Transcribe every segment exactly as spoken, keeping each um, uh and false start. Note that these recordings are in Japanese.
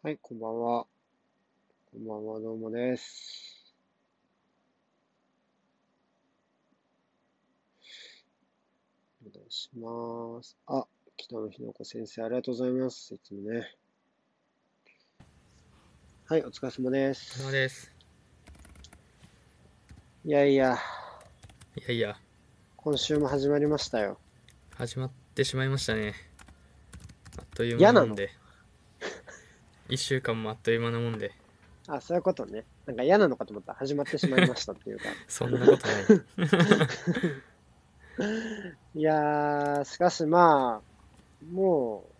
はい、こんばんは。こんばんは、どうもです。お願いします。あ、北野日の子先生、ありがとうございます。いつもね。はい、お疲れ様でお疲れ様です。 す。 いやいや、 いやいや、 今週も始まりましたよ。 始まってしまいましたね。あっという間嫌なの？ なもんで。一週間もあっという間なもんで。 あ、そういうことね。なんか嫌なのかと思った。始まってしまいましたっていうか。 そんなことない。 いやー、しかしまあ、もう、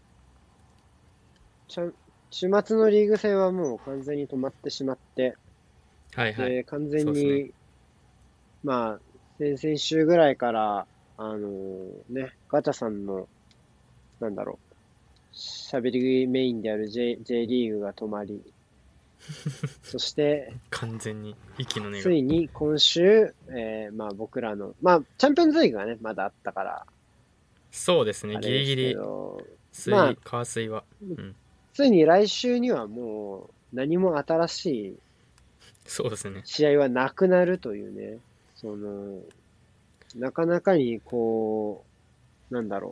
ちゃん、週末のリーグ戦はもう完全に止まってしまって、 はいはい。 で、完全そうですね。 にまあ、先々週ぐらいから、あのーね、ガチャさんの、なんだろう、喋りメインである J、J リーグが止まり、そして、 完全に息の根が。 ついに今週、えー、まあ僕らの、まあ、チャンピオンズリーグがね、まだあったから、 そうですね。 あれですけギリギリ、 ど、まあ、 水、火水は。うん。 ついに来週にはもう、何も新しいそうですね。 試合はなくなるというね、その、なかなかにこう、なんだろ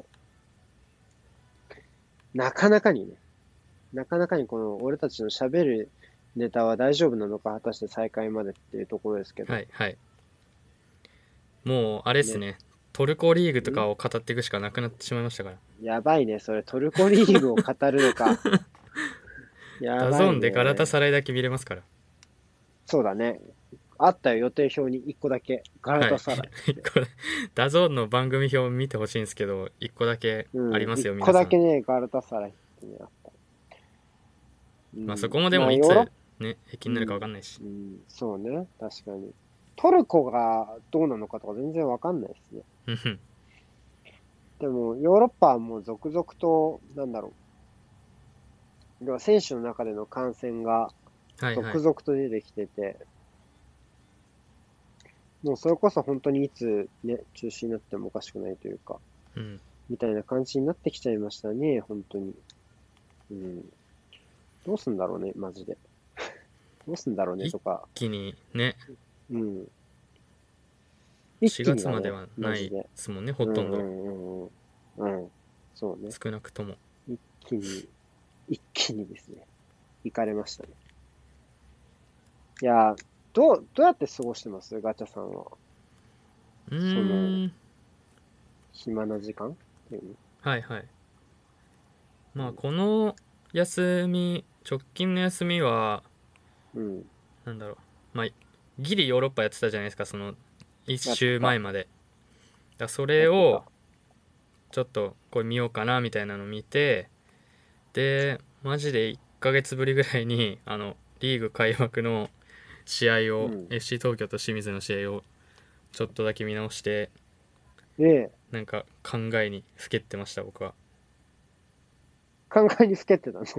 う、なかなかにね、なかなかにこの俺たちの喋るネタは大丈夫なのか、果たして再開までっていうところですけど。 はいはい。もう、あれですね。 ね。トルコリーグとんかを語っていくしかなくなってしまいましたから。 やばいね。それトルコリーグを語るのか。やダゾーばいンでガラタね。 サライだけ見れますから。 そうだね。あったよ、予定表に一個だけ。ガラはい。 タサライって。 これ、ダゾーンの番組表を見てほしいんですけど、一個だけありうん。 ますよ、 一個皆さん。 だけね、ガラタサライってね、あった。うまあそん。 こもでまあ、ヨーロッ、 もいつね、駅になるかわうん。 かんないし。 うん。そうね。確かに。トルコがどうなのかとか全然わかんないですね。 うん。 でも、ヨーロッパはもう続々と、なんだろう。要は選手の中での感染がはいはい。 続々と出てきてて、もうそれこそ本当にいつね、中止になってもおかしくないというか、 うん。 みたいな感じになってきちゃいましたね、本当に。うん。どうすんだろうね、マジで。どうすんだろうね一とか、 気にね、 うん。一 4 気にだね、 月まではないでマジで。 すもんね、ほうんうとんど。 んうんうん。うん。そうね。 少なくとも。 一気に、一気にですね、行かれましたね。いやー、どう、どうやって過ごしてますガチャさんは？ うその、 ーん。 暇な時間っていうの。 はいはい。まあこの休み、直近の休みは、 うん。 なんだろう。まあ、ギリヨーロッパやってたじゃないですか、その、一やってた。 週前まで。だからそれを、 やってた。 ちょっとこれ見ようかなみたいなの見て、で、マジでいっかげつぶりぐらいに、あの、リーグ開幕の試合を、 うん。 エフシー 東京と清水の試合をちょっとだけ見直して、 で、 なんか考えにふけってました、僕は。 考えにふけってたの？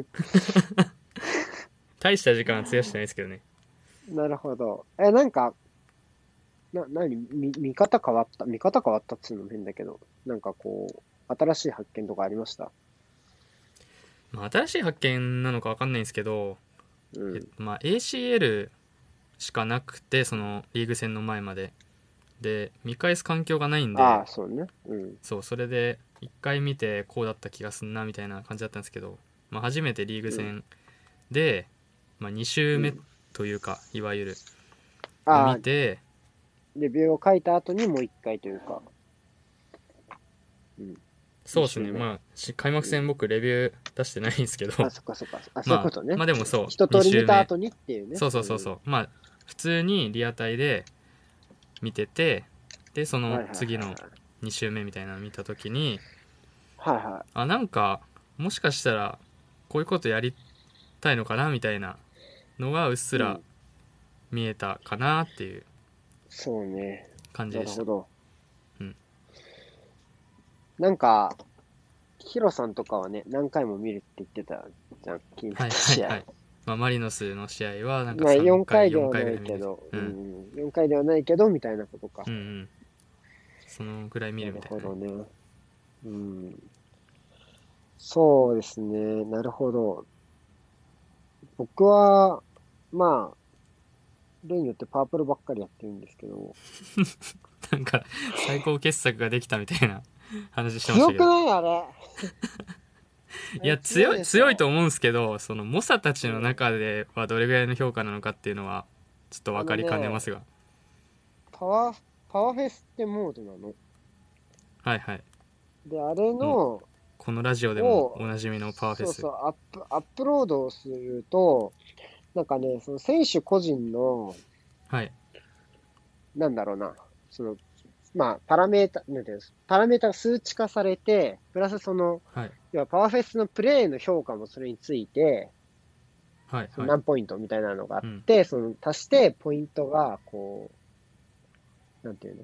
大した時間は費やしてないですけどね。 なるほど。え、なんか、な、なに、見、見方変わった見方変わったっつうのも変だけど、なんかこう、新しい発見とかありました？ まあ、新しい発見なのかわかんないんですけど、 うん。 えまあ、エーシーエル しかなくて、そのリーグ戦の前まで。で、見返す環境がないんで、 ああ、そうね。うん。 そう、それで一回見てこうだった気がすんなみたいな感じだったんですけど、まあ、初めてリーグうん。 戦で、まあ、に週目うん。 というか、いわゆる、をああ、 見て、 レビューを書いた後にもう一回というか、うん。 そうですね、 二週目。 まあ、開幕うん。 戦僕レビュー出してないんですけあ、 ど、 そっかそっか。あ、そういうこまあ、 とね。 まあでもそう、2 一通り見週目。 た後にっていうね。 そうそうん。 うそうそう。まあ、普通にリアタイで見てて、で、そのはいはいはい次のはい。 に週目みたいなの見たときに、 はいはあ、なんか、もしかしたら、こういうことやりたいのかなみたいなのがうっすい。うらん。 見えたかなっていうそうね。 感じでした。 なるほど。 うん。 なんか、ヒロさんとかはね、何回も見るって言ってたじゃん、近はい畿試合。 はいはい。まあ、マリノスの試合はなんかまあ、 3 4 回、 回で 4 はない回ぐらい見る。 けど、ううん。 ん、よんかいではないけど、みたいなことか。 うんうん。そのぐらい見なるるみたいなね。 ほどね。うん。そうですね。なるほど。 僕は、まあ、例によってパープルばっかりやってるんですけど、 なんか最高傑作ができたみたいな話してました強くけど。 ないあれ。あれいや、強い、 強いでしょ。 強いと思うんですけど、その猛者たちのうん。 中ではどれぐらいの評価なのかっていうのは、ちょっとあ分かりかねまのね、 すが。 パワー、パワーフェスってモードなの。 はいはい。 で、あれもう、 の、 このラジオでもおを、 なじみのパワーフェス。 そうそう、アップ、アップロードをすると、なんかね、その選手個人の、 はい。 なんだろうな、その、まあ、パラメータ、なんていうんです、パラメータが数値化されて、プラスその、 はい。 要はパワーフェスのプレーの評価もそれについて、 はいはい。 その何ポイントみたいなのがあっうん。 て、その足してポイントが、こう、なんていうの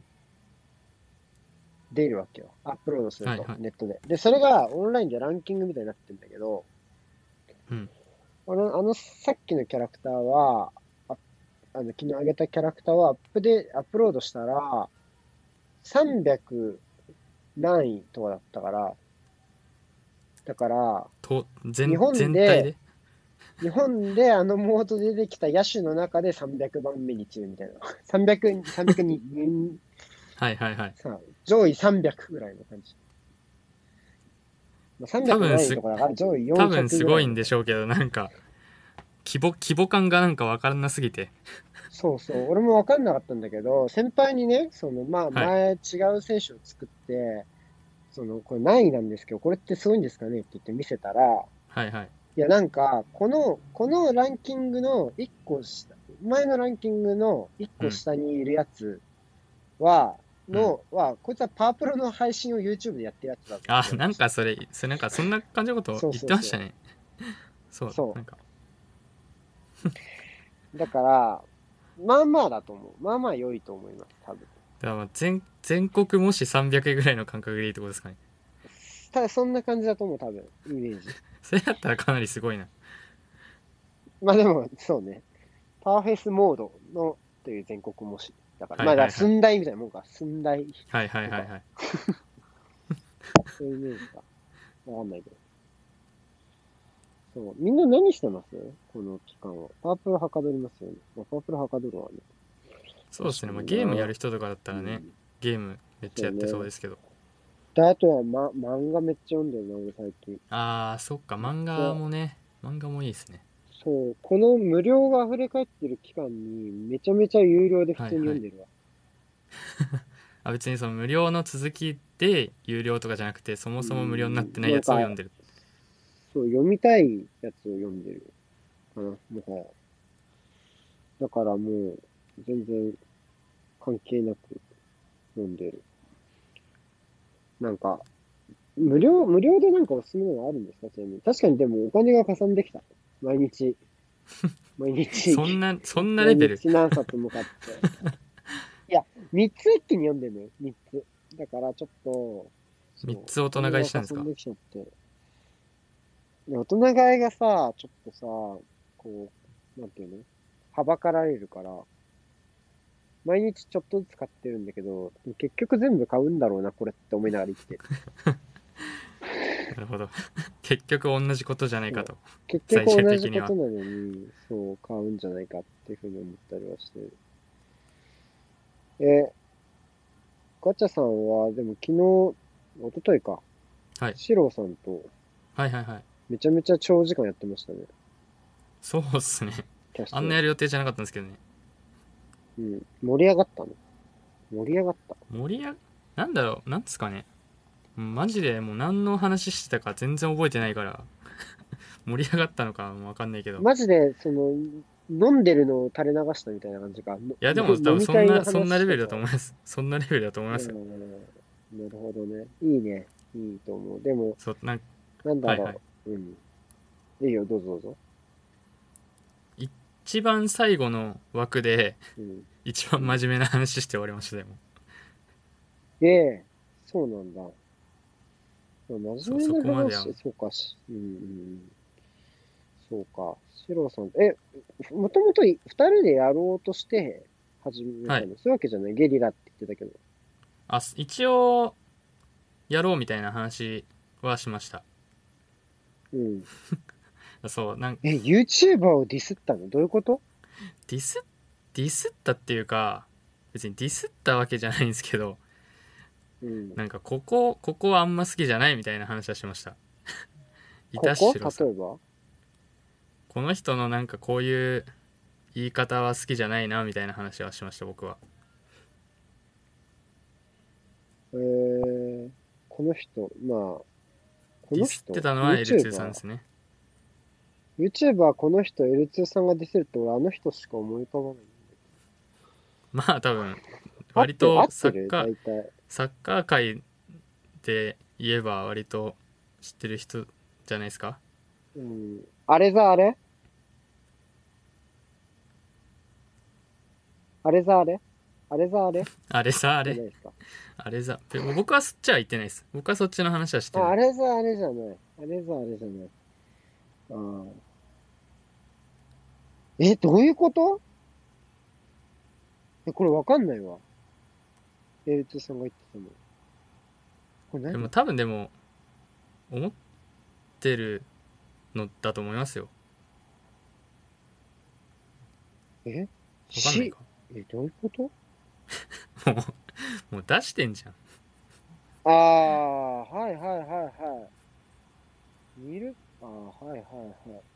出るわけよ。アップロードすると、 はいはい。 ネットで。で、それがオンラインでランキングみたいになってるんだけど、 うん。 あの、あのさっきのキャラクターは、あ、あの、昨日上げたキャラクターはアップで、アップロードしたら、さんびゃく何位とかだったから、だから、 と、 日全、 本で、 全体で。 日本であのモードでできた野手の中でさんびゃくばんめに中みたいな。さんびゃく、さんびゃくにん、 はいはいはい。 さ、上位さんびゃくぐらいの感じ。まあ、300 多分す、 何位とかだから上位多分よんひゃくすごいんぐらいの感じ。 でしょうけど、なんか、規模、規模感がなんか分からなすぎて。 そうそう。俺もわかんなかったんだけど、先輩にね、その、まあ、 はい。 前違う選手を作って、その、これ何位なんですけど、これってすごいんですかねって言って見せたら、 はいはい。 いや、なんか、この、このランキングのいっこ下、前のランキングのいっこうん。 下にいるやつは、 うん。 の、は、こいつはパワープロの配信を YouTube でやってるやつだってあ、 言われました。 なんかそれ、それなんかそんな感じのことそう言っそうそてましたね。そう。 う、 そなんか。 う。だから、まあまあだと思う。まあまあ良いと思います、多分。 だからまあ全、全国もしさんびゃくえんぐらいの感覚でいいってことですかね。 ただ、そんな感じだと思う、多分。イメージ。 それだったらかなりすごいな。 まあでも、そうね。パワーフェイスモードの、という全国模試。だから、まあ、だからはいはいはい。 寸大みたいなもんか。寸大はいはいとか、 はいはい。 そういうイメージか。わかんないけど。そう。みんな何してますこの期間は。パープルはかどりますよね。まあ、パープルはかどるわね。 そうですね。まあ、 確かにゲームやな。 る人とかだったらね、 うん。 ゲームめっちゃやってそうそうね。 ですけど。 で、あとは、ま、漫画めっちゃ読んでるな、俺最近。 あー、そっか、 めっ漫ちゃ、 画もね、漫画もいいですね。 そう。この無料が溢れ返ってる期間に、めちゃめちゃ有料で普通にはいはい。 読んでるわ。 あ、別にその無料の続きで有料とかじゃなくて、そもうそも無料になってん。 ないやなんか、 つを読んでる。 そう、読みたいやつを読んでるかな、もはや。だからもう、全然関係なく読んでる。なんか、無料、無料でなんかおすすめのがあるんですかちなみに。確かにでもお金が加算できた。毎日、毎日、 そんな、そんなレ毎ベル。 日何冊も買って。いや、三つ一気に読んでんのよ。三つ。だからちょっと、そう、 みっつ大お人買い金が加したんですか？ 算できちゃって。で大人買いがさ、ちょっとさ、こう、なんていうのはばかられるから、毎日ちょっとずつ買ってるんだけど、結局全部買うんだろうな、これって思いながら生きてる。 なるほど。結局同じことじゃないそう。 かと。 結局最終同じ的には。 ことなのに、そう、買うんじゃないかっていうふうに思ったりはしてる。え、ガチャさんは、でも昨日、一昨日か、 はい。 シローさんとはいはいはい。 めちゃめちゃ長時間やってましたね。 そうっすね。 キャスト。 あんなやる予定じゃなかったんですけどね。 うん。盛り上がったの盛り上がった。 盛り上が、なんだろう、なんですかね。マジでもう何の話してたか全然覚えてないから、盛り上がったのかもわかんないけど。 マジで、その、飲んでるのを垂れ流したみたいな感じか。のいやでも多の飲分そんな、 み会のそんなレベルだ話とか。 と思います。そんなレベルだと思いうますよ。 ん。なるほどね。いいね。いいと思う。でも、 そう、なんなんだはいはい。 ろう。うん。いいよ、どうぞどうぞ。 一番最後の枠で、 うん。 一番うん。 真面目な話して終わりました、でも。 ええ、そうなんだ。まあ真そう、そ面目な話、 こまでは。 そうかし、うん、うん、そうか。シロさん、え、もともと二人でやろうとして始めはい。 たのそういうわけじゃないゲリラって言ってたけど。 あ、一応、やろうみたいな話はしました。 うん。 そうなんえ、YouTuber をディスったのどういうこと？ ディスディスったっていうか、別にディスったわけじゃないんですけど、 うん。 なんかここここはあんま好きじゃないみたいな話はしました。板ここ城さん、 例えば？ この人のなんかこういう言い方は好きじゃないなみたいな話はしました、僕は。 えー、この人、まあ、こディスっての人、 たのは エルツー さんで YouTuber、 すね。 YouTuber この人 エルツー さんがディスるって俺あの人しか思い浮かばないんだまあ多分けど。合ってる合割とってるサッカー大体。 サッカー界で言えば割と知ってる人じゃないですか。 うん。あれざあれあれざあれあれざあれあれさ、あれじゃないですか。 あれざでも僕はそっちは言ってないです。僕はそっちの話はしてあ、 ない。 あれざあれじゃない。あれざあれじゃない。あーえ、どういうこと？え、これわかんないわ。エルツー さんが言ってたの。これ何？ でも多分でも思ってるのだと思いますよ。 えし、 わかんないか。 え、どういうこと？ もうもう出してんじゃん。 ああー、はいはいはいはい。ミル、ああ、はいはいはい。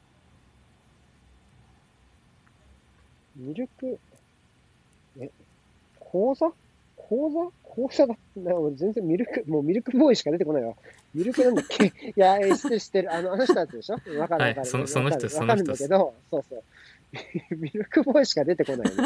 ミルク、え、講座講座講座だ。な、俺全然ミルク、もうミルクボーイしか出てこないわ。ミルクなんだっけ？いや、え、知ってる知ってる。あの、あの人たちでしょ？わかるはいわかる。 そのその人わかる。わかるんその人っす。 だけど、そうそう。ミルクボーイしか出てこないよね。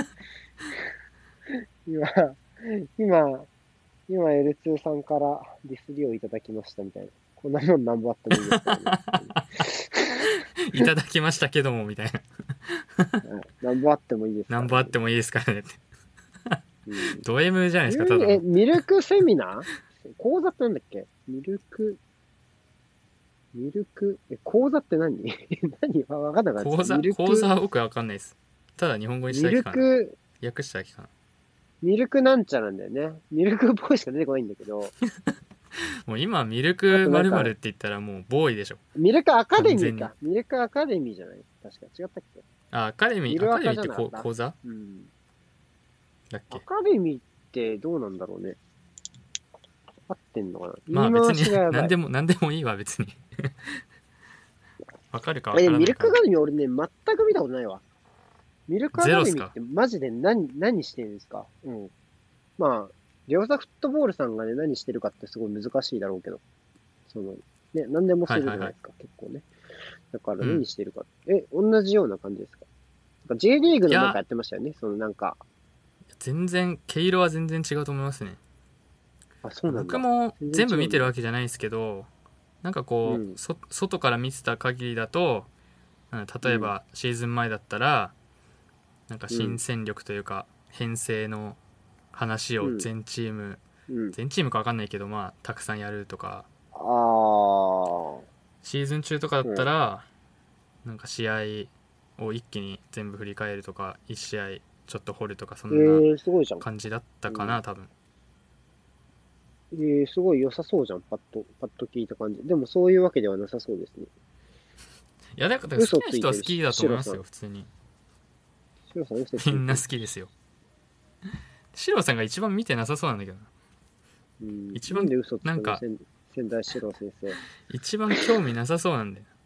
今、今、今 エルツー さんからディスりをいただきましたみたいな。こんなもんなんぼあってもいいですけどね。 いただきましたけどもみたいな。 はい、なんぼあってもいいですからね。 何本あってもいいですからねって。 うん。 ド M じゃないですか、 ちなみに、え、 ただの。 ミルクセミナー講座ってなんだっけ？ミルク、ミルク、え、講座って何？何わわかんなかった。 講座ミルク、 講座は僕わかんないです。ただ日本語にしたミルだけかな。 ク、 訳しただけかな。 ミルクなんちゃらなんだよね。ミルクボーイしか出てこないんだけど、 もう今ミルあク〇〇 となんか、 って言ったらもうボーイでしょ。 ミルクアカデ完全に。 ミーか。ミルクアカデミーじゃない？確か違ったっけ？ あ、アカデミー、アミルアカカデミーってじゃなかった？ こ講座うん。アだっけ？ カデミーってどうなんだろうね。合ってんのかな？言い回まあ別にしがやばい。 何でも、何でもいいわ別に。わかるかわえ、でからないか。 ミルクアカデミー俺ね、全く見たことないわ。ミルクアカゼロっすか？ デミーってマジで何、何してるんですか？うん。まあ、両座フットボールさんがね、何してるかってすごい難しいだろうけど、その、ね、何でもすはいはいはい。 るじゃないですか、結構ね。だからうん。 何してるか。え、同じような感じですか？なんか J リーグいや、 のなんかやってましたよね。そのなんか、 全然、毛色は全然違うと思いますね。 あ、そうなんだ。 僕も全然全部見てる違うんだ。 わけじゃないですけど、なんかこう、 うん、 そ外から見てた限りだと、うん例えうん、 ばシーズン前だったら、なんかうん、 新戦力というか、編成の話うん、 を全チーム、 うん。 全チームか分かんないけど、まあ、たくさんやるとか、 あー、 シーズン中とかだったうん。 ら、なんか試合を一気に全部振り返るとか、いち試合ちょっと掘るとか、そえんなー、すごいじゃん。 感じだったうん。 かな、多分。 えー、すごい良さそうじゃん、パッと、パッと聞いた感じ。でもそういうわけではなさそうですね。 いや、だから好きな嘘ついてるし、 人は好きだとシロさん。 思いますよ、普通に。 シロさん嘘つみんないてるし。 好きですよ。シロさんが一番見てなさそうなんだけどな。 うん。 一番、 なんで嘘つなんか、 くの？仙仙台四郎先生。 一番興味なさそうなんだよ。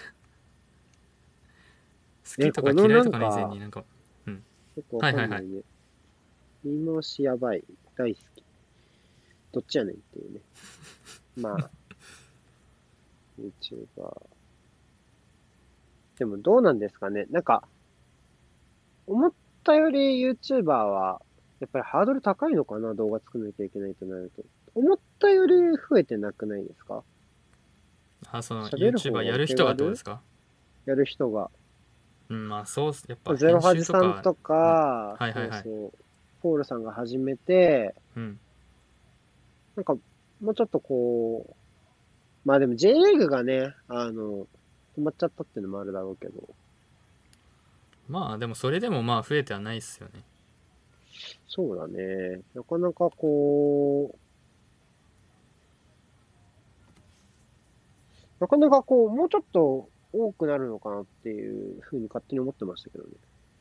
好え、 きとかこのな嫌いとかの以前んか、 になんか、うん。 よくわはいはいはい。 かんないね。言い回しやばい。大好き。どっちやねんっていうね。まあ、YouTuber。でもどうなんですかね。なんか、思ったより YouTuber は、やっぱりハードル高いのかな？動画作んなきゃいけないとなると。思ったより増えてなくないですか？ あ、その喋る方 YouTuber がおやる人がってことで手軽？ すか？ やる人が。 うん、まあそうっす、やっぱ編ゼロハジ集とかさんとの、 か、 はいはいはい。 そうそう、ポールさんが始めて、 うん。 なんか、もうちょっとこう、まあでも J リーグがね、あの、止まっちゃったっていうのもあるだろうけど、 まあでもそれでもまあ増えてはないっすよね。 そうだね。なかなかこう、なかなかこう、もうちょっと多くなるのかなっていうふうに勝手に思ってましたけどね。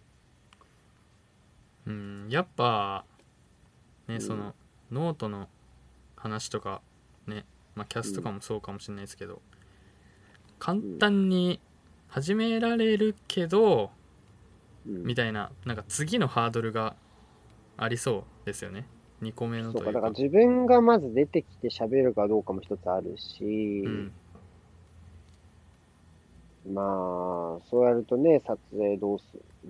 うん、やっぱね、 うん、 そのノートの話とかね、まあキャうん、 スとかもそうかもしれないですけど、簡うん、 単に始められるけどうん。 みたいな、なんか次のハードルがありそうですよね。にこめのそうか、だからというか。 自分がまず出てきて喋るかどうかも一つあるし、 うん。 まあ、そうやるとね、撮影どうする。うん。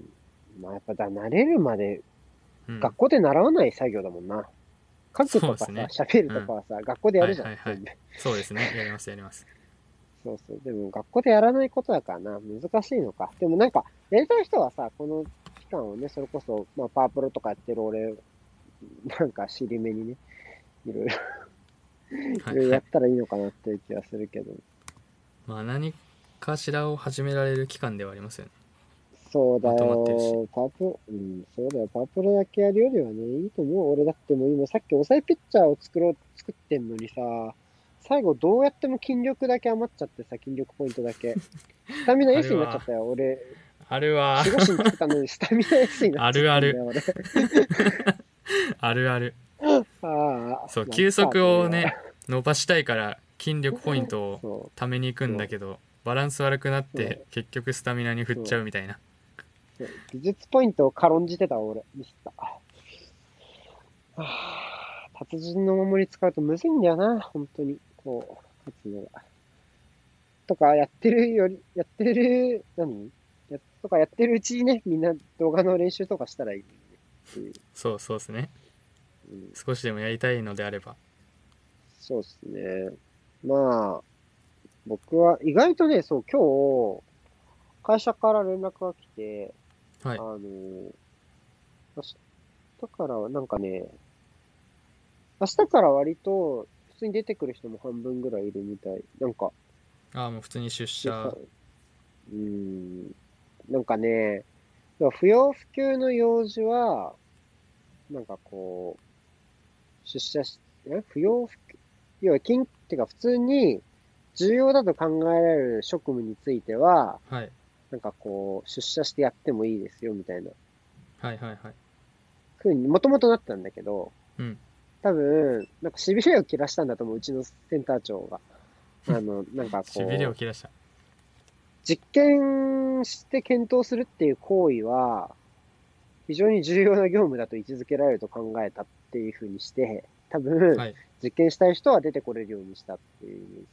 まあやっぱだ、慣れるまで、 うん。 学校で習わない作業だもんな。書くとかさ、 そうですね。 喋るうん。 とかはさ、学校でやるじゃん、 はいはいはい。 全部。 そうですね。やりますやります。 そうそう。でも学校でやらないことだからな、難しいのか。でもなんか、やりたい人はさ、この期間をね、それこそ、まあ、パワープロとかやってる俺、なんか尻目にね、いろいろ、いろいろはいはい。 やったらいいのかなっていう気がするけど。 まあ何かしらを始められる期間ではありますよね。 そうだまとまってるし。 よ、パワープロ、うん、そうだよ、パワープロだけやるよりはね、いいと思う。俺だってもう今さっき抑えピッチャーを作ろう、作ってんのにさ、最後どうやっても筋力だけ余っちゃってさ、筋力ポイントだけ。スタミナあれ S になっちゃっは、 たよ。俺、 あれは守護神作ったのにスタミナ S になっあちゃっるある。 たんだよ、俺。 あるある。 ああ、 そう、 まあ、いっ球か、これは。 速をね、伸ばしたいから筋力ポイントをそ貯めに行くう、そんだけど、バランス悪くなっう、そて結局スタミナに振っう、そちゃうみたいな。 う、そう。技術ポイントを軽んじてたわ、俺。ミスった。はあ、達人の守り使うとむずいんだよな、本当に。こう、勝つのが。とか、やってるより、やってる、何や、とかやってるうちにね、みんな動画の練習とかしたらいいねっていう。 そうそうですね。 うん、 少しでもやりたいのであれば。 そうっすね。まあ、僕は意外とね、そう、今日、会社から連絡が来て、 はい。 あの、明日からはなんかね、明日から割と普通に出てくる人も半分ぐらいいるみたい。なんか、 ああ、もう普通に出でさ、 社。 うーん、なんかね、不要不急の用事は、なんかこう、出社し、え不要不急、要は、金、てか普通に重要だと考えられる職務については、 はい。 なんかこう、出社してやってもいいですよ、みたいな、 はいはいはい。 ふうにもともとなったんだけど、 うん。 多分、なんか痺れを切らしたんだと思う、うちのセンター長が。あの、なんかしびれをこう、 切らした。 実験して検討するっていう行為は、非常に重要な業務だと位置づけられると考えたっていうふうにして、多分、 はい。 実験したい人は出てこれるようにしたっていうイメージ。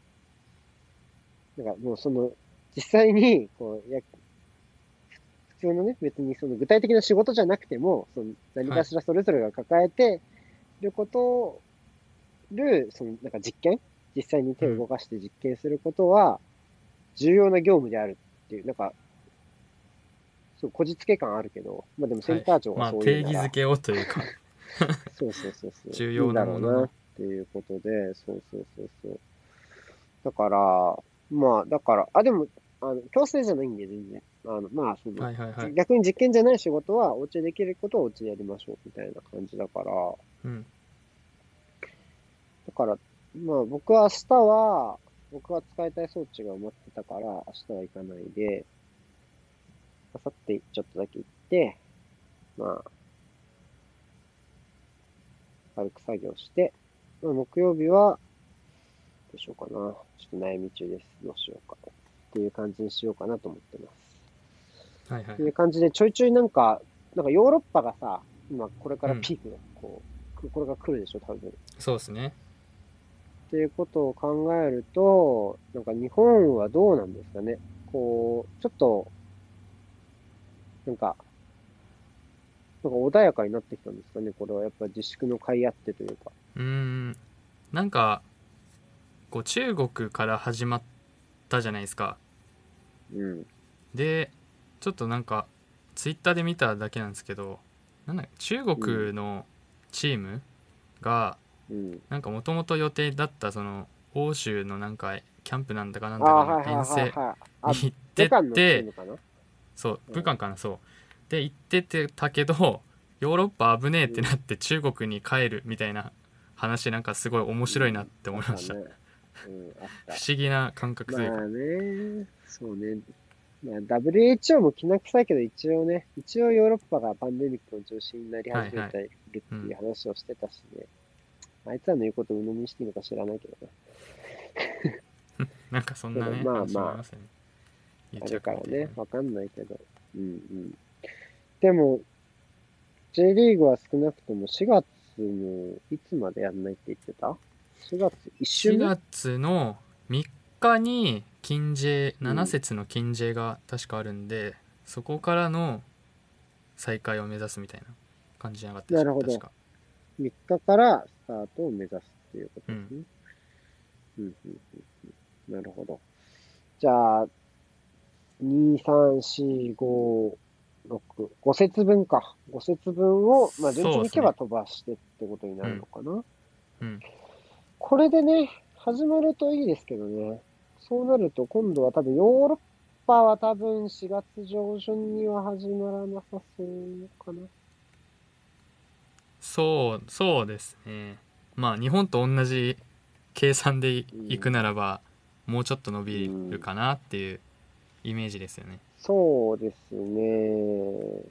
なんかもうその、実際に、こう、や、普通のね、別にその具体的な仕事じゃなくても、その何はい。 かしらそれぞれが抱えていることを、る、そのなんか実験実際に手をうん。 動かして実験することは、重要な業務であるっていう、なんか、そう、こじつけ感あるけど、まあでもセはい。 ンター長がまあそう言うなら、 定義づけをというか、 そうそうそうそう、 重要ないいんだろものの。 うなっていうことで、そうそうそうそう。だから、まあ、だから、あ、でも、あの、強制じゃないんで、全然。あの、まあ、その、 はいはいはい。 逆に実験じゃない仕事は、お家でできることをお家でやりましょう、みたいな感じだから、 うん。 だから、まあ、僕は明日は、僕が使いたい装置が埋まってたから、明日は行かないで、明後日ちょっとだけ行って、まあ、軽く作業して、まあ、木曜日は、どうしようかな。ちょっと悩み中です。どうしようか。っていう感じにしようかなと思ってます。 はいはいはい。 っていう感じで、ちょいちょいなんか、なんかヨーロッパがさ、今これかうん。 らピークが、こう、これが来るでしょ、多分。っそうですね。 ていうことを考えると、なんか日本はどうなんですかね。こう、ちょっと、なんか、なんか穏やかになってきたんですかね。これはやっぱ自粛の甲斐あってというか。 うーん。なんか、こう中国から始まったじゃないですか。 うん。 で、ちょっとなんか、ツイッターで見ただけなんですけど、なんだ中うん。 国のチームが、 うん。 なんかもともと予定だったその、欧州のなんか、キャンプなんだかなんああ、 だかのはいはい遠征はいはい。あ、 に行ってっ武漢のチーて、 ムかな。 そう、 うん。 武漢かな、そう。で、行っててたけど、ヨーロッパ危ねえっうん。 てなって中国に帰るみたいな話なんかすごい面白いなっうん。 て思いました。 あったね。 うん、あった。 不思議な感覚というか。 まあね、そうね。まあ、ダブリューエイチオー もきな臭いけど、一応ね、一応ヨーロッパがパンデミックの中心になりはいはい。 始めているっていううん。 話をしてたしね。あいつらの言うことを鵜呑みにしていいのか知らないけどな。 なんかそんけど、 なね、話まあまあ、 もありますよね。癒ある着からね、 みたいなね。 わかんないけど。うんうん。でも、J リーグは少なくともしがつのいつまでやんないって言ってた？ し 月いっ週目？ しがつのみっかに金 J、ななうん。 節の金 J が確かあるんで、そこからの再開を目指すみたいな感じじゃなかったでしたっけ、確なるほど。 か。 みっかからスタートを目指すっていうこうん。 とですね。うんうんうん、なるほど。じゃあ、に、さん、よん、ご、ろく、ご節分か。ご節分を、まあ、順調にいけばそうですね。 飛ばしてってことになうん。 るのかな。 うん。 これでね、始まるといいですけどね。そうなると、今度は多分ヨーロッパは多分しがつ上旬には始まらなさそうかな。 そう、そうですね。まあ日本と同じ計算でういくならん。 ば、もうちょっと伸うびるん。 かなっていうイメージですよね。 そうですね。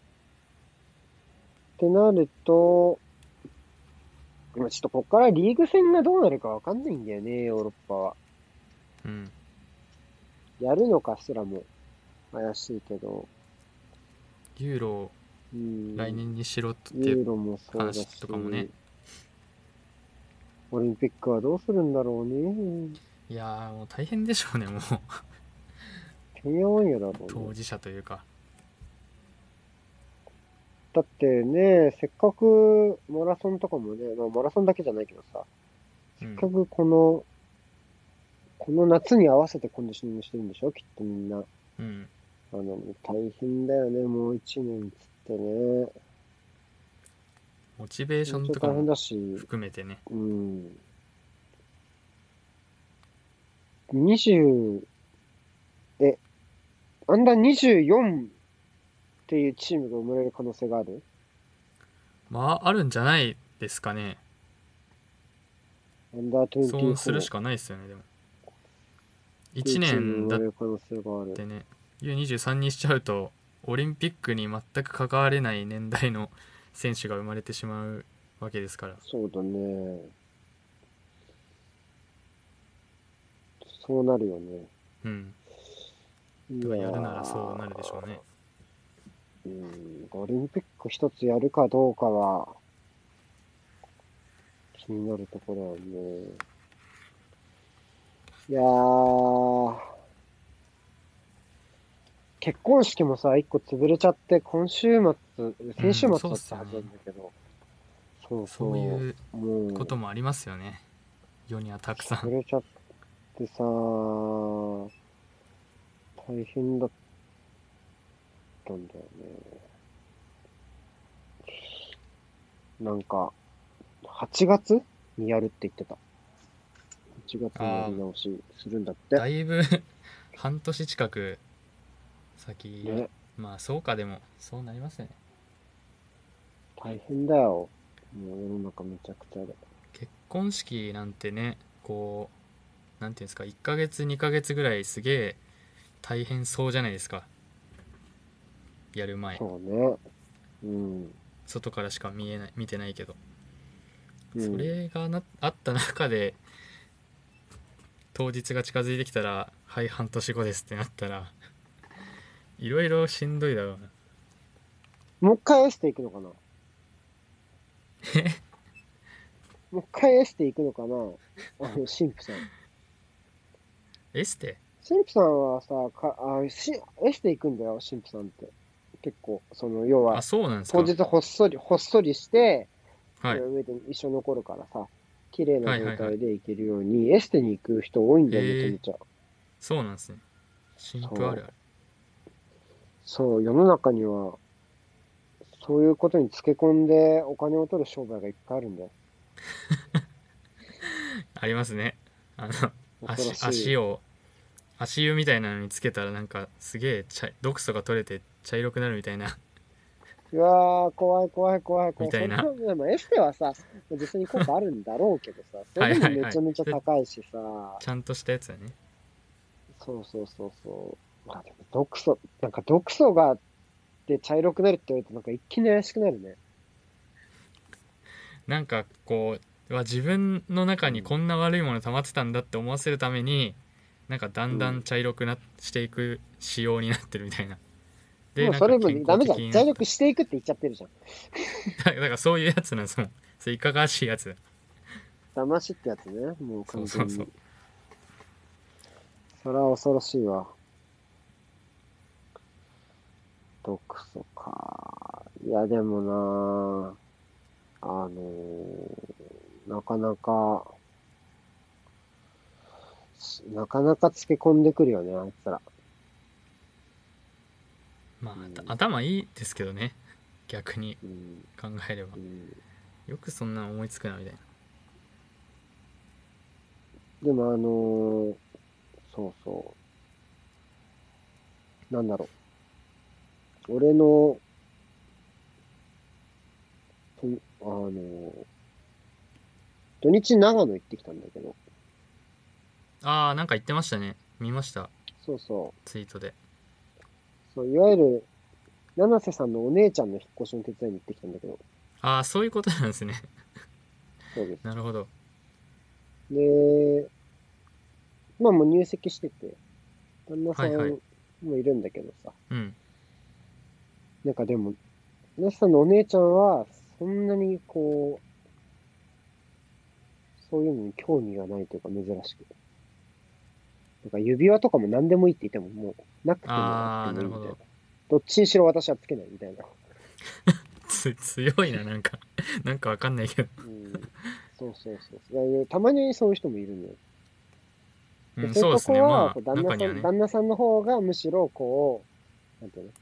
ってなると、まあちょっとこっからリーグ戦がどうなるかわかんないんだよね、ヨーロッパは。 うん。 やるのかすらも怪しいけど、 ユーロをうん、 来年にしろっていうユーロもそうだ話とかもね。 し、オリンピックはどうするんだろうね。 いやーもう大変でしょうね、もう。 てんやわんやだろうね。 当事者というか。 だってね、せっかくマラソンとかもね、まあマラソンだけじゃないけどさ、せっうん。 かくこの、この夏に合わせてコンディショニングしてるんでしょきっとみんな。 うん。 あの、大変だよね、もう一年つってね。 モチベーショめっちゃ大変ンとかもだし、 含めてね。 うん。にじゅう、え、アンダーにじゅうよんっていうチームが生まれる可能性がある？ まあ、あるんじゃないですかね。 アンダーそうするしにじゅうよんっかないですよね、でも。1 ていうチームが年だっ生まれる可能性がある。 てね、ユーにじゅうさん にしちゃうと、オリンピックに全く関われない年代の選手が生まれてしまうわけですから。 そうだね。そうなるよね。 うん。 いやとやるならそうなるでしょうー、 ね。 うん、オリンピック一つやるかどうかは気になるところだよね。いやー、結婚式もさ、一個潰れちゃって、今週末、先週うん、そうっ末だったはずなんすよね。 だけど、そうそそういうう、もう、 こともありますよね。世にはたくさん。 潰れちゃってさ、大変だったんだよね。なんか、はちがつにやるって言ってた。はちがつにやああ、 り直しするんだって。 だいぶ半年近く先。 ね、 まあそうか、でもそうなりますよね。 大変だよ。もう世の中めちゃくちゃで。 結婚式なんてね、こうなんていうんですか、いっかげつにかげつぐらいすげえ大変そうじゃないですか、やる前。 そうね。うん。 外からしか見えない見てないけど、そうん。 れがなあった中で当日が近づいてきたらはい半年後ですってなったら、いろいろしんどいだろうな。 もう一回エステ行くのかな？もう一回エステ行くのかな？あの、神父さん。 エステ。 神父さんはさ、か、あ、し、エステ行くんだよ、神父さんって。結構、その、要は、 あ、そうなんですか。 当日ほっそり、ほっそりして、 はい上で一生残るからさ、綺麗な状はいはいはい。 態で行けるように、エステに行く人多いんだよ、めちゃへえ、 めちゃ。 そうなんですね。新婦あそう。 るある。 そう、世の中には、そういうことにつけ込んでお金を取る商売がいっぱいあるんだよ。 ありますね。あの足恐ろしい。 足を足湯みたいなのにつけたらなんかすげえ茶毒素が取れて茶色くなるみたいなうわー、怖い怖い怖い怖い。 みたいな。 そんな、でもエステはさ、実際に効果あるんだろうけどさ、それでもはいはいはい。 めちゃめちゃそれ高いしさ、 ちゃんとしたやつだね。 そうそうそうそう。まあでも毒素、なんか毒素があって茶色くなるって言われるとなんか一気に怪しくなるね。 なんかこうは自分の中にうん。 こんな悪いもの溜まってたんだって思わせるために、なんかだんだんうん。 茶色くなしていく仕様になってるみたいな。でなんもうそれもか健康ダメじゃん。 的になった。 茶色くしていくって言っちゃってるじゃん。 だからそういうやつなんですもん。そういかがわしいやつ。 騙しってやつね。もうそうそうそう。 完全に。それは恐ろしいわ。毒素か。いや、でもなあのーなかなか、なかなかつけ込んでくるよね、あいつら。 まあうん、 頭いいですけどね、逆にうん、 考えれば。 うん。 よくそんな思いつくなみたいな。 でもあのーそうそう。なんだろう。俺の、とあのー土日長野行ってきたんだけど、 ああ、なんか言ってましたね、見ました、 そうそう。 ツイートで。 そう、いわゆる、七瀬さんのお姉ちゃんの引っ越しの手伝いに行ってきたんだけど、 ああ、そういうことなんですね。 そうです。 なるほど。 で、まあもう入籍してて、旦那さんはいはい。 もいるんだけどさ、 うん。 なんかでも、七瀬さんのお姉ちゃんは、そんなにこう、そういうのに興味がないというか珍しく。なんか指輪とかも何でもいいって言っても、もう、なくてもあってああ、なるほど。 もいいみたいな。どっちにしろ私はつけないみたいな。 つ強いな、なんか。なんかわかんないけど。 うん。そうそうそうそう。たまにそういう人もいるのよ。で、 うん、 そういうそうですね。 とこは、 まあこう旦那さん、 中にはね。 旦那さんの方がむしろ、こう、なんていうの、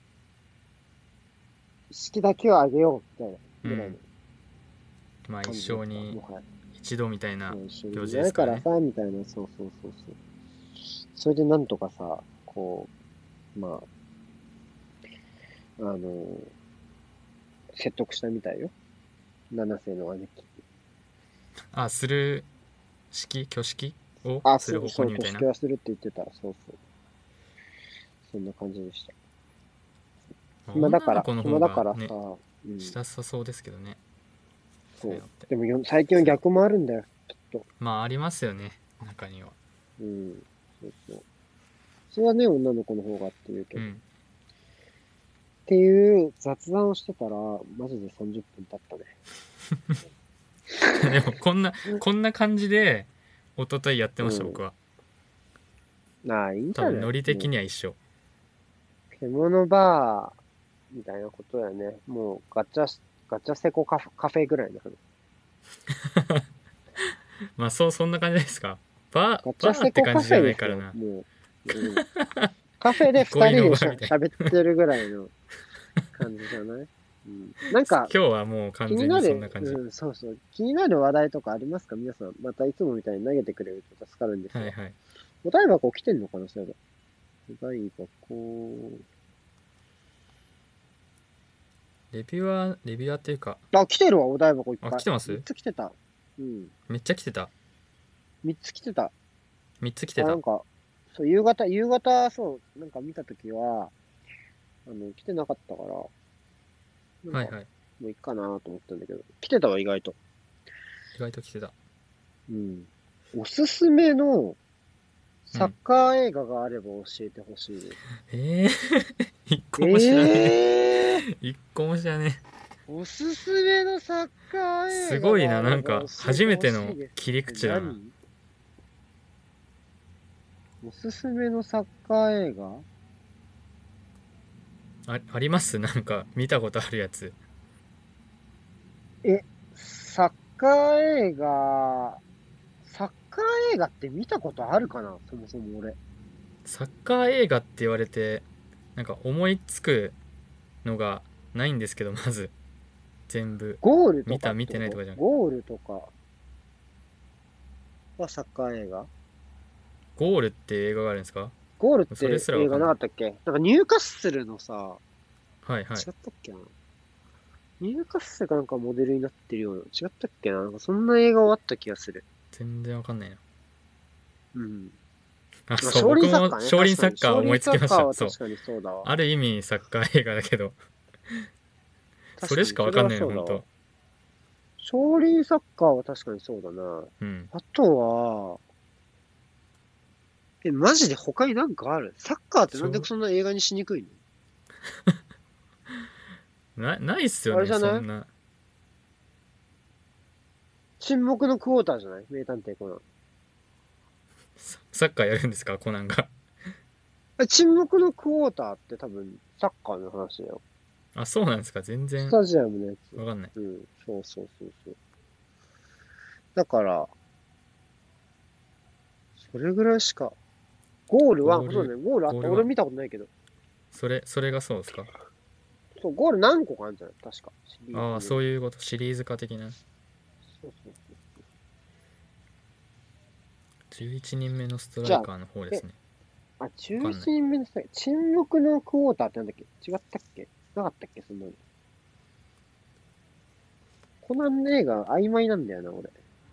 式だけをあげよう、みたいな、ぐらいのうん。まあ一感じだった。 生にもはや。 一度みたいなもう一緒行事にいですからね。 ないからさ、みたいな、そうそうそうそう。それでなんとかさ、こう、まあ、あの、説得したみたいよ。七世の姉貴。 あ、する式挙式をあ、 するそう、そう、 方向にみたいな。 挙式はするって言ってた。そうそう。そんな感じでした。 まあ、 暇だから、 女の子の暇だからさ、 方がね、 うん、 したさそうですけどね。そうそう。 いうのって。 でもよ最近はそれは。 逆もあるんだよ、きっと。 まあありますよね、中には。 うん、そうそう。それはね、女の子の方がって言うけど。っうん。 ていう雑談をしてたら、マジでさんじゅっぷん経ったね。 でもこんな、こんな感じで、一昨日やってました、 うん。 僕は。 ああ、いいんじ多分、 ゃないノリ的もには一緒。 う、獣バーみたいなことやね。もう、ガチャ、ガチャセコカフェ、カフェぐらいの話。 まあ、そう、そんな感じですか。バー、 ガチャバーってセコカ感じじゃフェですよ、 ないからな。 もう。うん。カフェで二憩いの人でしゃ、 場みたいな。 喋ってるぐらいの感じじゃないうん。なんか、 今日はもう完全に気になる、 そんな感じ。 うん、そうそう。気になる話題とかありますか皆さん。またいつもみたいに投げてくれると助かるんですが。 はいはい。 お台箱来てんのかなそういえば。お台箱。 レビュアー、レビュアーっていうか、 あ、来てるわ、お台箱いっあ、 ぱい。三来てます？ つ来てた。うん。 めっちゃ来てた。 三つ来てた。あ、 みっつ来てた。 なんか、そう、夕方、夕方、そう、なんか見たときは、あの、来てなかったから、なんか、もはいはい。 ういいかなと思ったんだけど、来てたわ、意外と。 意外と来てた。 うん。おすすめのサッうん。 カー映画があれば教えてほしいです。 えー、一個も知らねええー、 え。一個も知らねえ。 おすすめのサッカー映画すごいな、 があればなんか、 教えて初めてのほしいです。 切りえ、 口だな。 何おすすめのサッカー映画あ、ありますなんか、見たことあるやつ。 え、サッカー映画、サッカー映画って見たことあるかなそもそも俺。 サッカー映画って言われて、なんか思いつくのがないんですけど、まず、全部。 ゴールと見た、 かっ見てことてないとかじゃん。 ゴールとかはサッカー映画ゴールって映画があるんですか？ ゴールっそれすらわて映画なかんない。 かったっけなんかニューカッスルのさ、 はいはい。 違ったっけな。ニューカッスルかなんかモデルになってるような。違ったっけな。なんかそんな映画はあった気がする。 全然わかんないな。 うん。 あ、 まあ、 そう、 少僕も林サッカーね。 少林サッ確かに。少カー思いつ林サッカーきました。そう。 は確かにそうだわ。 ある意味サッカー映画だけど、そ確かに、 れしかわかんそれはないのほんと。 そうだわ。少林サッカーは確かにそうだな。 うん。 あとは、え、マジで他になんかある？サッカーってなんで少そんな映画にしにくいの？ なないっすよね、 あれじゃない？ そんな。 沈黙のクォーターじゃない？名探偵コナン。 ササッカーやるんですか、コナンが。 え、沈黙のクォーターって多分サッカーの話だよ。 あ、そうなんですか。全然スタジアムのやつ。 わかんない。 うん、そうそうそうそう。だから、それぐらいしか。ゴールは、 ゴール、 そうね、ゴールあった。 ゴールは、 俺見たことないけど。 それ、それがそうですか。 そう、ゴール何個かあるんじゃない確か。シリーああ、 ズで。 そういうこと。シリーズ化的な。 そうそうそう。 じゅういちにんめのストじゃあ、 ライカーの方でえ、 すね。 あ、11 わかんない。 人目のさ、沈黙のクォーターってなんだっけ？違ったっけ？なかったっけそんなの。コナンの映画曖昧なんだよな、俺。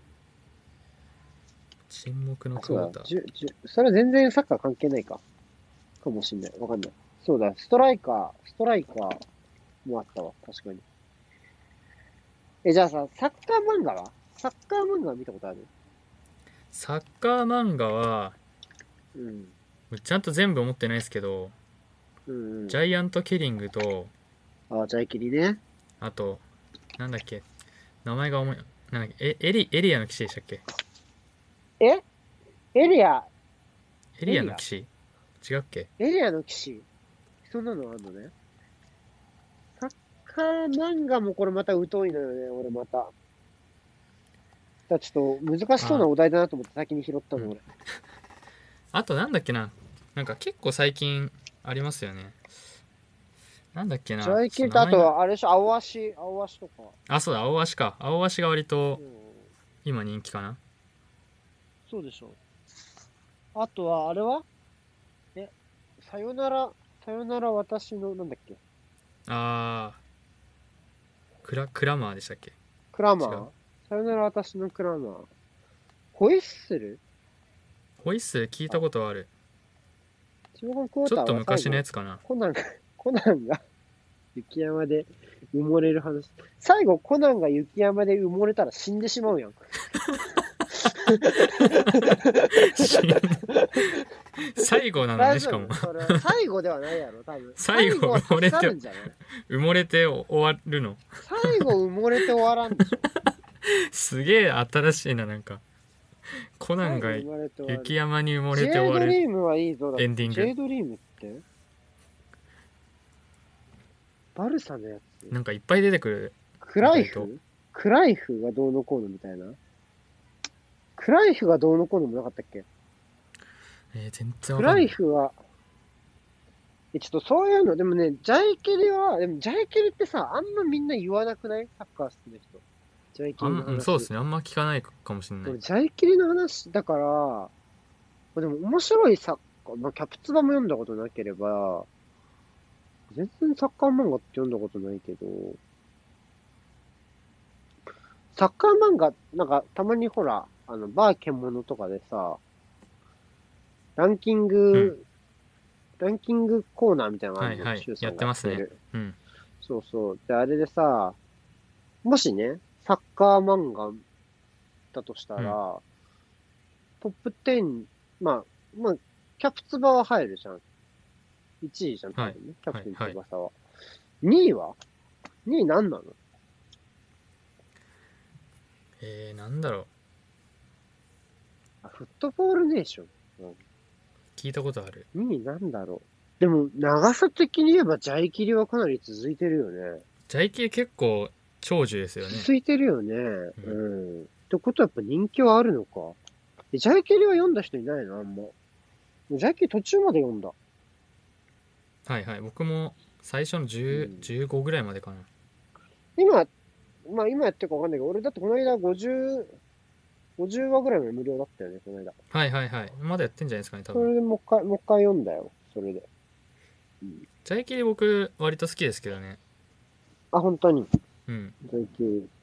沈黙のあ、そうだ。 クォーター。 じゅ、じゅ、それは全然サッカー関係ないか。かもしんない。わかんない。そうだ。ストライカー、ストライカーもあったわ。確かに。え、じゃあさ、サッカー漫画はサッカー漫画は見たことある？ サッカー漫画は、 うん。 ちゃんと全部持ってないですけど、 うんうん。 ジャイアントキリングと、 あ、ジャイキリね。 あと、なんだっけ、名前が思い、なんだっけ、え、エリ、エリアの騎士でしたっけ？ えエリア、 エリアエリアの騎士違うっけ？ エリアの騎士そんなのあんのね。サッカー漫画もこれまた疎いのよね、俺また。だからちょっと難しそうなあ、 お題だなと思って先に拾ったの、 うん。 俺。 あとなんだっけな。なんか結構最近ありますよね。なんだっけな。 ジャイキリと、あちょっと名前が、 とは、あれでしょ、青足、青足とか。 あ、そうだ、青足か。青足が割とうん。 今人気かな。 そうでしょ。あとは、あれはえ、さよなら、さよなら私の、なんだっけあー、クラ、クラマーでしたっけ？ クラマ違う。 ーさよなら私のクラマー。ホイッスルホイッスル聞いたあ、 ことある。 中国クォーちょっターと昔のやは最後、 つかな。 コナンが、コナンが雪山で埋もれる話。最後、コナンが雪山で埋もれたら死んでしまうやん。 最後なのね、しかも。 大丈夫それ。最後ではないやろ、多分。 最後最後は埋もれて、 刺さるんじゃない？ 埋もれて終わるの。 最後埋もれて終わらんでしょ。 すげえ新しいな、なんか。コナンが最後埋もれて終わる。 雪山に埋もれ J て終わるドリームはいいぞ、だって。 エンディング。 J ドリームってバルサのやつなんかいっぱい出てくる。 クライ意外と。 フクライフがどうのこうのみたいなクライフがどうのこうのもなかったっけ？ えー、全然わクラかんない。 イフは、え、ちょっとそういうの、でもね、ジャイケリは、でもジャイケリってさ、あんまみんな言わなくない？サッカー好きな人。ジャイケあん、 リのうん、そうで話。 すね。あんま聞かないかもしれない。 俺、ジャイケリの話、だから、でも面白いサッカー、まあ、キャプツバも読んだことなければ、全然サッカー漫画って読んだことないけど、サッカー漫画、なんか、たまにほら、あの、バー獣とかでさ、ランキンうん。 グ、ランキングコーナーみたいなのがあるの、 はいはい。やっシュウさんがてますね。 やってる。 うん。 そうそう。で、あれでさ、もしね、サッカー漫画だとしたうん。 ら、トップじゅう、まあ、まあ、キャプツバは入るじゃん。いちいじゃん、多はい。 分ね。キャプテンはいはい。 翼は。にいは？ に 位何なの？ えー、なんだろう。 あ、フットボールネーション。 聞いたことある。 うん、にいなんだろう。でも、長さ的に言えば、ジャイキリはかなり続いてるよね。 ジャイキ結構長寿ですよね。 続いてるよね。 うん。 うん。ってことはやっぱ人気はあるのか。えジャイキリは読んだ人いないのあんま。ジャイキリ途中まで読んだ。 はいはい。僕も最初のじゅう、 うん。 じゅうごぐらいまでかな。 今、まあ今やってるかわかんないけど、俺だってこの間ごじゅう、ごじゅうわぐらいまで無料だったよね、この間。 はいはいはい。まだやってんじゃないですかね、多分。 それでもう一回、もう一回読んだよ。それで。 ジャイキリ僕割と好きですけどね。 あ、本当に。 うん。 ジャイキリ。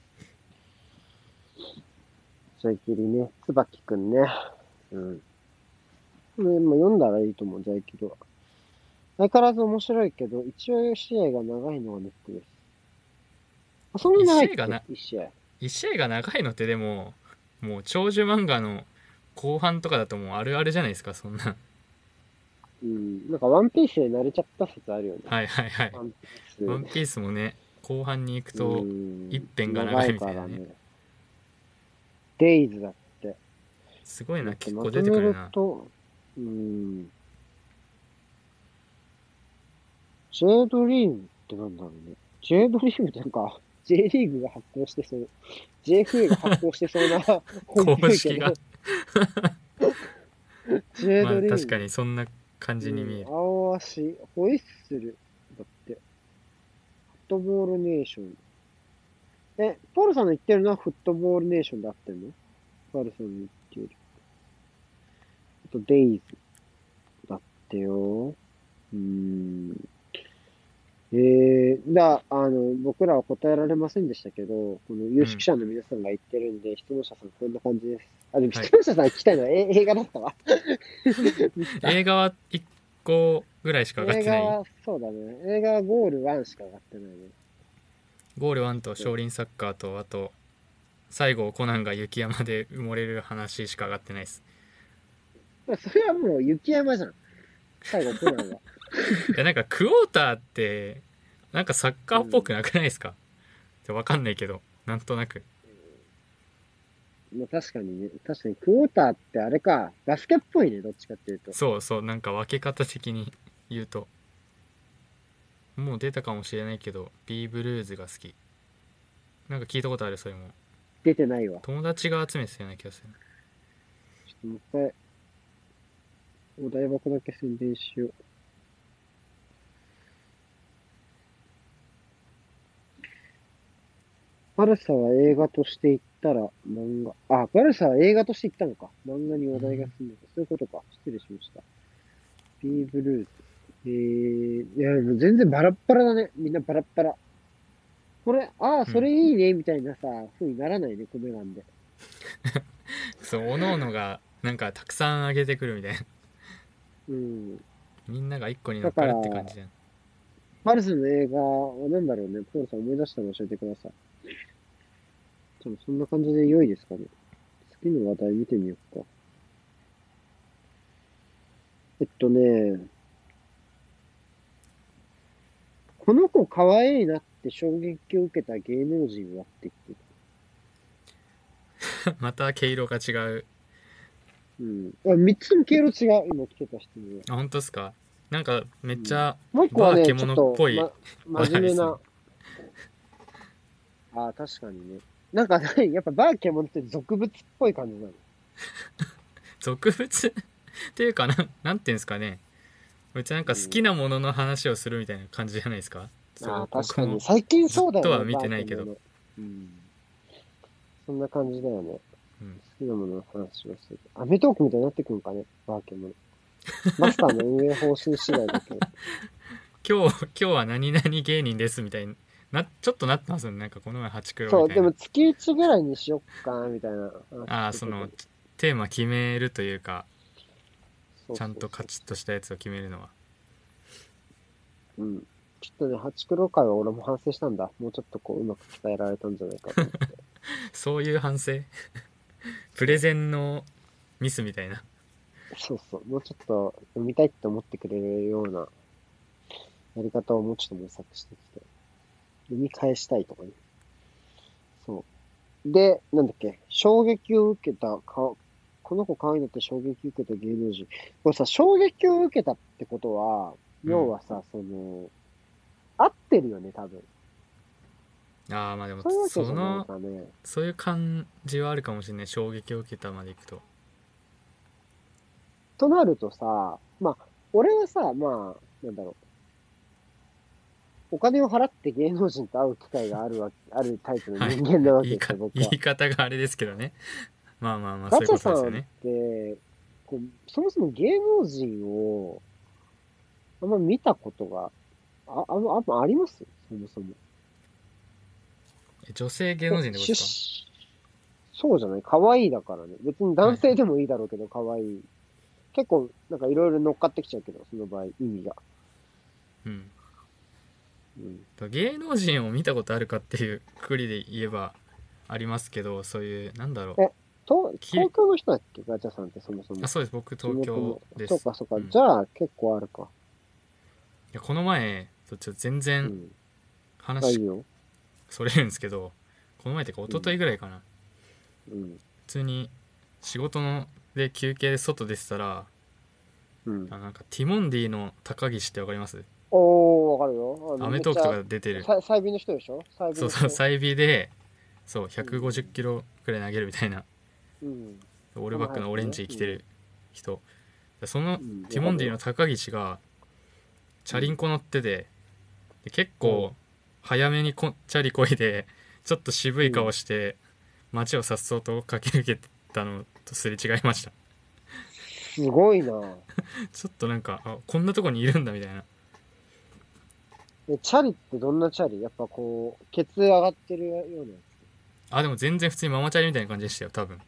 ジャイキリね。椿くんね。うん。ね、もう読んだらいいと思う、ジャイキリは。相変わらず面白いけど、一応試合が長いのがネックです。あ、そんなに一長いっ試合がな、 け一試合。 一試合が長いのってでも、もう長寿漫画の後半とかだともうあるあるじゃないですか、そんな。 うん。なんかワンピースで慣れちゃった説あるよね。 はいはいはい。 ワンピース。 ワンピースもね、後半に行くうと一ん。 編が長い長いみたいなね。 からね。デイズだって。 すごいな、 だって結構出まとめてくるな。 ると、うん。ジェイドリームってなんだろうね。ジェイドリームってなんか、J リーグが発行してそう。ジェイエフエー が発行してそうな本って公式が。 言うけど、ジェイまあドリーム。 確かにそんな感うん。 じに見える。 青足、ホイッスル。だって。フットボールネーション。え、ポールさんの言ってるのはフットボールネーションで合ってんの？ポールさんの言ってる。あと、デイズだってよ。うーん。えー、だ、あの、僕らは答えられませんでしたけど、この有識うん。 者の皆さんが言ってるんで、質問者さんこんな感じです。あ、でもはい。 質問者さん聞きたいのはえ映画だったわ。ミスった。 映画はいっこぐらいしか上がってない。 映画は、そうだね。映画はゴールワンしか上がってないね。 ゴールワンとそう。 少林サッカーと、あと、最後コナンが雪山で埋もれる話しか上がってないです。 まあそれはもう雪山じゃん。最後、コナンは。 いやなんかクォーターってなんかサッカーっぽうん。 くなくないですか？ってわかんないけど、なんとなく。 まあ確かにね。確かにクォーターってあれか。バスケっぽいね。どっちかっていうと。 そうそう、なんか分け方的に言うと、もう出たかもしれないけど、ビーブルーズが好き。なんか聞いたことある。それも出てないわ。 友達が集めてたような気がする。 ちょっともう一回、お台箱だけ宣伝しよう。バルサは映画として行ったら漫画。あ、バルサは映画として行ったのか。漫画に話題がうん進むのか。そういうことか。失礼しました。ビーブルーズ。えー、いや、もう全然バラッバラだね。みんなバラッバラ。これ、ああ、 うんそれいいね、みたいなさ、風にならないね、コメ欄で。 そうおのおのがなんかたくさんあげてくるみたいな。 うん。 みんなが一個に乗だから、 っかるって感じじゃん。 バルサの映画は何だろうね。ポールさん思い出したら教えてください。多分そんな感じで良いですかね。次の話題見てみようか。えっとね、この子可愛いなって衝撃を受けた芸能人はって言ってまた毛色が違う。 る。うん。あ、三つとも経路違う。今来てた質問は。 あ、本当ですか？なんかめっうん。 ちゃもう一個はね、ちょっバー獣っと、 ぽいま、 話題ですね。 真面目な。ああ、確かにね。なんか、やっぱバー獣って俗物っぽい感じなの。 俗物っていうかな、なんていうんですかね。別になんか好きうん。 なものの話をするみたいな感じじゃないですか。 ああ、 そう、 確かに。 僕も最近ずっそうだよね、 とは見バてないけど。 ー獣。うん。そんな感じだよね。 うん、 好きなものの話をする。アメトークみたいになってくるんかね、バー獣。マスターの運営方針次第だけど。 今日、今日は何々芸人ですみたいにな、ちょっとなってますよね。なんかこの前ハチクロみそう、 たいな。 でも月一ぐらいにしよっかな、みたいな話ああ、その、 してたけど。 テーマ決めるというか、 そうちゃんそうそうとカチッとしたやつを決めるのは。 そう。うん。ちょっとね、ハチクロ会は俺も反省したんだ。もうちょっとこう、うまく伝えられたんじゃないかと思って。 そういう反省。プレそゼンのミスみたいな。 う。そうそう。もうちょっと読みたいって思ってくれるようなやり方をもうちょっと模索してきて。読み返したいとかね。そう。で、なんだっけ、衝撃を受けた、か、この子可愛いなって衝撃を受けた芸能人。これさ、衝撃を受けたってことは、 うん。 要はさ、その、合ってるよね、多分。 ああ、まあでも、 そういうわけじゃないその、 かね。 そういう感じはあるかもしれない。衝撃を受けたまでいくと。 となるとさ、まあ、俺はさ、まあ、なんだろう。お金を払って芸能人と会う機会があるわけ、あるタイプのはい。 人間なわ言いか、 けですよ、僕言は。 い方があれですけどね。まあまあまあ、 ガそういうこチャさんっとですよね。 て、こう、そもそも芸能人を、 あんま見たことが、あ、あんま、あんまありますそもそも。 え女性芸え、 能人ってことですか？ 出そうじゃない？可愛いだからね。別にはいはい。 男性でもいいだろうけど、可愛い。結構、なんかいろいろ乗っかってきちゃうけど、その場合、意味が。 うん。 うん。 芸能人を見たことあるかっていうくくりで言えばありますけど、そういうなんだろう、 え、と、 き東京の人だっけガチャさんってそもそも。 あ、そうです、僕東地元の。 京です。 そうかそうか。 うん。いじゃあ、結構あるか。 やこの前ちょっと全然うん。あ、い話いよ。 それるんですけど、この前ってか一昨うん。 日ぐらいかな、 うん。 普通に仕事ので休憩で外出てたら、 うん。 あなんかティモンディの高岸ってわかります？ おー、わかるよ。あの、 アメトーークとめっちゃ、 かで出てる。 さ、サイビの人でしょ？サイビそうそう、 の人。 サイビで、そうう 150キん。 ロくらい投げるみたいな、 うん。 オールバックのオレン球速くね。うん。 ジ着てる人、そのうん。 ティモンディのわかるよ。 高岸がチうん。 ャリンコ乗ってて、で結うん。 構早めにこチャリこいでちょっと渋い顔うん。 して街をさっそうと駆け抜けたのとすれ違いました。 すごいな。 ちょっとなんか、あこんなとこにいるんだみたいな。 え、チャリってどんなチャリ？やっぱこう、ケツ上がってるようなやあでも全然普通にママチャリみたいな感じでしたよ多分。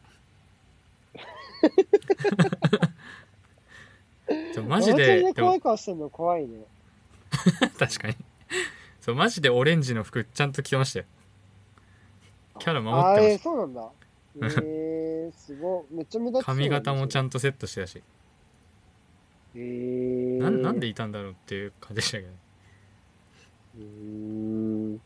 そうマつ。マジマチャリででもで怖い顔してんの怖いね。うん。 確かに、そうマジでオレンジの服ちゃんと着てましたよ。キャラ守っああ、えー、 てましそうなんだ。えー、すごい。めっちゃ目た。 立ちそうだね、 髪型もそれ。 ちゃんとセットしてたし、 えなんなんー、 でいたんだろうっていう感じでしたけどね。 うーん。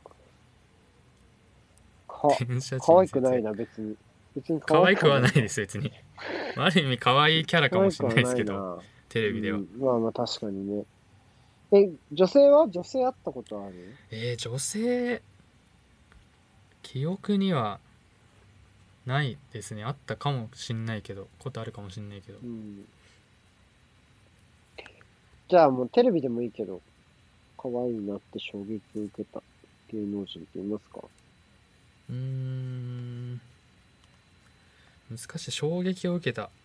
か、 電車可賃節約。 愛くないな、別に。別に可愛可愛くはないくはないな。 です別に。ある意味可愛いキャラかもしれない可愛くはですけど、 ないな。 テレビでは。 うん。まあまあ確かにね。え、女性は女性会ったことある？ えー、女性、記憶にはないですね。あったかもしんないけど、ことあるかもしんないけど。 うん。じゃあもうテレビでもいいけど、可愛いなって衝撃を受けた芸能人っていますか？ うーん、難しい。衝撃を受けた。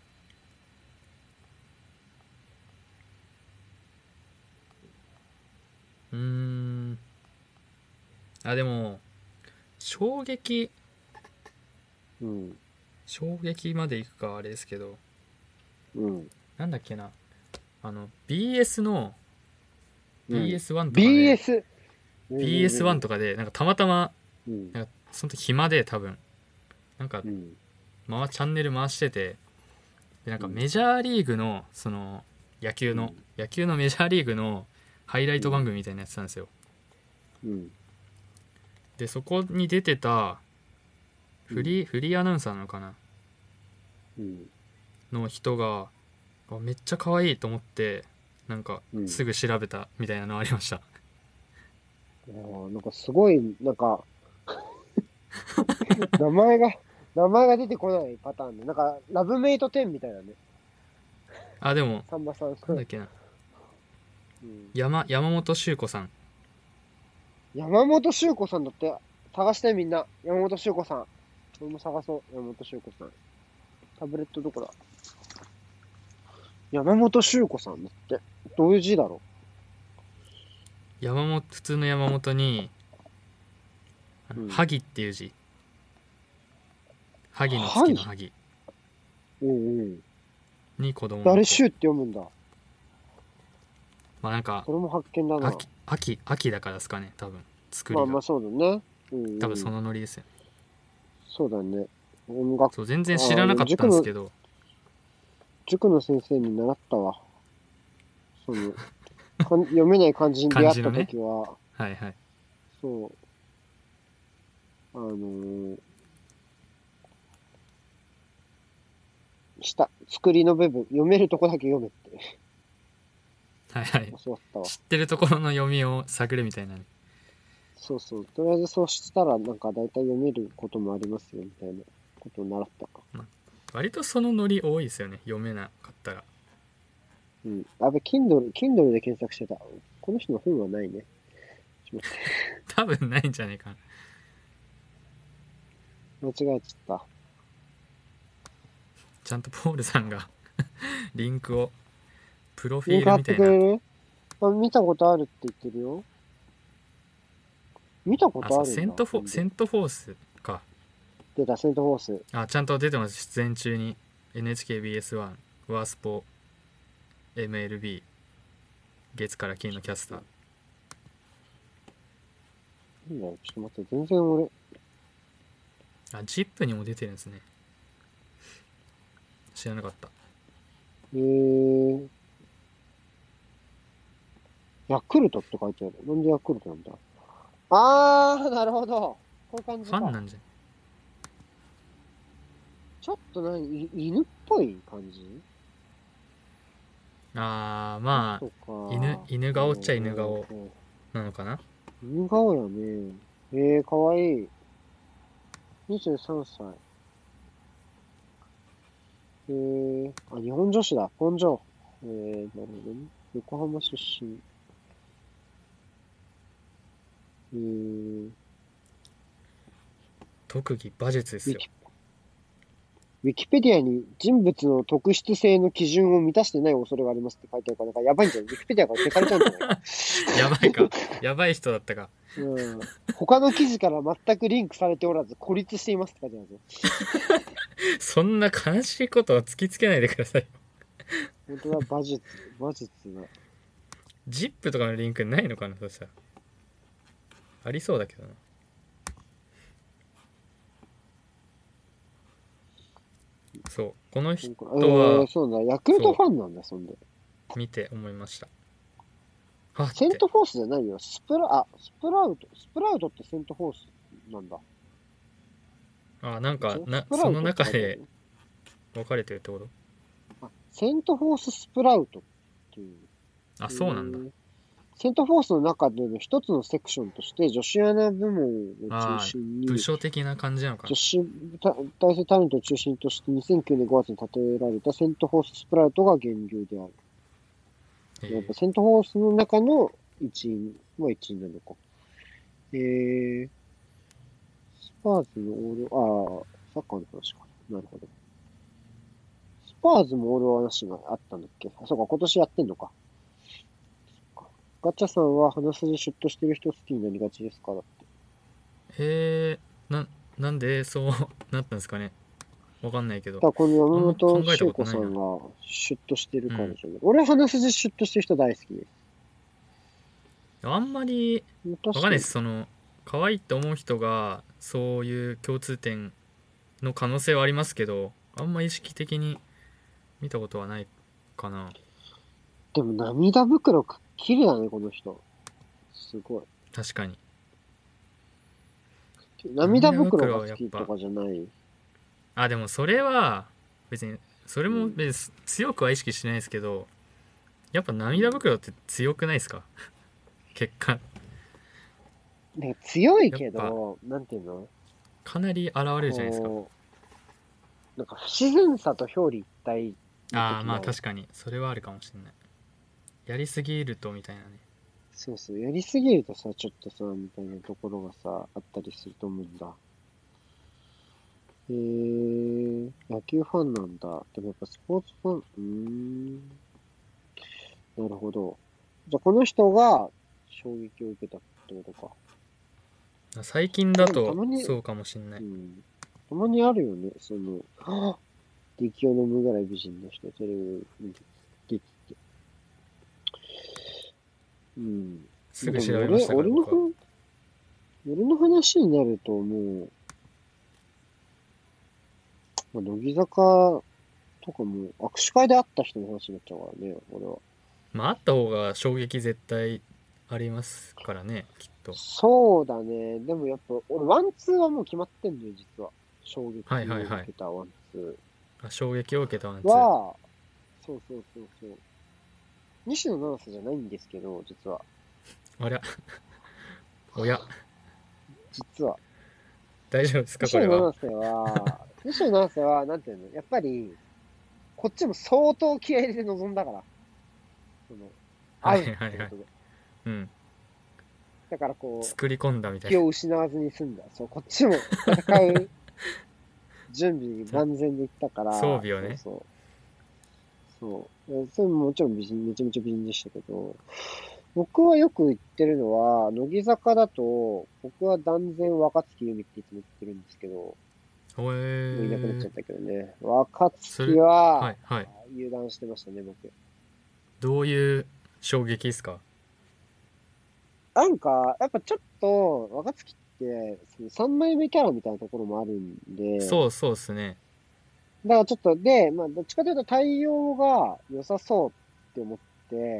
うーん、あ、でも、衝撃、 うん。 衝撃までいくかあれですけど、 うん。 なんだっけな。あの、ビーエス の、 うん。 ビーエスワン とかで、 ビーエス。うんうビーエスワンんとかで、なんかたまたま、 うん。うん。 なんかその時暇で多分、なんか、 うん。 回チャンネル回してて、でなんかうん。 メジャーリーグのその野球のうん。 野球のメジャーリーグのハイライト番うん。 組みたいなやつなんですよ。 うん。 でそこに出てたうん。 フリーフリーアナウンサーなのかなうん。 の人があめっちゃ可愛いと思って、なんかうん。 すぐ調べたみたいなのありました。 あーなんかすごい、なんか、名前が、名前が出てこないパターンで、なんか、ラブメイトテンみたいなね。 あでもさんまさん。 なんだっけな、 うん。 山山本修子さん。 山本修子さんだって、探してみんな。山本修子さん。俺も探そう。山本修子さん。タブレットどこだ？山本修子さんだって。どういう字だろ山本、普通の山本にあう？うん。 の萩っていう字、萩の月の萩。 萩うんうん。 に子供の子。 誰修って読むんだ。 まあなんかそれも発見だな。 秋秋秋だからですかね多分、作りが。 まあまあそうだね。うん多分そうん。 のノリですよね。 そうだね。音楽、 そう全然ああ、で知らなかったも塾の、 んですけど、 塾の先生に習ったわ。その、かん読めない漢字に出会ったと漢字のね。 きは、 はいはい。 そう、あのー下、作りの部分、読めるとこだけ読めってはいはい。 教わったわ。 知ってるところの読みを探るみたいなね。 そうそう。とりあえずそうしたら、なんか大体読めることもありますよ、みたいなことを習った。 まあ、割とそのノリ多いですよね。読めなかったら。 うん。あべ、Kindle、Kindle で検索してた。この人の本はないね。ちょっと多分ないんじゃないかな。 待って、間違えちゃった。 ちゃんとポールさんがリンクを、プロフィーリンク貼ってルみたいな、 くれる？ あ、見たことあるって言ってるよ。見たこあ、 とあるんだ。 そうセントフォほんでセントフォースか。 出た、セントフォース。 あ、ちゃんと出てます。出演中に エヌエイチケービーエスワン ワースポ エムエルビー 月から金のキャスター。 なんだよ、ちょっと待って、全然俺、 あ、ジップにも出てるんですね。知らなかった。 えー、ヤクルトって書いてある。なんでヤクルトなんだ。あー、なるほど。こういう感じか。 ファンなんじゃん。 ちょっと何、い犬っぽい感じ。 あー、まあ、 そう犬、 か。 犬顔っちゃ犬顔うんうんうん。 なのかな。 犬顔やね。えー、かわいい。にじゅうさんさい。えー、あ、日本女子だ。本庄。えー、なるほどね。横浜出身。えー、 特技馬術ですよ。 ウィキ、ウィキペディアに人物の特質性の基準を満たしてない恐れがありますって書いてあるから、なんかやばいんじゃない？ウィキペディアから消されちゃうんじゃないか。 やばいか。やばい人だったか。 うん。他の記事から全くリンクされておらず、孤立していますって書いてあるぞ。 そんな悲しいことを突きつけないでくださいよ。 本当だ、馬術、馬術だ。 ジップとかのリンクないのかな、そしたら。ありそうだけどな。そう。この人えー、 は、 そうだ、ヤクルトそファンなんだ、そんで。 う、見て思いました。はって。 セントフォースじゃないよ。スプラ、あ、スプラウト。スプラウトってセントフォースなんだ。 あ、なんか、 違う、スな、そのプラウトって中で書いてあるよ。 分かれてるってこと。 あ、セントフォーススプラウトっていう。 あ、 えそうなんだ。 ーセントフォースの中での一つのセクションとして、女子アナ部門を中ああ、 心に、 部署的な感じなのかな。 女子た体制タレントを中心としてにせんきゅうねんごがつに建てられたセントフォーススプラウトが源流である。やっぱえセントフォースの中の一員は一員なのか。えー、スパーズのオール、ああ、サッカーの話か。なるほど。スパーズもオール話があったんだっけ？あ、そうか、今年やってんのか。ガチャさんは鼻筋シュッとしてる人好きになりがちですか？だって。 ー、へえ、な、なんでそうなったんですかね。わかんないけど。 だからこの山あんま考えた本修ことないな。 子さんがシュッとしてるうん。 からでしょうね。俺鼻筋シュッとしてる人大好きです。 あんまり、わかん確かに。 ないです。その、可愛いって思う人が、そういう共通点の可能性はありますけど、あんま意識的に見たことはないかな。 でも涙袋くっきりだね、この人。すごい。 確かに。 涙涙袋が袋はやっぱ、 好きとかじゃない。 あ、でもそれは、別に、それうん。 も別に強くは意識しないですけど、やっぱ涙袋って強くないですか？結果。 なんか強いやっぱ、 けど、なんていうの？ かなり現れるじゃないですか。 こう、なんか不自然さと表裏一体のああ、 時が多い。 まあ確かに。それはあるかもしれない。やりすぎるとみたいなね。 そうそう、やりすぎるとさ、ちょっとさ、みたいなところがさ、あったりすると思うんだ。えー、野球ファンなんだ。でもやっぱスポーツファン、うーん、なるほど。じゃあこの人が衝撃を受けたってことか。 最近あ、 だとでもたまに、 そうかもしんない。 うん、たまにあるよね。その、はぁって息を飲むぐらい美人な人、テレビに出てて。うん。 すぐまあでも俺、 調べましたから僕は。 俺のふ、俺の話になるともう、まあ、乃木坂とかも握手会で会った人の話になっちゃうからね、俺は。 まああった方が衝撃絶対ありますからね、きっと。 そうだね。でもやっぱ、俺ワンツーはもう決まってんのよ、実は。衝はい撃をはいはい。 受けたワンツあ、衝撃を受けたワンーツー。 は、そうそうそうそう。西野七瀬じゃないんですけど、実は。 ありゃ、おや、 実は。 大丈夫ですかこ西野れは。 七瀬は、西野七瀬は、なんていうの、やっぱり、こっちも相当気合い入れて臨んだから。その、 はい会うっはいはい。 てことで。 うん。 だからこう、 作り込んだみたい気を失わずに済んだ。そう、こっちも戦う準備な。 万全でいったから、 装備をね。 そうそう。 そう。それももちろん美人、めちゃめちゃ美人でしたけど、僕はよく言ってるのは、乃木坂だと、僕は断然若月由美っていつも言ってるんですけど、 おもういなくなっえー、 ちゃったけどね。若月それ、はは、 いはい。 油断してましたね、僕。 どういう衝撃ですか？ なんか、やっぱちょっと、若月って、そのさんまいめキャラみたいなところもあるんで、 そうそうっすね。 だからちょっと、で、まあ、どっちかというと対応が良さそうって思って、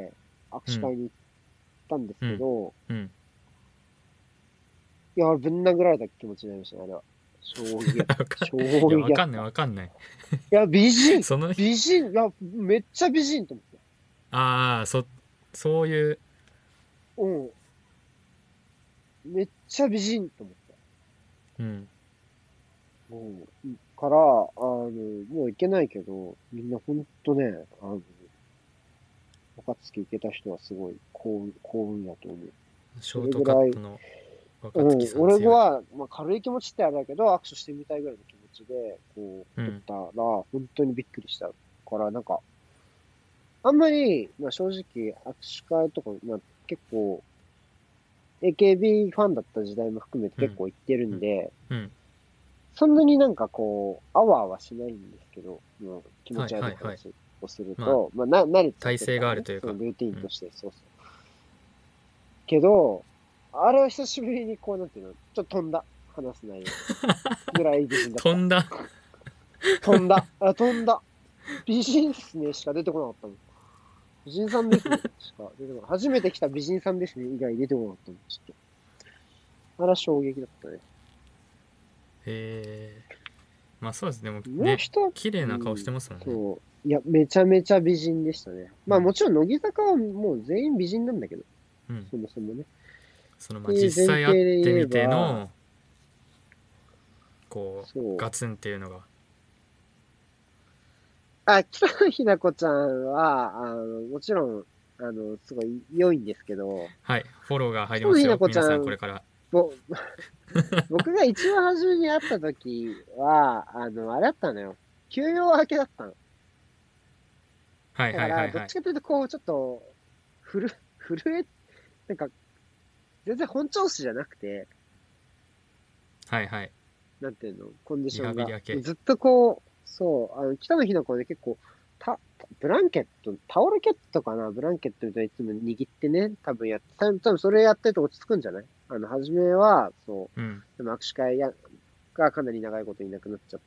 握うん、 手会に行ったんですうん、 けど、 うん。 いや、ぶん殴られた気持ちになりましたね、あれは。衝撃だった。 わかん、いや、わかんない衝撃だった。 わかんない。 いや、美人その、 美人いや、めっちゃ美人と思って。 ああ、そ、そういう、 うん。めっちゃ美人と思って。 うん。 うん。から、あの、もういけないけど、みんなほんとね、あの、若月行けた人はすごい幸運、幸運やと思う。そショートカッれぐらい、 トの若月うん、 さん強い。 俺は、まあ、軽い気持ちってあれだけど、握手してみたいぐらいの気持ちで、こう、撮っうん、 たら、本当にびっくりしたから、なんか、あんまり、まあ、正直、握手会とか、まあ、結構、エーケービー ファンだった時代も含めてうん、 結構行ってるうん、 んで、 うん。 そんなになんかこう、あわあわしないんですけど、もう気持はいち悪はいはい。 い話をするまあ、 と、まあ、な、慣れちゃっ体勢てるからね、 があるというか。 そのルーティンうん。 として、そうそう。けど、あれは久しぶりにこう、なんていうの、ちょっと飛んだ、話す内容が。ぐらい美人だった。 飛んだ。 飛んだ。あ、飛んだ。美人っすねしか出てこなかったもん。美人さんですねしか出てこない。初めて来た美人さんですね以外出てこなかったもん。ちょっと。あれは衝撃だったね。 えー、まあそうですね。でもね、 もう一つ、 綺麗な顔しうん、 てますもんね。 そう。いや、めちゃめちゃ美人でしたね。まあもうん。 ちろん乃木坂はもう全員美人なんだけど、 うん。 そもそもね。 そのまあっていう前実際会っ提で言えてみてば、 の、こう、 そう。 ガツンっていうのが。 あ、北野日な子ちゃんは、あの、もちろん、あの、すごい良いんですけど、 はい、フォローが入り北野日なますよ。皆さんこ子ちゃん、 れから。 ぼ、僕が一番初めに会った時は、あの、あれだったのよ。休養明けだったの。 はいだから、 はいはいはい。 どっちかというと、こう、ちょっと、ふる、震え、なんか、全然本調子じゃなくて、 はいはい。 なんていうの、コンディリハションが。 ビリ明け。 ずっとこう、そう、あの、北野日な子ね、結構、た、ブランケット、タオルケットかなブランケットみたいないつも握ってね、多分やって、多分多分それやってると落ち着くんじゃない？あの、初めは、そうん。 う、でも握手会や、がかなり長いこといなくなっちゃって、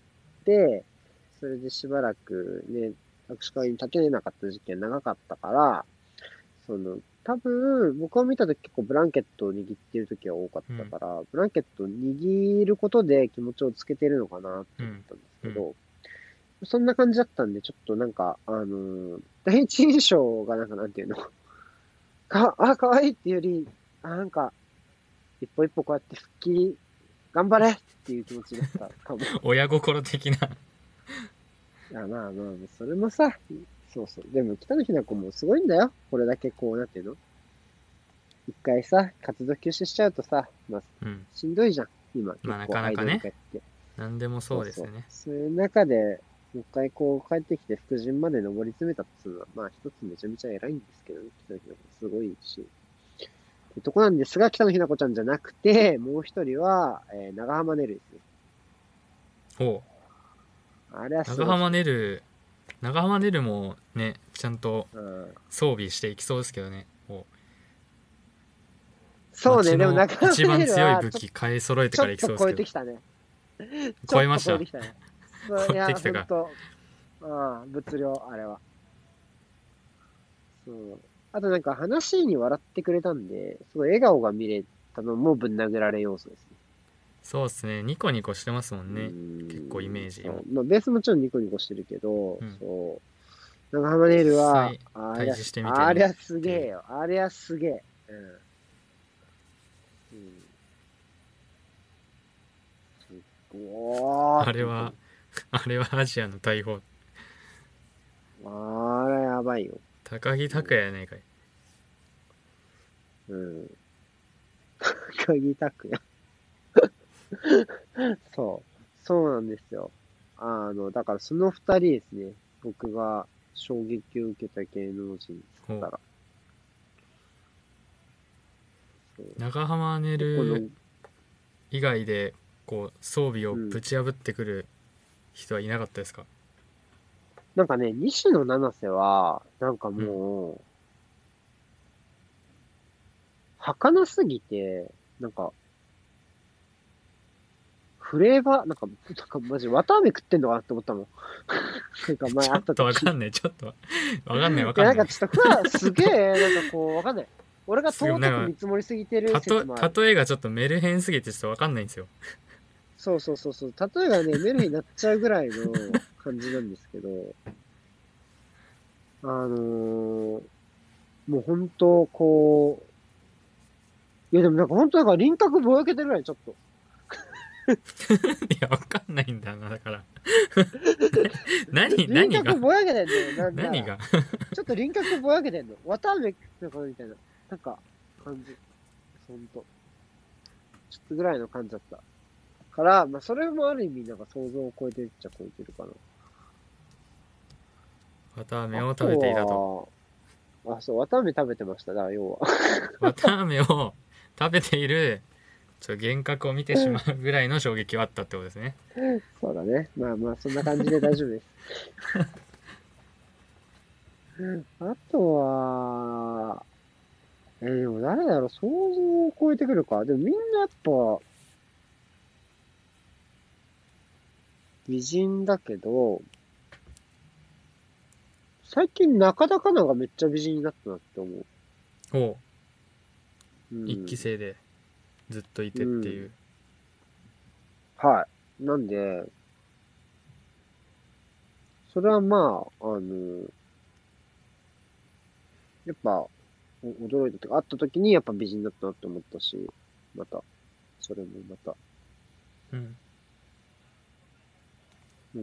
それでしばらくね、握手会に立てれなかった時期が長かったから、その、多分、僕を見たとき結構ブランケットを握ってるときは多かっうん。 たから、ブランケットを握ることで気持ちをつけてるのかなって思っうん。 たんですうん。 けど、そんな感じだったんで、ちょっとなんか、あのー第一印象がなんかなんていうの、か、あ、かわいいっていうより、あ、なんか、一歩一歩こうやって復帰、頑張れっていう気持ちだったかも。 親心的な。 いや、まあまあ、それもさ、そうそう。でも、北野日な子もすごいんだよ。これだけこう、なんていうの一回さ、活動休止しちゃうとさ、まあ、 うん。 しんどいじゃん。今、 まあな結構アイドルかなかね。 界って。 何でもそうそう。 そうですよね。 そういう中で、もう一回こう帰ってきて副陣まで上り詰めたっていうのは、まあ一つめちゃめちゃ偉いんですけどね。北野日な子すごいし。ってとこなんですが、北野日な子ちゃんじゃなくて、もう一人は、えー、長浜ねるですね。 ほあれはう。長浜すごいですね。 ねる、長浜ねるもね、ちゃんとうん。 装備していきそうですけどね。こうそうね、でも街の長浜一番ねるは、 強い武ちょ、 器買い揃えてからいきちょっと超そうですけど。 えてきたね。ちょっと超えました。 超えてきたね。そう、い超えてや、 きたか。 ほんと、ああ、物量、あれは。そう。あとなんか話に笑ってくれたんで、すごい笑顔が見れたのもぶん殴られ要素ですね。 そうっすね。ニコニコしてますもうんね。結構イーん、 メージも。 そう。まあベースもちろんニコニコしてるけど、 うん。 そう。長浜ネイルは、 実際ありゃす、 対峙してみてねありゃすっていう。 げえよ。ありゃすげえ。うん。うん。すっごーっあれは、 て言ったもあれはアジアの大砲。 ん。あれやばいよ。 高木拓也やないかい。 うん。鍵たくや。そう。そうなんですよ。あの、だからその二人ですね。僕が衝撃を受けた芸能人だったら。そう長濱ね結構の、 る以外でこう装備をうん。 ぶち破ってくる人はいなかったですか？ なんかね、西野七瀬は、なんかうん。 もう、儚すぎて、なんか、フレーバー、なんか、なんかマジ、綿あめ食ってんのかなって思ったもん。なんか前会っちょった時。 とわかんないちょっとわかんないわいや、なんかんない。 かちょっとふわ、すげえ、なんかこう、わかんない。俺がすぐ尊くなんか見積もりすぎてるたと説もある。 例えがちょっとメルヘンすぎてちょっとわかんないんですよ。 そうそうそうそう。例えがね、メルヘンになっちゃうぐらいの感じなんですけど、あのー、もう本当、こう、いやでもなんか本当なんか輪郭ぼやけてるぐらい、ちょっと。 いやわかんないんだなだから何何が輪郭ぼやけてんのよ、なんなら。 何がちょっと輪郭ぼやけてんの。綿あめなんかみたいな。なんか、感じ。ほんと。ちょっとぐらいの感じだった。から、まあそれもある意味なんか想像を超えてるっちゃ超えてるかな。 綿あめあを食べていたと。 とは、あ、そう、綿あめ食べてました。だから要は。 綿あめを食べているちょっと幻覚を見てしまうぐらいの衝撃はあったってことですね。 そうだね。まあまあ、そんな感じで大丈夫です。あとは、えーでも誰だろう、想像を超えてくるか。でもみんなやっぱ美人だけど、最近中田香奈がめっちゃ美人になったなって思う。 おう、一うん。 期生でずっというん。 てっていう。 はい。なんで、それはまあ、あの、やっぱ、お驚いたとか、会った時にやっぱ美人だったなって思ったし、また、それもまた、 うん。 うん。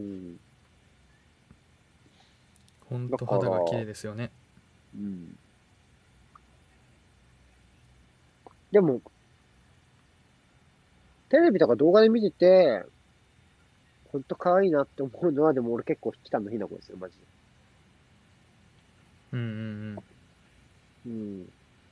ほんとだから、 肌が綺麗ですよね。 うん。でも、テレビとか動画で見てて、ほんと可愛いなって思うのは、でも俺結構北野日な子ですよ、マジで。 うんうんうん。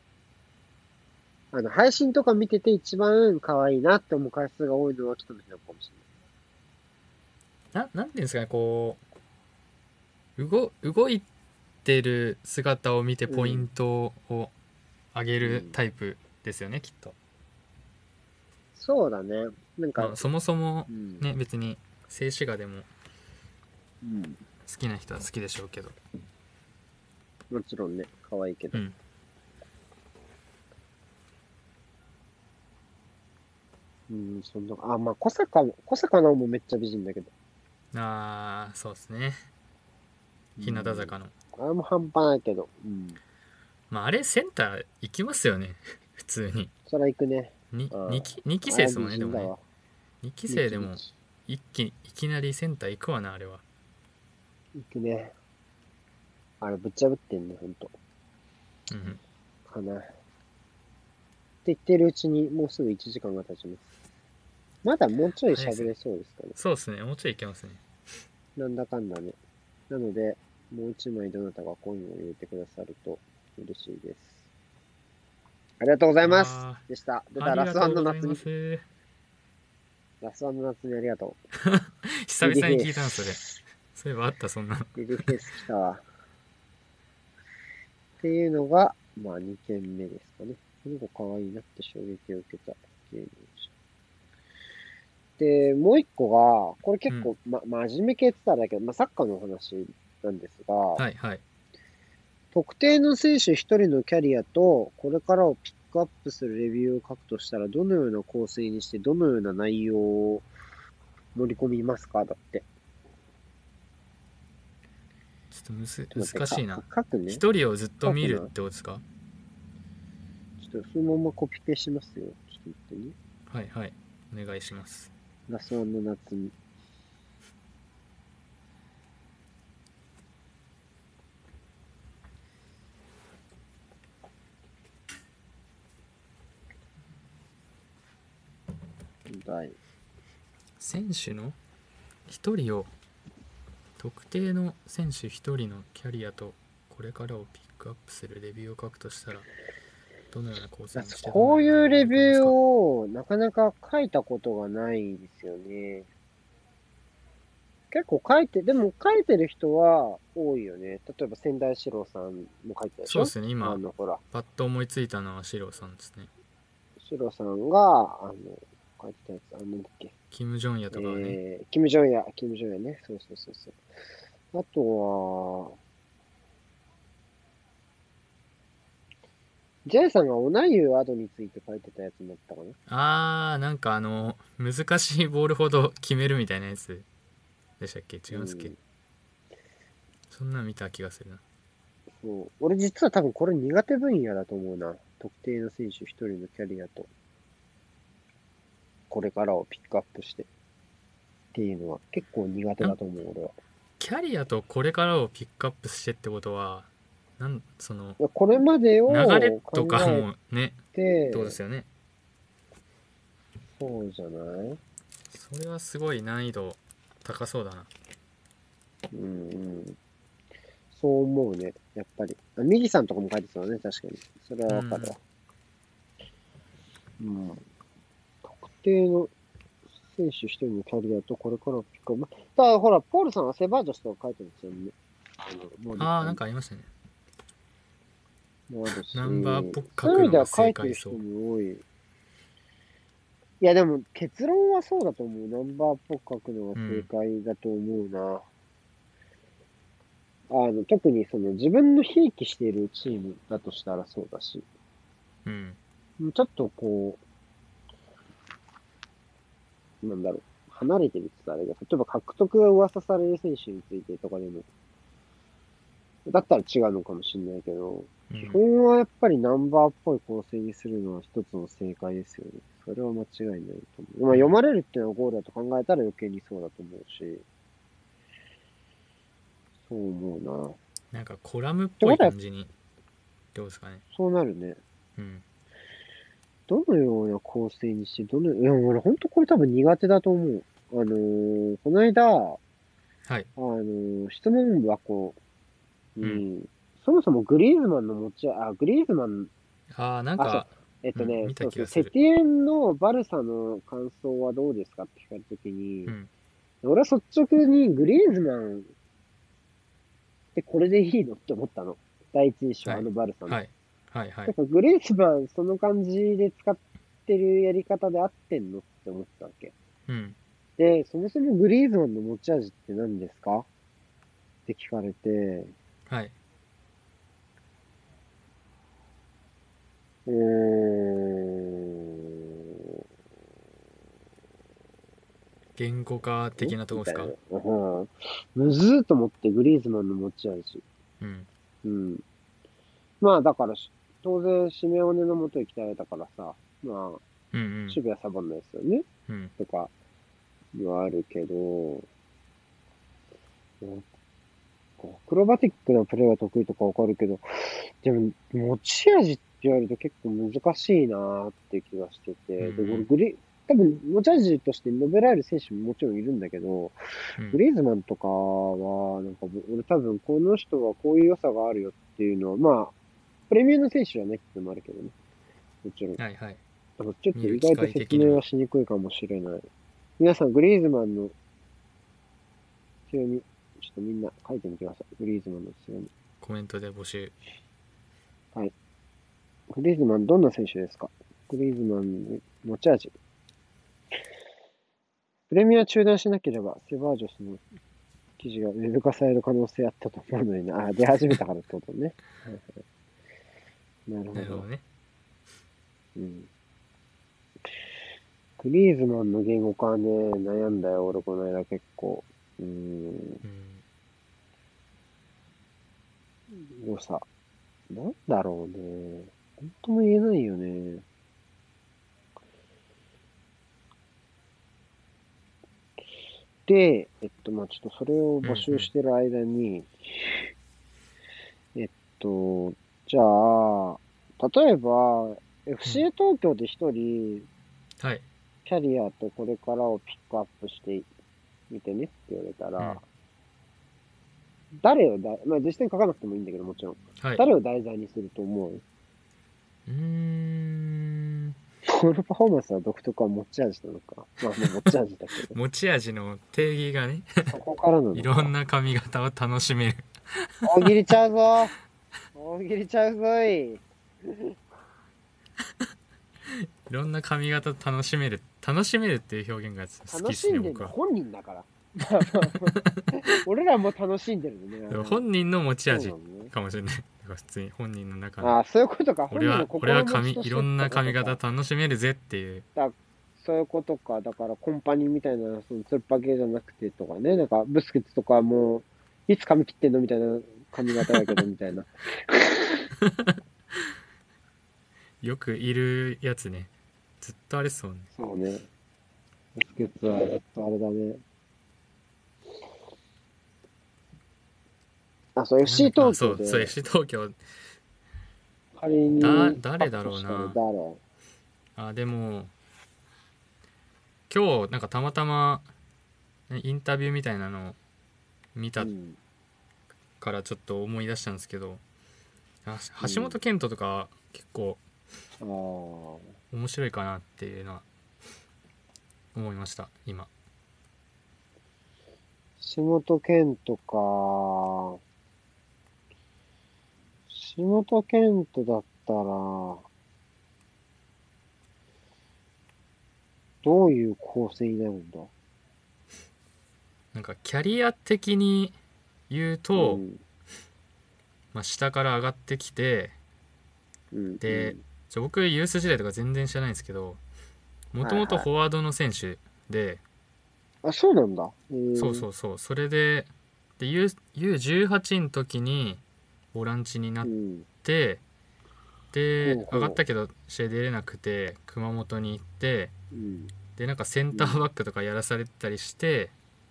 あの、配信とか見てて一番可愛いなって思う回数が多いのは北野日な子かもしうん。な、なんていうんですかね、こう、動、動いてる姿を見てれない。 ポイントを上げうん。 るうん。 タイプですよね、きっと。 そうだね。なんか、 まあ、そもそもうん。 ね、別に静止画でもうん。 好きな人は好きでしょうけど。 もちろんね、可愛いけど。 うん。 うん、そんな、あ、まあ、小坂も、小坂直もめっちゃ美人だけど。 ああ、そうですね。 う日向ん。 坂の。 あれも半端ないけど。うん。 まあ、あれセンター行きますよね。普通に。 そら行くね。 に、 あ 2期、二期あ、あれは美生ですもんね、でもね。 人だわ。 にきニ生でもキニキ。 一気にいきなりセンター行くわな、あれは。 行くね。あれぶっちゃぶってんね、ほんと。 うん。 かな。って言ってるうちにもうすぐいちじかんが経ちます。まだもうちょい早いですね。 喋れそうですかね。 そうですね。もうちょいいけますね。 なんだかんだね。なので、もう一枚どなたがコインを入れてくださると嬉しいです。ありがとうございますあでした。出あ、あた、ラスワりがとうございンの夏に。 ます。 ラスワンの夏にありがとう。 久々にリリーフェイ聞いたんそれ。 ス。 そういえばあった、そんなの。 リリーフェイス来たわ。っていうのが、まあにけんめですかね。この子可愛いなって衝撃を受けた芸能人。で、もう一個が、これうん。 結構、ま、真面目系って言ったらだけど、まあ、サッカーの話なんですが、 はいはい。 特定の選手一人のキャリアと、これからをピックアップするレビューを書くとしたら、どのような構成にして、どのような内容を盛り込みますかだって。 ちょっとむすちょっと待って、か、 難しいな。 書くね。 一人をずっと見るっ書くな。 てことですか？ ちょっとそのままコピペしますよ。ちょっと待ってね。 はいはい。お願いします。 ラスワンの夏に。第。 選手の一人を特定の選手一人のキャリアとこれからをピックアップするレビューを書くとしたら、どのような構成にしてどこういうレビューををなかなか書いたことがないですよね。結構書いて、でも書いてる人は多いよね。例えば仙台四郎さんも書いてたでしょ。 そうですね、今あの、ほら、 パッと思いついたのはシローさんですね。 四郎さんが、あの、書いてたやつ、あの、なんだっけ。 キム・ジョンヤとかはね、 えー、キム・ジョンヤ、キム・ジョンヤね。そうそうそうそう。あとは、ジェイさんがオナユーアドについて書いてたやつになったかな。 あーなんかあの難しいボールほど決めるみたいなやつでしたっけ、違うんですっけ、 うん。 そんなん見た気がするな。 そう。俺実は多分これ苦手分野だと思うな。特定の選手一人のキャリアと、これからをピックアップしてっていうのは結構苦手なんだと思う、俺は。 キャリアとこれからをピックアップしてってことは、なんそのいやこれまで流れをとか考えもねってことでて、 すよね。 そうじゃない。 それはすごい難易度高そうだな。 うんうん。そう思うね。やっぱり。あ、ミギさんとかも書いてたね、確かに。それはわかるわ。 うんうん。特定の選手一人のキャリアとこれからピックアップ。ただ、ほら、ポールさんはセバージョスとか書いてるんですよね。あの、モディああなんさんかありましたね。 もあるし、 ナンバーっぽく書そういう意味では書くのが正いてる人解そう。 も多い。いや、でも結論はそうだと思う。ナンバーっぽく書くのが正うん解だと思うな。あの、特にその自分のひいきしているチームだとしたらそうだし、 うんちょっとこう、なんだろう、離れてるって言ったらあれだけど、例えば獲得が噂される選手についてとかでも、だったら違うのかもしれないけど、基うん本はやっぱりナンバーっぽい構成にするのは一つの正解ですよね。それは間違いないと思う。まあ、読うんまれるっていうのはゴールだと考えたら余計にそうだと思うし、そう思うな。っなんかコラムっぽいてことは、 感じにどうですかね。 そうなるね。 うんどのような構成にして、どの、いや、俺本当これ多分苦手だと思う。あのーこの間、あはいのー質問箱うんに、そもそもグリーズマンの持ち、あ、グリーズマン、 ああなんあ、そう、 かえっとね、 うん見たそうそう、 気がする。 セティエンのバルサの感想はどうですかって聞かれたときに、 うん俺は率直にグリーズマンってこれでいいのって思ったの。第一印象、 はいあのバルサの。 はいはいはいなんかグリーズマンその感じで使ってるやり方で合ってんのって思ったわけ。 うんで、そもそもグリーズマンの持ち味って何ですかって聞かれて、 はいうーん、 言語化ん的なとこみたいな。 ですか。 うん。むずーっと思ってグリーズマンの持ち味。 うんうん。まあだからし、当然シメオネの元に鍛えたからさ、まあ、守うんうん備はサボんないですよね。 うんとか、はあるけど、アクロバティックなプレーが得意とかわかるけど、でも、持ち味って言われると結構難しいなーっていう気がしてて、で、これうんグリ、多分持ち味として述べられる選手ももちろんいるんだけど、 うんグリーズマンとかは、なんか俺多分この人はこういう良さがあるよっていうのは、まあ、プレミアの選手はねってのもあるけどね。もちろん。 はいはいだからちょっ見る機と意外と会的には説明はしにくいかもしれない。皆さん、グリーズマンの強み、ちょっとみんな書いてみてください。グリーズマンの強み。 コメントで募集。 はい。グリーズマン、どんな選手ですか？グリーズマンの持ち味。プレミア中断しなければ、セバージョスの記事がウェブ化される可能性あったと思うのにな。あ、出始めたからってことね。はいはい、なるほど。 なるほどね。 うん。グリーズマンの言語化はね、悩んだよ、俺この間結構。うーん。 うん良さ。なんだろうね。本当も言えないよね。で、えっと、まあちょっとそれを募集うんうんしてる間に、えっと、じゃあ、例えば、エフシー 東京で一人、 はいキャリアとこれからをピックアップしてみてねって言われたら、 うん誰をだ、まあ実際に書かなくてもいいんだけど、もちろん。 はい。 誰を題材にすると思う？ うーん。 このパフォーマンスは独特は持ち味なのか。まあ、まあ持ち味だけど。 持ち味の定義がね、 そこからないのか。 ろんな髪型を楽しめる。 大喜利ちゃうぞ。大喜利ちゃうぞい。 いろんな髪型楽しめる。楽しめるっていう表現が好き楽ですね、 しんでんの僕は。 本人だから。まあまあまあ俺らも楽しんでるね。 でも本人の持ちそうな味のね。 かもしれない。だから普通に本人の中の。 ああ、そういうことか。本俺は、 人の俺は心持ち髪、 としてっいろんなてことか。 髪型楽しめるぜっていう。 だそういうことか。だから、コンパニーみたいな、その、つるっぱ系じゃなくてとかね。なんか、ブスケツとかもう、いつ髪切ってんのみたいな髪型やけど、みたいな。 よくいるやつね。ずっとあれそうね。 そうね。ブスケツは、やっぱあれだね。あ、そう、 なんだエフシーっけ、あ、 東京そう、そう、 で、 エフシー 東京。 仮だ、 に、カッ誰だろうトしたらな。 誰？ あ、でも、今日、なんかたまたま、ねインタビューみたいなのを見たうん。 からちょっと思い出したんですけど、あ橋うん。 本健人とか結構ああ。 面白いかなっていうのは思いました、今。 橋本健とか、橋本健人だったら、どういう構成になるんだ？ なんかキャリア的に言うと、 うん、 まあ、下から上がってきて、 うん、うで、 ん。 ちょ僕ユース時代とか全然知らないんですけど、もともとはいはい。 フォワードの選手で、 あ、そうなんだ。えー、 そうそうそう、それで、で ユー、ユーじゅうはち の時にボランチになっうん。 て、で、上がっほうほたけど試合出れなくて熊本に行って、 う。うん、 でなんかセンうん。 ターバックとかやらされてたりして、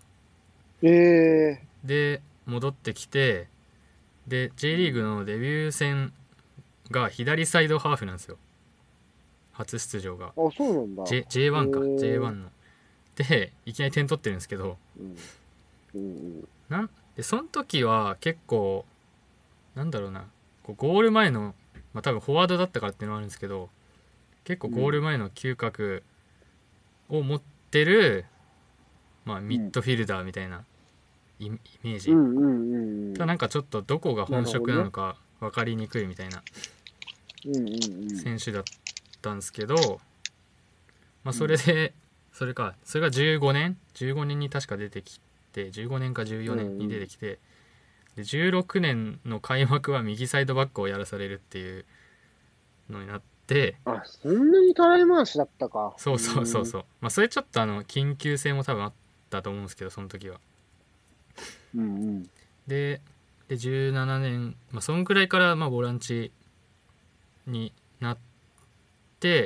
えで戻ってきて、でー、 J うリーグん。 のデビュー戦が左サイドハーフなんですよ、初出場が。 あ、そうなんだ。 J、 えジェイワン かー、 ジェイワン の。でいきなり点取ってるんですけど、 うん、うん、 なんでその時は結構なんだろうな、こうゴール前の、まあ多分フォワードだったからっていうのもあるんですけど、結構うん、 ゴール前の嗅覚を持ってる、まあ、 うん、 ミッドフィルダーみたいなイイメージ。 うん、うん、うん、うん。 ただなんかちょっとどこが本なるほどね。 職なのか分かりにくいみたいなうん、うん、 選手だったんですけど、まあ、 うん。 それでそれかそれがじゅうごねんじゅうごねんに確か出てきて、じゅうごねんか14 うん、 年にうん。 出てきて、でじゅうろくねんの開幕は右サイドバックをやらされるっていうのになって、 あ、そんなにたらい回しだったか。うそうそうそうーん、 そう、まあそれちょっとあの緊急性も多分あったと思うんですけど、その時は。 うん、うん。 ででじゅうななねん、まあそんくらいからまあボランチになって、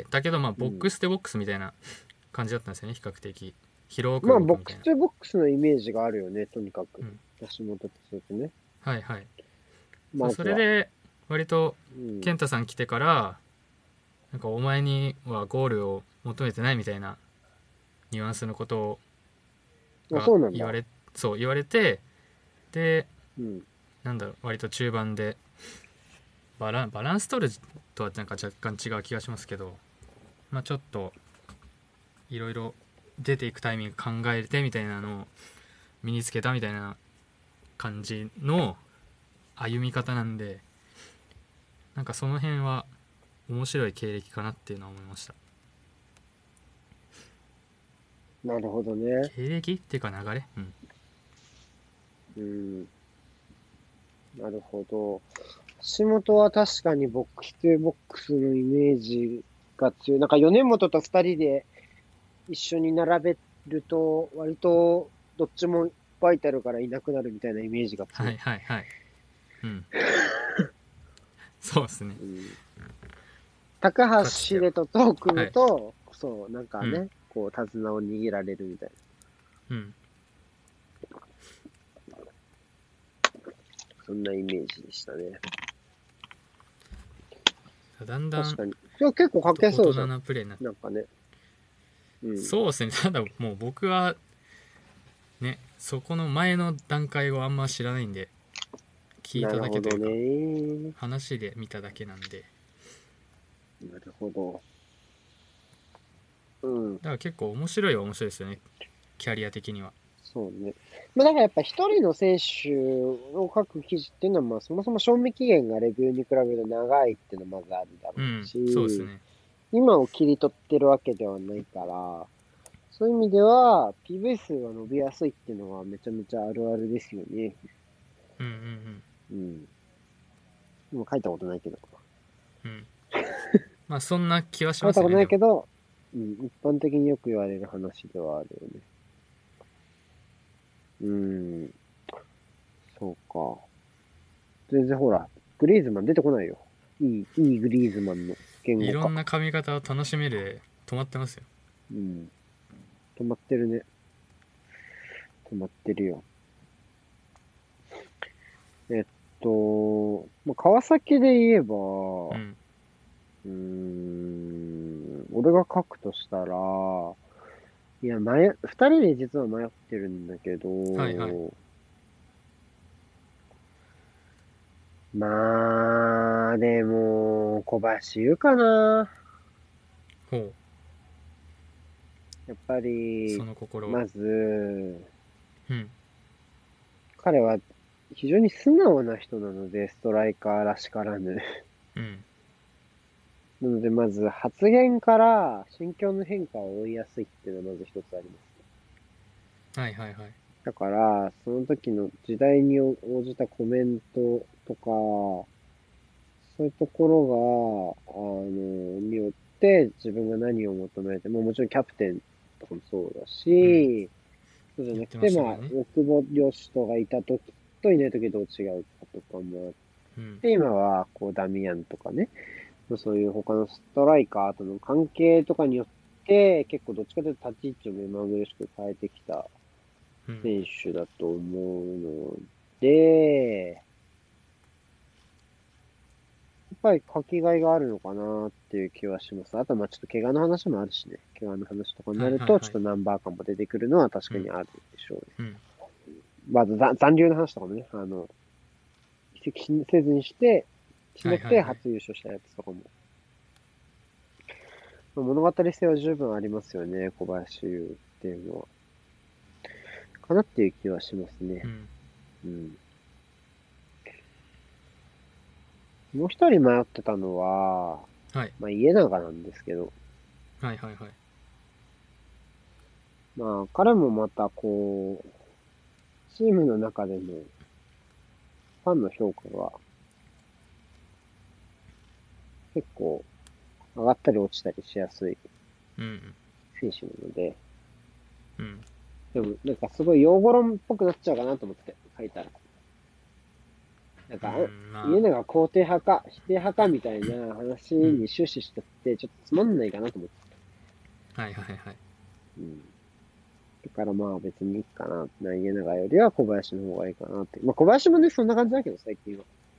だけどまあボッうん。 クスでボックスみたいな感じだったんですよね、比較的広くまあ、 動くみたいな。 ボックスとボックスのイメージがあるよね、とにかく。 うん、 橋本ってするとね。 はいはい。そう、 まずは。 それで割とうん。 健太さん来てから、なんかお前にはゴールを求めてないみたいなニュアンスのことあ、 がそうなんだ。 言われそう言われて、でうん。 なんだろう、割と中盤でバランバランス取るとはなんか若干違う気がしますけど、まあちょっといろいろ出ていくタイミング考えてみたいなのを身につけたみたいな感じの歩み方なんで、なんかその辺は面白い経歴かなっていうのは思いました。 なるほどね。 経歴っていうか流れ、うん。 うん。なるほど。橋本は確かにボックスとボックスのイメージが強い。なんか米本と二人で一緒に並べると、割とどっちもバイタルからいなくなるみたいなイメージが強い。 はいはいはい。うん。そうですね。 うん。高橋かつては。 秀人と組はい。 むと、そう、なんかうん。 ね、こう、手綱を握られるみたいうん。 な、そんなイメージでしたね。 だんだん確かに。いや、結構かけそうじゃん。 大人なプレーになって、 なんかね。うん。 そうですね。ただもう僕はね、そこの前の段階をあんま知らないんで、 聞いたなるほどだけというかね。 話で見ただけなんで、 なるほど。うん。 だから結構面白いは面白いですよね、キャリア的には。 そうね。まあだからやっぱ一人の選手を書く記事っていうのは、まあそもそも賞味期限がレビューに比べると長いっていうのはまずあるだろううんそうですし、 ね。 今を切り取ってるわけではないから、そういう意味では ピーブイ 数が伸びやすいっていうのはめちゃめちゃあるあるですよね。 うんうんうん。でも書いたことないけど。 うんうんまあそんな気はし書いたことますよねでも。 ないけど、うん、一般的によく言われる話ではあるよね。うん、そうか。全然ほら、グリーズマン出てこないよ。いい、いいグリーズマンの言語化。 いろんな髪型を楽しめるで止まってますよ。 うん。止まってるね。止まってるよ。えっと、まあ、川崎で言えば、ううんーん、俺が書くとしたら、いや、迷、二人で実は迷ってるんだけはいはい。 ど、まあ、でも、小林優かな。 ほう。 やっぱり、 その心は。 まず、 うん彼は非常に素直な人なので、ストライカーらしからぬ。 うんなので、まず発言から心境の変化を追いやすいっていうのはまず一つありますね。 はいはいはい。 だから、その時の時代に応じたコメントとか、そういうところが、あの、によって自分が何を求めて、ももちろんキャプテンとかもそうだうんし、そうじゃ言ってまなくて、まあ、 したからね。 大久保嘉人がいた時といない時どう違うかとかもあっうんて、今は、こう、ダミアンとかね、そういう他のストライカーとの関係とかによって、結構どっちかというと立ち位置を目まぐるしく変えてきたうん選手だと思うので、やっぱり書きがいがあるのかなっていう気はします。あと、まあちょっと怪我の話もあるしね。怪我の話とかになると、ちょっはいはいはい。 とナンバー感も出てくるのは確うんかにあるでしょうね。 うんまず残残留の話とかもね、あの、移籍しせずにして、しなくてはいはいはい。 初優勝したやつとかも。まあ物語性は十分ありますよね、小林優っていうのは。かなっていう気はしますね。 うんうん。もう一人迷ってたのは、 はいまあ家長なんですけど、 はいはいはい。 まあ彼もまたこう、チームの中でもファンの評価が結構上がったり落ちたりしやすいうん選手なので、 うんでもなんかすごい用語論っぽくなっちゃうかなと思って書いたら。なんうか、あんま家長肯定派か否定派かみたいな話あうんに終始しちゃって、ちょっとつまんないかなと思って。 はいはいはい。 うん。だからまあ別にいいかな。な家長よりは小林の方がいいかなって。まあ小林もね、そんな感じだけど、最近は。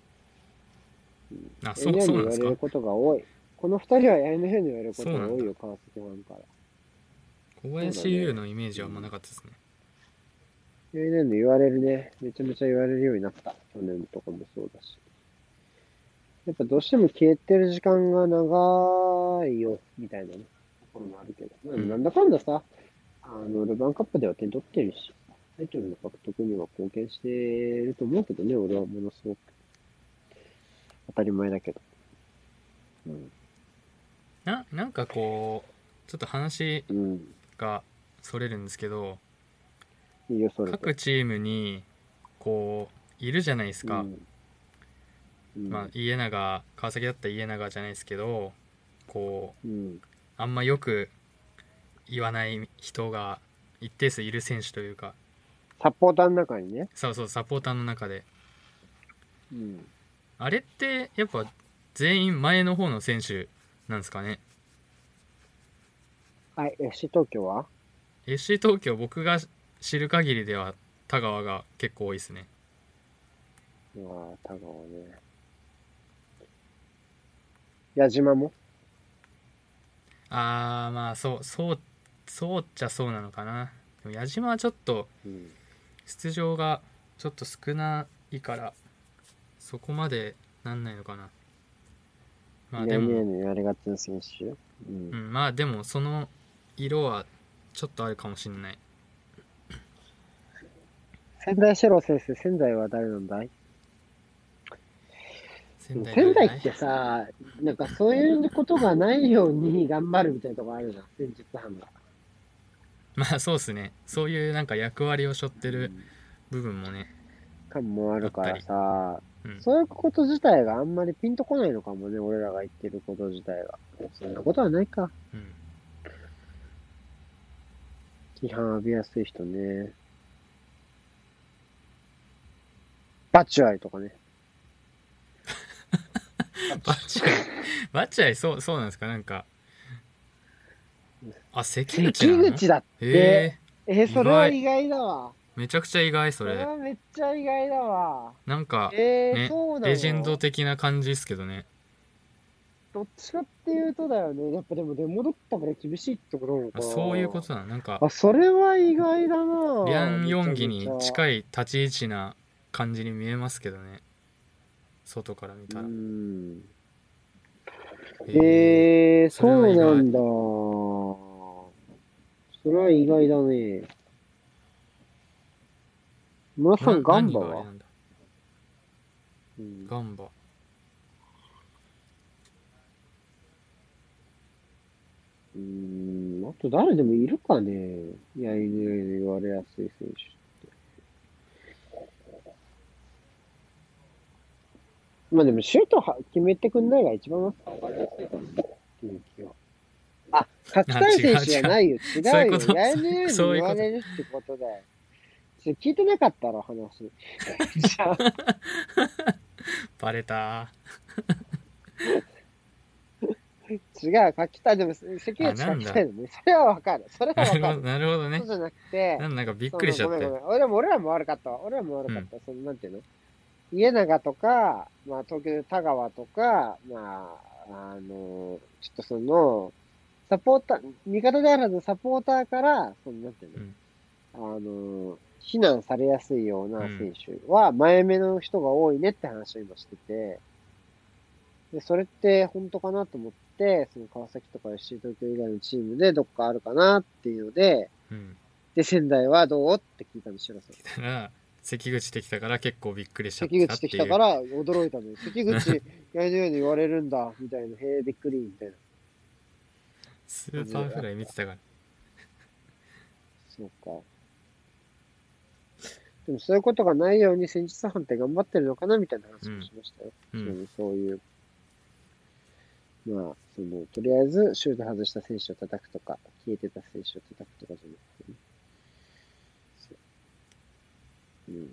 あそうエヌエーそうなんですか。 に言われることが多い。この二人は エヌエー に言われるこそうなんだ。 とが多いよ、川崎ファンから。 小そうだね。 林優のイメージはあんまなうん。 かったですね。 エヌエー の言われるね。めちゃめちゃ言われるようになった。去年とかもそうだし。やっぱどうしても消えてる時間が長いよ、みたいなね、ところもあるけど。まあ、 うんなんだかんださ、あの、ルヴァンカップでは点取ってるし、タイトルの獲得には貢献してると思うけどね、俺はものすごく当たり前だけど。うん。 ななんかこうちょっと話うん。 がそれるんですけど、 いいよ、それて。 各チームにこういるじゃないですか。 うん。うん。 まあ家長、川崎だったら家長じゃないですけど、こううん。 あんまよく言わない人が一定数いる選手というか、 サポーターの中にね。 そうそうサポーターの中で、 うん。 あれってやっぱ全員前の方の選手なんですかね。 はい、エフシー 東京は？ エフシー 東京、僕が知る限りでは田川が結構多いですね。 ああ、田川ね。矢島も？ あーまあそうそうそうっちゃそうなのかな。でも矢島はちょっとうん。 出場がちょっと少ないからそこまでなんないのかな。まあねえねえでも、 ねえ言われがちな選手。ううんん、まあでもその色はちょっとあるかもしれない。 仙台四郎先生、仙台は誰なんだい？で仙も台誰だい？ 仙台ってさ、なんかそういうことがないように頑張るみたいなとこあるじゃん、戦術班が。 まあそうっすね。そういうなんか役割を背負ってるうん。 部分もね、 感もあるからあったり。 さ、 うん。 そういうこと自体があんまりピンとこないのかもね、俺らが言ってること自体が。そんなことはないか。 うん。 批判浴びやすい人ね。バチュアイとかね。バチバチュアイ、バチュアイ、そう、そうなんですか。なんか、あ、関口なの？ 関口だって。 へえ、 え、意それは外。 意外だわ。 めちゃくちゃ意外、それ。 それはめっちゃ意外だわ。 なんか、 えー、 ね、 そうなレジェンドの？ 的な感じですけどね。 どっちかっていうとだよね。やっぱでも出戻ったから厳しいってことなあ、そういうこのとなの。なんか、 かな。あ、それは意外だリャな。 ン・めちゃヨンギめちゃ。 に近い立ち位置な感じに見えますけどね。外から見うーたら。 ん。 へえ、 えー、 それは意外。 そうなんだ。それは意外だね。村さな、 ん、ガン何バは？ があれなんだ。 うん。 ガンバ。 うーん、あと誰でもいるかね。いや、いろいろ言われやすい選手。まあでも、シュートは決めてくんないが一番わかりやすいかもね。っていう気は。あ、柿あ、違う谷選手じゃ違う。 ないよ。違うよ。 そういうこと、 やそういう、 るように言そういうこと。 われるってことだよ。それ聞いてなかったろ、話。じゃあ、 バレた。 違う、柿谷、でも、関あ、 口なんだ。 柿谷だね。それはわかる。それはなるほど、 わかる。 なるほどね。 そうじゃなくて、 なんなんかびっくりその、 しちゃったよ。 ごめんごめん。俺も、俺らも悪かったわ。俺らも悪うん。 かった。その、なんていうの？家長とか、まあ、東京で田川とか、まあ、あの、ちょっとその、サポーター、味方であるはずのサポーターから、その、なんていううん。 の？あの、非難されやすいよううん。 な選手は、前目の人が多いねって話を今してて、で、それって本当かなと思って、その川崎とか エフシー 東京以外のチームでどっかあるかなっていうので、 うん。 で、仙台はどうって聞いたの、白さん。 だから、関口できたから結構びっくりしちゃって関口ってきたっていう。 たから驚いたのよ。関口、やりのように言われるんだ、みたいな。へえ、びっくり、みたいなスー感じでパーフライ見あった。 てたから。 そうか。でもそういうことがないように戦術班って頑張ってるのかな、みたいな話もうん。 しましたよ。 うん。 ちなみにそういう、まあ、その、とりあえずシュート外した選手を叩くとか、消えてた選手を叩くとかじゃなくてね。そう。うん。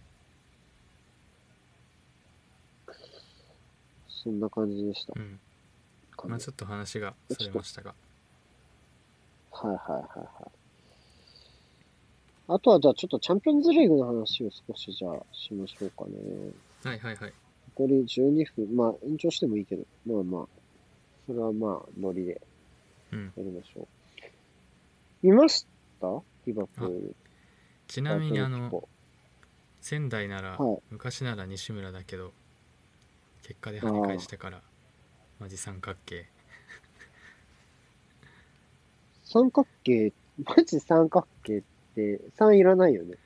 そんな感じでした。 うん。 かね。 まあちょっと話がそちょっと、 れましたが。 はいはいはいはい。あとはじゃあちょっとチャンピオンズリーグの話を少しじゃあしましょうかね。 はいはいはい。 残りじゅうにふん。まあ延長してもいいけど。まあまあ。それはまあ、ノリでうん。 やりましょう。見ましたリバプあ、 ール、 ちなアトみにあの、 レティコ。 仙台なら、 はい。 昔なら西村だけど、結果で跳ね返しああ。 てから、マジ三角形。 三角形、マジ三角形ってさんいらないよね。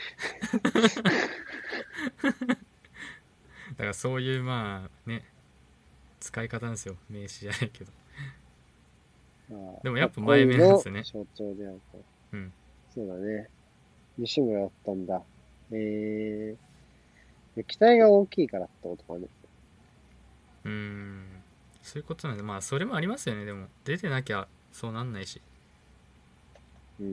だからそういうまあね、使い方なんですよ。名詞じゃないけど。 あでもあ、かっやっぱ前こいいの目なんですね。 象徴であると。 うん。 そうだね。西村だったんだ。えー、期待が大きいからってことかね。 うーん。そういうことなんで、まあそれもありますよね。でも、出てなきゃそうなんないし。 うん。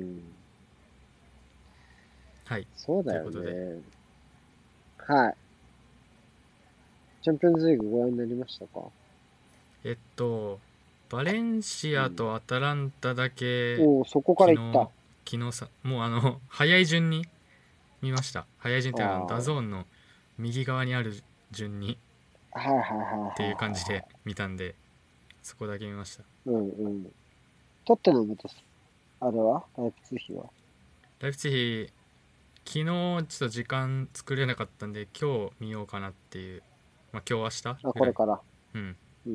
はい。 そうだよということで、 ね。はい。チャンピオンズリーグご覧になりましたか？ えっと、バレンシアうん。 とアタランタだけ、 おお、そこか昨日、 ら行った。 昨日さ、もうあの、早い順に見ました。早い順っていうか、あのダああ、 ゾーンの右側にある順にはいはいはいはいっていう感じではい。 見たんで、そこだけ見ました。 うんうん。トッテナムと、あれはライプツィヒは？ ライプツィヒ、 昨日ちょっと時間作れなかったんで今日見ようかなっていう、まあ今日明日あ、 ぐらい。 これから。 うんうん。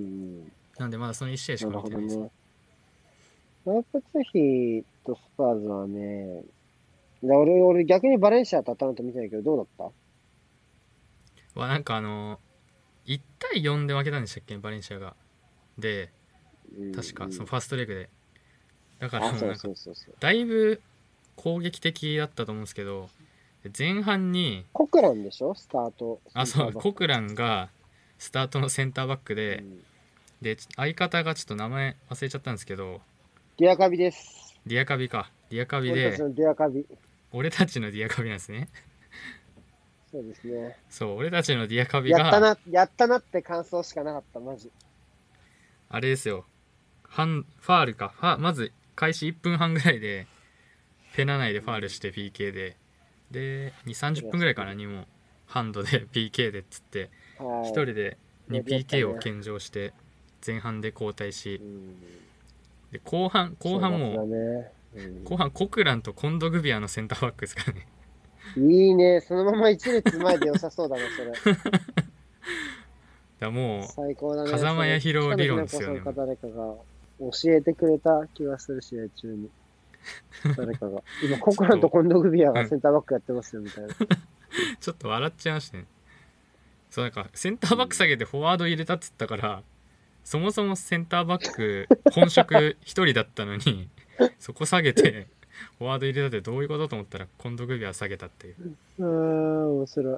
なんでまだそのいち試合しかなるほど見てないですね。 ね。ライプツィヒとスパーズはね、いや俺、俺逆にバレンシアとアタランタ見てないけど、どうだっわなんかあのいち対よんで負けたんでしたっけバレンシアが。でた？うん確かそのうん。 ファーストレグで、だからあ、そうもうなんかそうそうそう。 だいぶ攻撃的だったと思うんですけど、前半にコクランでしょスタート、セあンターバック。 そうコクランがスタートのセンターバックで、 うん。 で相方がちょっと名前忘れちゃったんですけど、 ディアカビです。 ディアカビかディアカビで、 俺たちのディアカビ。 俺たちのディアカビなんですね。 そうですね。 そう俺たちのディアカビがやったな、やったなって感想しかなかった、マジ。 あれですよ、ファンファールかファまず開始いっぷんはんぐらいでペナ内でファールして ピーケー で、でにじゅうさんじゅっぷんぐらいかなにもハンドで ピーケー でっつってはい。 一人でにやりやったね。 ピーケー を献上して前半で交代し、 うん。 で後半後半も懲罰だね。う後半コクランとコンドグビアのセンターバックですからね。 ん。いいね。そのまま一列前で良さそうだな、それ。 だもう最高だね。それ、 風間彌弘理北野日向論ですよね。もう子さんか誰かが教えてくれた気がする、試合中に。誰かが。今、コクランとコンドグビアがセンターバックやってますよ、みたいな。 ちょっと笑っちゃいましたね。そうなんかセンターバック下げてフォワード入れたっつったから、そもそもセンターバック本職一人だったのにそこ下げてフォワード入れたってどういうことと思ったらコンドグビア下げたっていう。 うーん、面白い。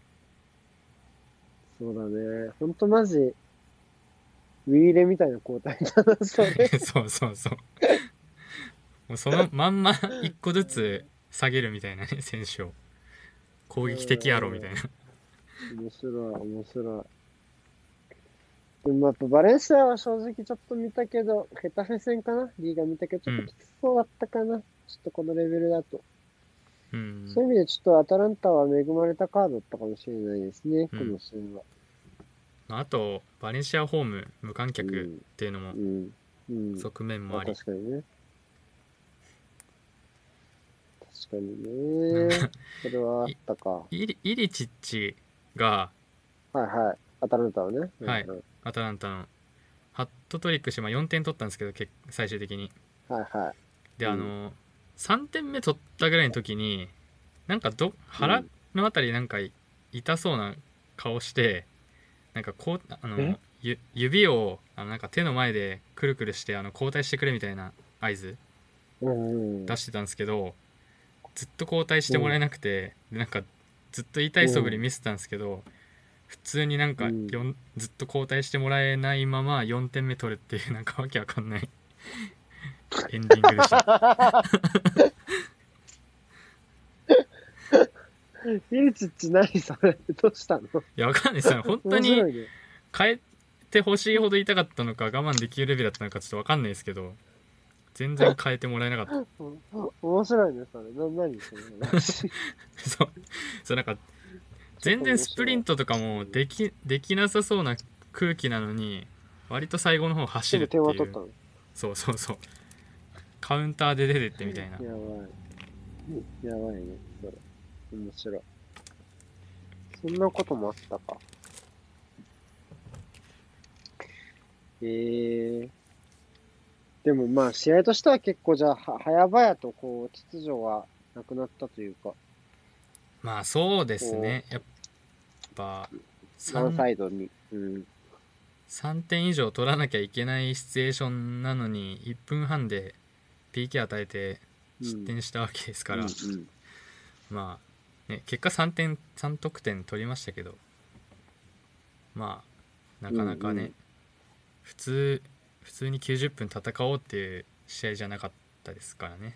そうだね。ほんとマジ、ウィーレみたいな交代だな、それ。 そうそうそう、もうそのまんま一個ずつ下げるみたいなね、選手を攻う撃的やろみーん、 たいな。 面白い、面白い。でもやっぱバレンシアは正直ちょっと見たけど、ヘタフェ戦かなリーガ見たけど、ちょっときうんつそうだったかな、ちょっとこのレベルだと。 うんそういう意味でちょっとアタランタは恵まれたカードだったかもしれないですね、こうん。 の戦は。 あとバレンシアホーム無観客っうん、 ていうのもうん、うん。 側面もあ、 あり、 確かにね。確かになんかね。それはあっイたか。はイリイリチッチが、 いはい。アタランタはね。うんはいうん。 アタランタのハットトリックして、まあ、よんてん取ったんですけど結最終的に。 はいはい。うん、 であのさんてんめ取ったぐらいの時になんかど腹うん。 のあたりなんか痛そうな顔して、なんかこうあえのゆ指をあのなんか手の前でくるくるしてあの交代してくれみたいな合図うん、うん。 出してたんですけど、ずっと交代してうん、 もらえなくて、でなんかずっと痛い素振り見せたんですけど、普通になんかうん。 よんずっと交代してもらえないままよんてんめ取るっていうなんかわけわかんないエンディングでした。 イリチッチ何それどうしたの？ いやわかんないですよ本当に面白いね。 変えてほしいほど痛かったのか我慢できるレベルだったのかちょっとわかんないですけど、全然変えてもらえなかった。 うん面白いね、それ。な、何その話。 そうそうなんかちょっ全然スプと面白い。 リントとかもできできなさそうな空気なのに割と最後の方走るっでも点ていう。 は取ったの？ そうそうそう、カウンターで出てってみたいな。 やばい。やばいね、それ。面白い。そんなこともあったか。ええでもまあ、試合としては結構じゃあ、は早々とこう、秩序がなくなったというか、 まあそうですこね、やっぱう、ワン 3, サイドに、うん、 さんてん以上取らなきゃいけないシチュエーションなのにいっぷんはんで ピーケー 与えて失うん、 点したわけですかうん、うら、 ん。 まあ、ね、結果さんてんさん得点取りましたけど、まあなうん、 かなかね、 うん。 普通普通にきゅうじゅっぷん戦おうっていう試合じゃなかったですからね。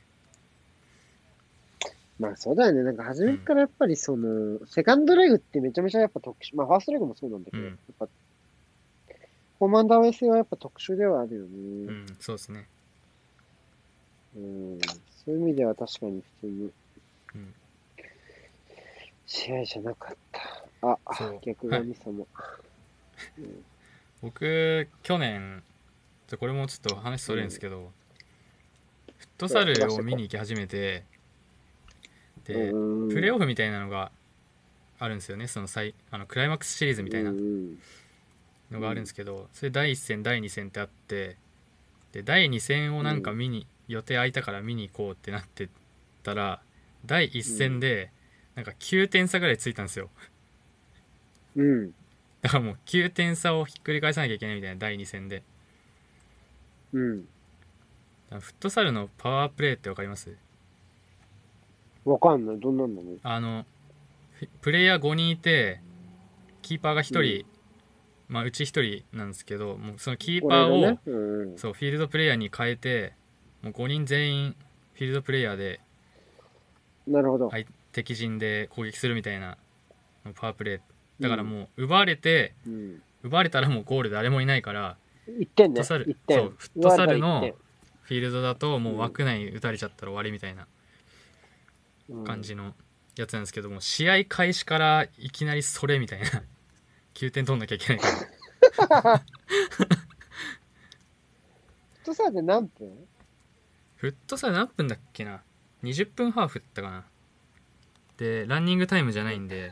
まあそうだよね。なんか初うんめからやっぱりその、セカンドレグってめちゃめちゃやっぱ特殊、まあファーストレグもそうなんだけど、やうんっぱ、コマンダー オーエス はやっぱ特殊ではあるよね。 うんそうですね。 うん、そういう意味では確かに普通にうん試合じゃなかった。あ、 そう逆はい、 神様。うん、 僕去年これもちょっと話それるんですけど、フットサそう飛ばルをしてこ見に行き始めて、 でうんプレーオフみたいなのがあるんですよね。その最あのクライマックスシリーズみたいなうんのがあるんですけど、それだいいっ戦だいに戦ってあって、でだいに戦をなんか見に、予定空いたから見に行こうってなってたら、だいいっ戦でなんかきゅうてん差ぐらいついたんですよ。 うんだからもうきゅうてん差をひっくり返さなきゃいけないみたいな、だいに戦で。 うんフットサルのパワープレーってわかります？ わかんない。どんなんなの？ あのプレイヤーごにんいて、キーパーがひとり、うん、まあうちひとりなんですけど、もうそのキーパーを、 ねうん、 そうフィールドプレイヤーに変えて、もうごにん全員フィールドプレイヤーで、 なるほど。 敵陣で攻撃するみたいなパワープレーだから、もう奪われて、うん、奪われたらもうゴール誰もいないから、 いってんね、 フットサル、 いってん、 そうフットサルのフィールドだともう枠内打たれちゃったら終わりみたいな感じのやつなんですけども、試合開始からいきなりそれみたいなきゅうてん取んなきゃいけないからフットサルで何分？ フットサル何分だっけな、にじゅっぷんハーフだったかな。でランニングタイムじゃないんで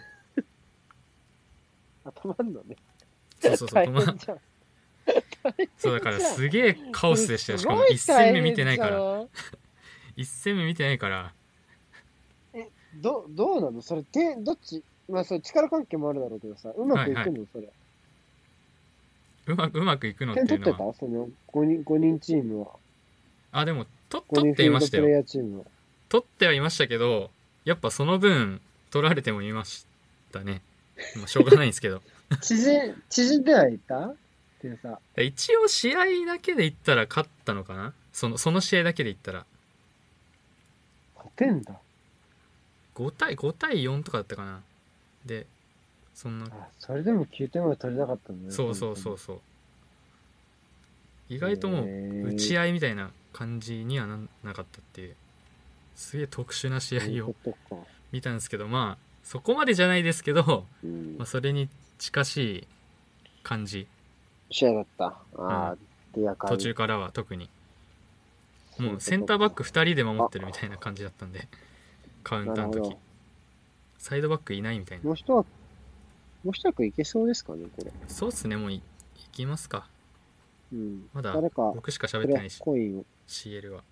あ、止まんのね。 そうそうそう、止まんそうだからすげえカオスでしたよ。しかもいち戦目見てないからいち戦目見てないからえ、ど、どうなのそれ、て、どっち、まあそれ力関係もあるだろうけどさ、うまくいくの、はいはい、それ。 うまく、うまくいくのっていうのは。 点取ってたそのごにん、ごにんチームは。 あ、でも、と、取っていましたよ。取ってはいましたけど、やっぱその分、取られてもいましたね。もうしょうがないんですけど。 縮、縮んではいた点差。 一応試合だけで言ったら勝ったのかな、その、その試合だけで言ったら。 勝てんだ。 ご対、ご対よんとかだったかな。で、そんな。 あ、それでもきゅうてんまで取れなかったんだね。 そうそうそうそう。意外ともう、打ち合いみたいな感じにはななかったっていう。すげえ特殊な試合を見たんですけど、まあそこまでじゃないですけど、うん、まあ、それに近しい感じ試合だった。あ、 うん、途中からは特にもうセンターバックふたりで守ってるみたいな感じだったんで、カウンターの時サイドバックいないみたいな。 もう一枠もう一枠いけそうですかね、これ。 そうっすね、もう い, いきますか。 うん、 まだ僕しか喋ってないし シーエル は。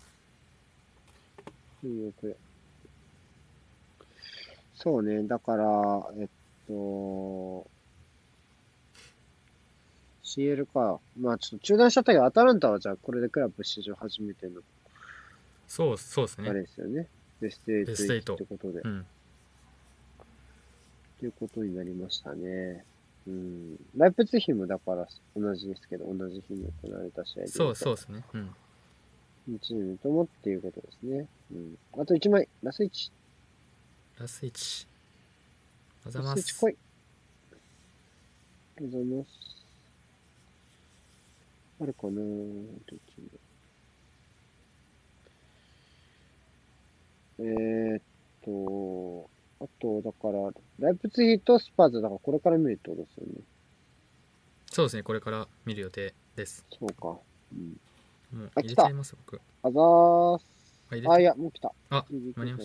そうね、だから、えっと、シーエル か。まあちょっと中断しちゃったけど、アタランタはじゃあこれでクラブ史上初めての。 そう、そうですね。 あれですよね。ベストエイトってことで。うん。ということになりましたね。うん。ライプツィヒもだから同じですけど、同じ日に行われた試合で。 そう、そうですね。うん。 にチームともっていうことですね。うん。あといちまい、ラスいち。 ラスいち。あざます。 ラスいち来い。あざます。あるかなーえー、っと、あと、だから、ライプツィヒとスパーズだからこれから見るってことですよね。 そうですね、これから見る予定です。 そうか。うん。 もう入れちゃいます、僕。 あざーす。あ、いや、もう来た。 あ、間に合いました。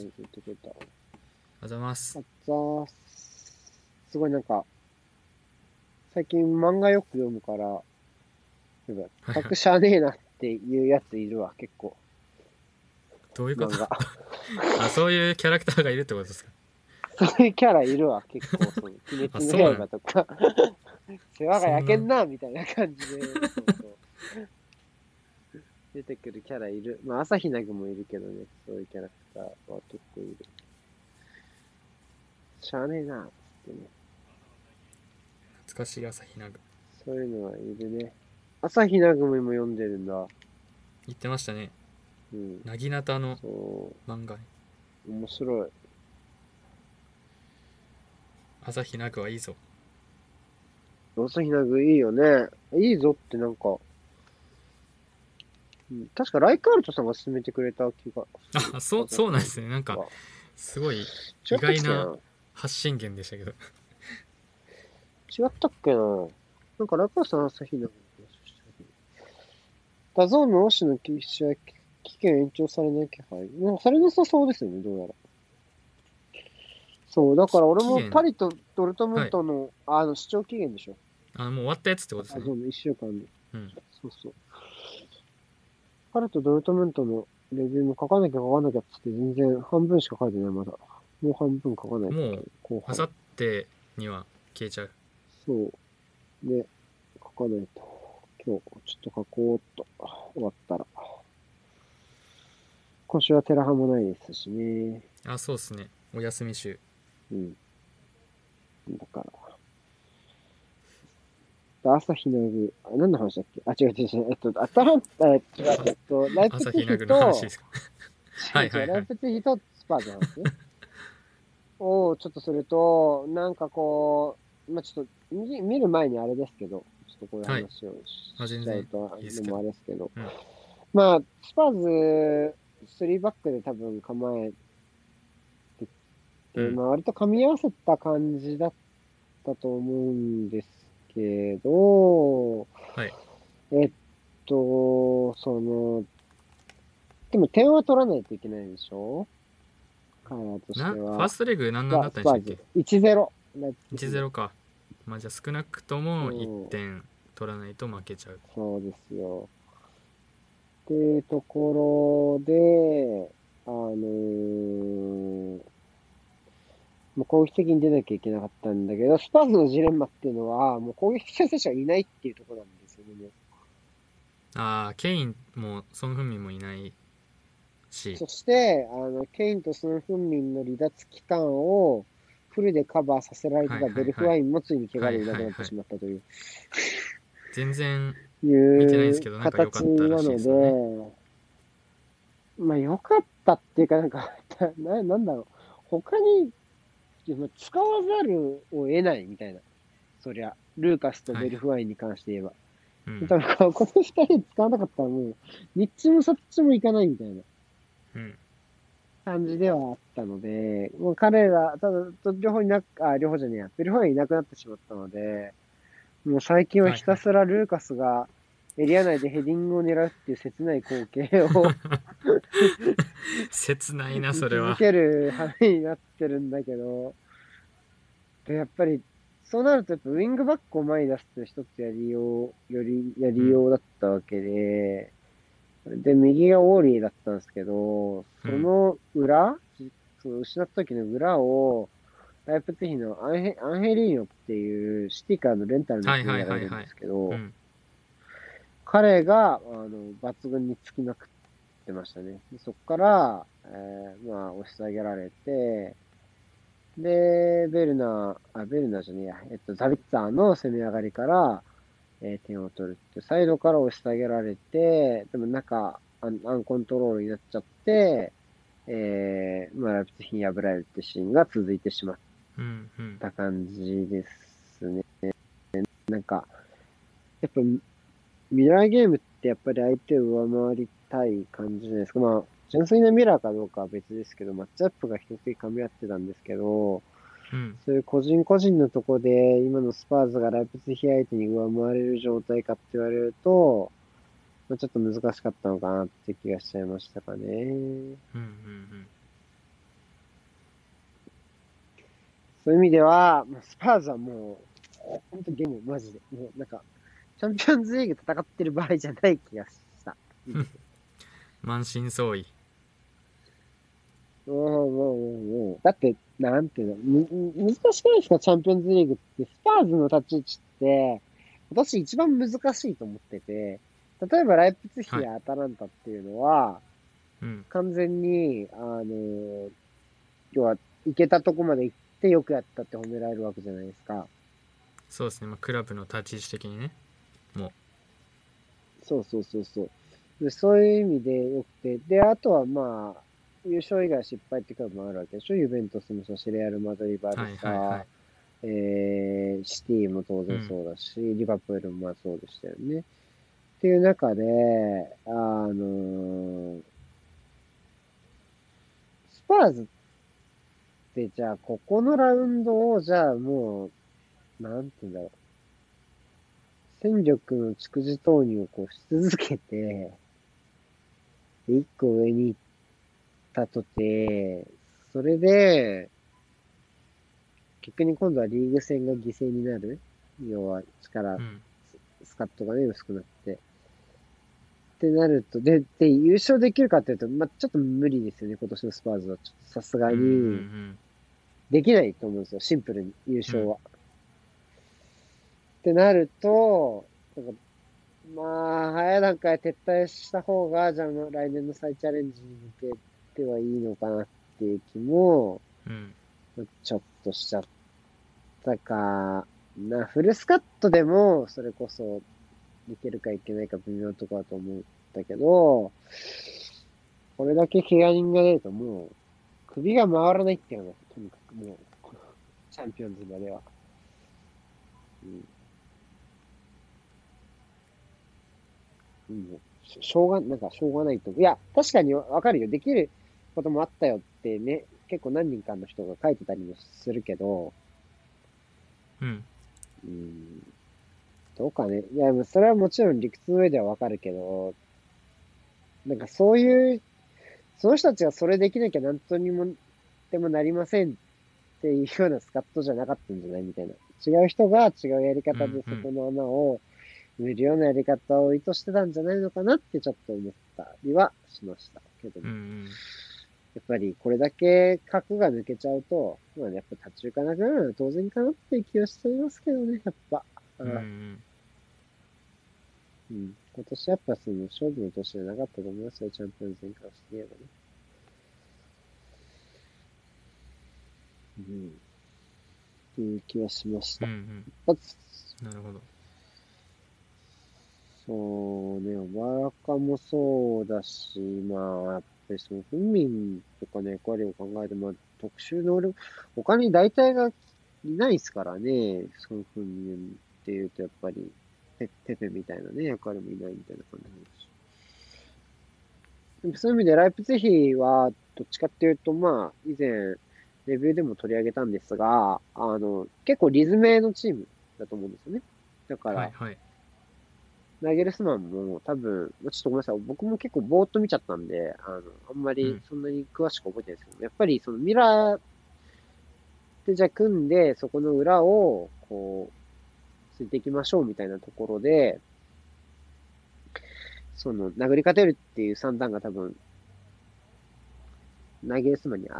あざます。 あざーす。すごいなんか、最近漫画よく読むから、作者ねえなっていうやついるわ、結構。 どういうことあ、そういうキャラクターがいるってことですか？ そういうキャラいるわ、結構。その鬼滅の刃とか。世話が焼けんな、みたいな感じで。そうそう出てくるキャラいる。まあ、朝日奈ぐもいるけどね、そういうキャラクターは結構いる。しゃあねえな、つってね。 懐かしい朝日奈ぐ。 そういうのはいるね。朝日奈ぐも今読んでるんだ。 言ってましたね。 うん。 なぎなたの漫画。 面白い。 朝日奈ぐはいいぞ。 朝日奈ぐいいよね。いいぞってなんか、うん、確かライカールトさんが勧めてくれた気が。 あ、そう、そうなんですね。なんか、すごい意外な発信源でしたけど。 違ったっけな。なんかライカールトさん朝日奈ぐの話したけど。ダゾーンの推しの試合期限延長されない気配。もうされなさそうですよね、どうやら。 そう、だから俺期限もパリとドルトムはい。 ントの、あの、視聴期限でしょ。 あの、もう終わったやつってことですあ、 ね。 そうね、いっしゅうかんで。 うん。 そうそう。パリとドルトムントのレビューも書かなきゃ書かなきゃっつって全然半分しか書いてない、まだ。もう半分書かないといけもう、 ない。後半。 あさってには消えちゃう。 そう。で、書かないと。今日、ちょっと書こうっと。終わったら。今週はテラハもないですしね。 あ、そうっすね。お休み週。 うん。だから。朝日奈ぐ、あ、何の話だっけ？あ、違う違う違う。えっと、アタランタ、え違う、えっと、ライプツヒ朝日奈ぐの話でと、 すか？ 違う違う、 はいはいはい。 ライプツヒとスパーズの話ね。をちょっとすると、なんかこう、まあ、ちょっと見、見る前にあれですけど、ちょっとこういうはい。 話をあ、 し全然ちゃうと、 いいですけど。 でもあれですけど、 うん。 まあ、スパーズ、スリーバックで多分構えてて、 うん。 まあ、割と噛み合わせた感じだったと思うんですけど、 はい。 えっと、その、でも点は取らないといけないでしょ？彼らとしな、 ては。 ファーストレグ何なんだスパ、スパーズ、 ったんでしたっけ？ いちゼロ。ライプツィヒで。 いちゼロ か。まあじゃあ少なくとも1 そう、 点取らないと負けちゃう。 そうですよ。っていうところで、あのーもう攻撃的に出なきゃいけなかったんだけど、スパーズのジレンマっていうのは、もう攻撃的な選手がいないっていうところなんですよね。もうああ、ケインもソン・フンミンもいないし。 そして、あの、ケインとスン・フンミンの離脱期間をフルでカバーさせられてはいたベはいはい。 ルフワインもついに怪はい我でいなくなってはいはい。 しまったという、 全然いう見てないんですけど、なんか良か形ったらしいでなのすよね。 で、まあ良かったっていうかなんかな、なんだろう。他に使わざるを得ないみたいな。そりゃ、ルーカスとはい。 ベルフワインに関して言えば。 うん。 多分、この二人使わなかったらもう、ニッチもサッチもいかないみたいなうん。 感じではあったので、もう彼ら、ただ、両方いなく、あ、両方じゃねえや、ベルフワインいなくなってしまったので、もう最近はひたはいはい。 すらルーカスがエリア内でヘディングを狙うっていう切ない光景を切ないな、 見それは。 続ける羽目になってるんだけど、で、やっぱり、そうなると、やっぱウィングバックを前に出すって一つやりよう、より、やうん。 りようだったわけで、で、右がオーリーだったんですけど、 うん。 その裏、その失った時の裏を、ライプツィヒのアンヘ、アンヘリーノっていうシティからのレンタルのはいはプレイヤーがいいはいはい。 るんですけど、 うん。 彼が、あの、抜群につきまくってましたね。でそこから、えー、まあ、押し下げられて、で、ベルナー、あ、ベルナーじゃねえや、えっと、ザビッツァーの攻め上がりから、えー点を取るって、サイドから押し下げられて、でもなんか、アン、アンコントロールになっちゃって、えー、まあ、ライプツィヒに破られるってシーンが続いてしまっうんうん。 た感じですね。なんか、やっぱ、ミラーゲームってやっぱり相手を上回りたい感じじゃないですか。まあ、純粋なミラーかどうかは別ですけど、マッチアップが比較的噛み合ってたんですけど、 うん。 そういう個人個人のとこで、今のスパーズがライプツィヒ相手に上回れる状態かって言われると、まあ、ちょっと難しかったのかなって気がしちゃいましたかね。 うんうん。 そういう意味では、まあスパーズはもう、本当ゲームマジで、もうなんか、チャンピオンズリーグ戦ってる場合じゃない気がした。見てて。 満身創痍。 もう、もう、もう、もうだって、なんていうの、む、難しくないですか、チャンピオンズリーグって。スパーズの立ち位置って、私一番難しいと思ってて、例えばライプツィヒはい。 やアタランタっていうのは、 うん。 完全に、あの、要は、行けたとこまで行ってよくやったって褒められるわけじゃないですか。 そうですね。まあ、クラブの立ち位置的にね。もそうそうそうそう。で、そういう意味でよくて、で、あとはまあ、優勝以外失敗ってクラブもあるわけでしょ？ユベントスもそうし、レアル・マドリー、バう。 ルはいはいはサ、 い。 えー、シティも当然うん。 そうだし、リバプールもまあそうでしたよね。っていう中で、あのースパーズってじゃあ、ここのラウンドを、じゃあもう、なんて言うんだろう。戦力の蓄次投入をこうし続けて、で一個上に行ったとて、それで、 逆に今度はリーグ戦が犠牲になる。要は力、 うん。 スカットがね、薄くなって。ってなると、で、で、優勝できるかっていうと、まあ、ちょっと無理ですよね、今年のスパーズは。ちょっとさすがうん。うに、 ん。 できないと思うんですよ、シンプルに、優うん。 勝は。ってなると、なんかまあ、早い段階撤退した方が、じゃあ来年の再チャレンジに向けてはいいのかなっていう気も、 うん。 ちょっとしちゃったかな。フルスカットでも、それこそ、いけるかいけないか微妙なとこだと思ったけど、これだけ怪我人が出るともう、首が回らないっていうのが、とにかくもう、チャンピオンズまでは。うん、もうししょうが、なんかしょうがないと思う。いや、確かにわかるよ。できることもあったよってね、結構何人かの人が書いてたりもするけど、 うん。 うん、どうかね。いや、それはもちろん理屈の上ではわかるけど、なんかそういう、その人たちがそれできなきゃ何とにもでもなりませんっていうようなスカットじゃなかったんじゃないみたいな。違う人が違うやりうん。 方でうん。 そこの穴を埋めるようなやり方を意図してたんじゃないのかなってちょっと思ったりはしましたけどうん。 も。 うん。 やっぱりこれだけ核が抜けちゃうと、まあ、やっぱ立ち行かなくなるのは当然かなっていう気はしていますけどね、やっぱ。あうん。 うん、今年やっぱその勝負の年じゃなかったと思いますよ、チャンピオンズに関して言えばね。うん、っていう気はしましうん。うた。 ん。 まずなるほど。 そうね、小原かもそうだし、まあ、やっぱりその、フンミンとかの役割を考えて、まあ、特殊能力、他に代替がいないですからね、そのフンミンっていうと、やっぱり、ペペペみたいなね、役割もいないみたいな感じですし。でもそういう意味で、ライプツィヒは、どっちかっていうと、まあ、以前、レビューでも取り上げたんですが、あの、結構リズムのチームだと思うんですよね。だから、 はい。はい。 ナゲルスマンも多分、ちょっとごめんなさい。僕も結構ぼーっと見ちゃったんで、あの、あんまうん。 りそんなに詳しく覚えてないですけど、やっぱりそのミラーでじゃあ組んで、そこの裏を、こう、ついていきましょうみたいなところで、その、殴り勝てるっていう算段が多分、ナゲルスマンにあって、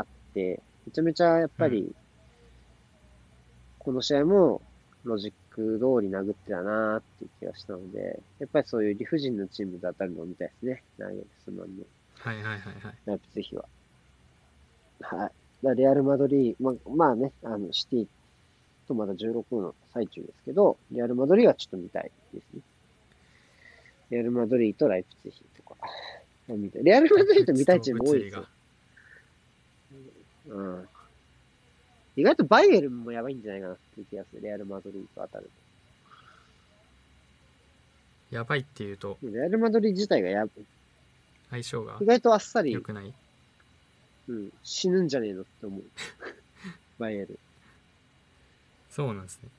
めちゃめちゃやっうん。 ぱり、この試合も、ロジック通り殴ってたなーっていう気がしたので、やっぱりそういう理不尽なチームで当たるのを見たいですね。ナゲルスマンのはい。はい。はい。はい。 ライプツィヒは。はい。レアル・マドリー、ま、まあね、あの、シティとまだじゅうろくの最中ですけど、レアル・マドリーはちょっと見たいですね。レアル・マドリーとライプツィヒとか。見たいレアル・マドリーと見たいチー鉄とム多いですよ。 物理が。 うん。意外とバイエルンもやばいんじゃないかなっていう気がする。レアル・マドリーと当たるやばいっていうと、 と。レアル・マドリー自体がや相性が意外とあっさり、 良くない。 うん、死ぬんじゃねえのって思う。バイエルン。 そうなんですね。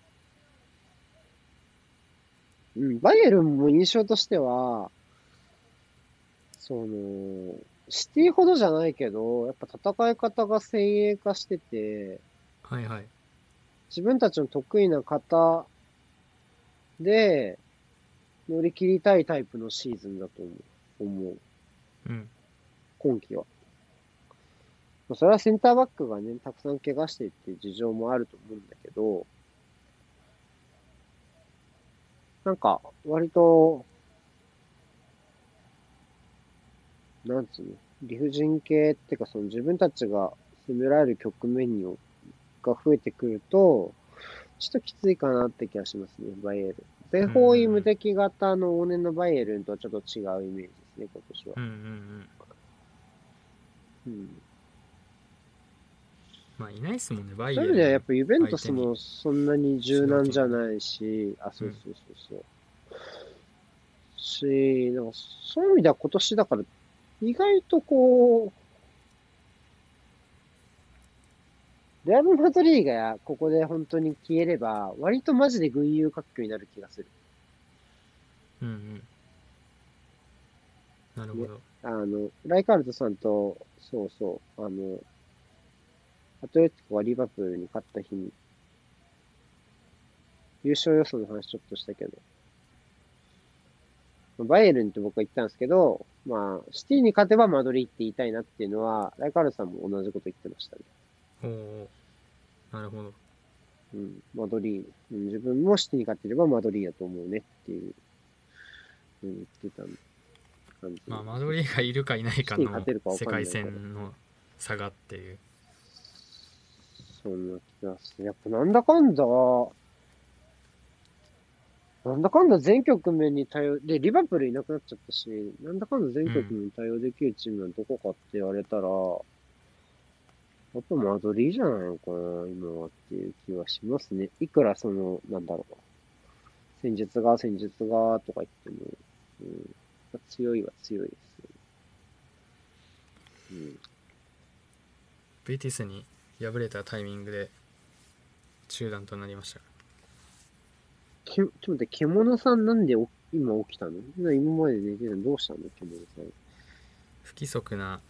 うん、バイエルンも印象としては、その、シティほどじゃないけど、やっぱ戦い方が先鋭化してて、 はい。はい。 自分たちの得意な型で乗り切りたいタイプのシーズンだと思う。思う。 うん。 今季は。まあそれはセンターバックがね、たくさん怪我してっていう事情もあると思うんだけど、なんか、割と、なんつうの、理不尽系っていうか、その自分たちが攻められる局面にが増えてくると、ちょっときついかなって気がしますね、バイエルン。全うん。うん。う方位無ん。 敵型の往年のバイエルンとはちょっと違うイメージですね、今年は。 うん。うん。うん。 うん。 まあいないっすもんね、バイそういう意味ではやっエルンぱユベント相手にスもそんなに柔軟じゃ主導権が。 ないし、あ、 うん。 そうそうそうそう。し、なんかそういう意味では今年だから意外とこう、レアル・マドリーがここで本当に消えれば、割とマジで群雄割拠になる気がする。 うん。うん。なるほね。 ど。 あの、ライカールトさんと、そうそう、あの、アトレティコがリバプールに勝った日に、 優勝予想の話ちょっとしたけど、バイエルンって僕は言ったんですけど、まあ、シティに勝てばマドリーって言いたいなっていうのは、ライカールさんも同じこと言ってましたね。 おお、なるほど。 うん、マドリー、うん、自分もシティに勝ってればマドリーだと思うねっていう、うん、言ってた感じ。 まあマドリーがいるかいないかシティに勝のてるか分世界かんないから。 線の差がっていう。 そんな気がする。やっぱなんだかんだ、なんだかんだ全局面に対応、で、リバプールいなくなっちゃったし、なんだかんだ全局面に対応できるチームはどこかって言われたら、やっぱマドリーじゃないのかな、今はっていう気はしますね。いくらその、なんだろう。戦術が、戦術が、とか言っても、うん、強いは強いですよね。うん。 ベティスに敗れたタイミングで中断となりました。 け、ちょっと待って、獣さんなんでお今起きたの？今まで寝てたのどうしたの獣さん。 不規則な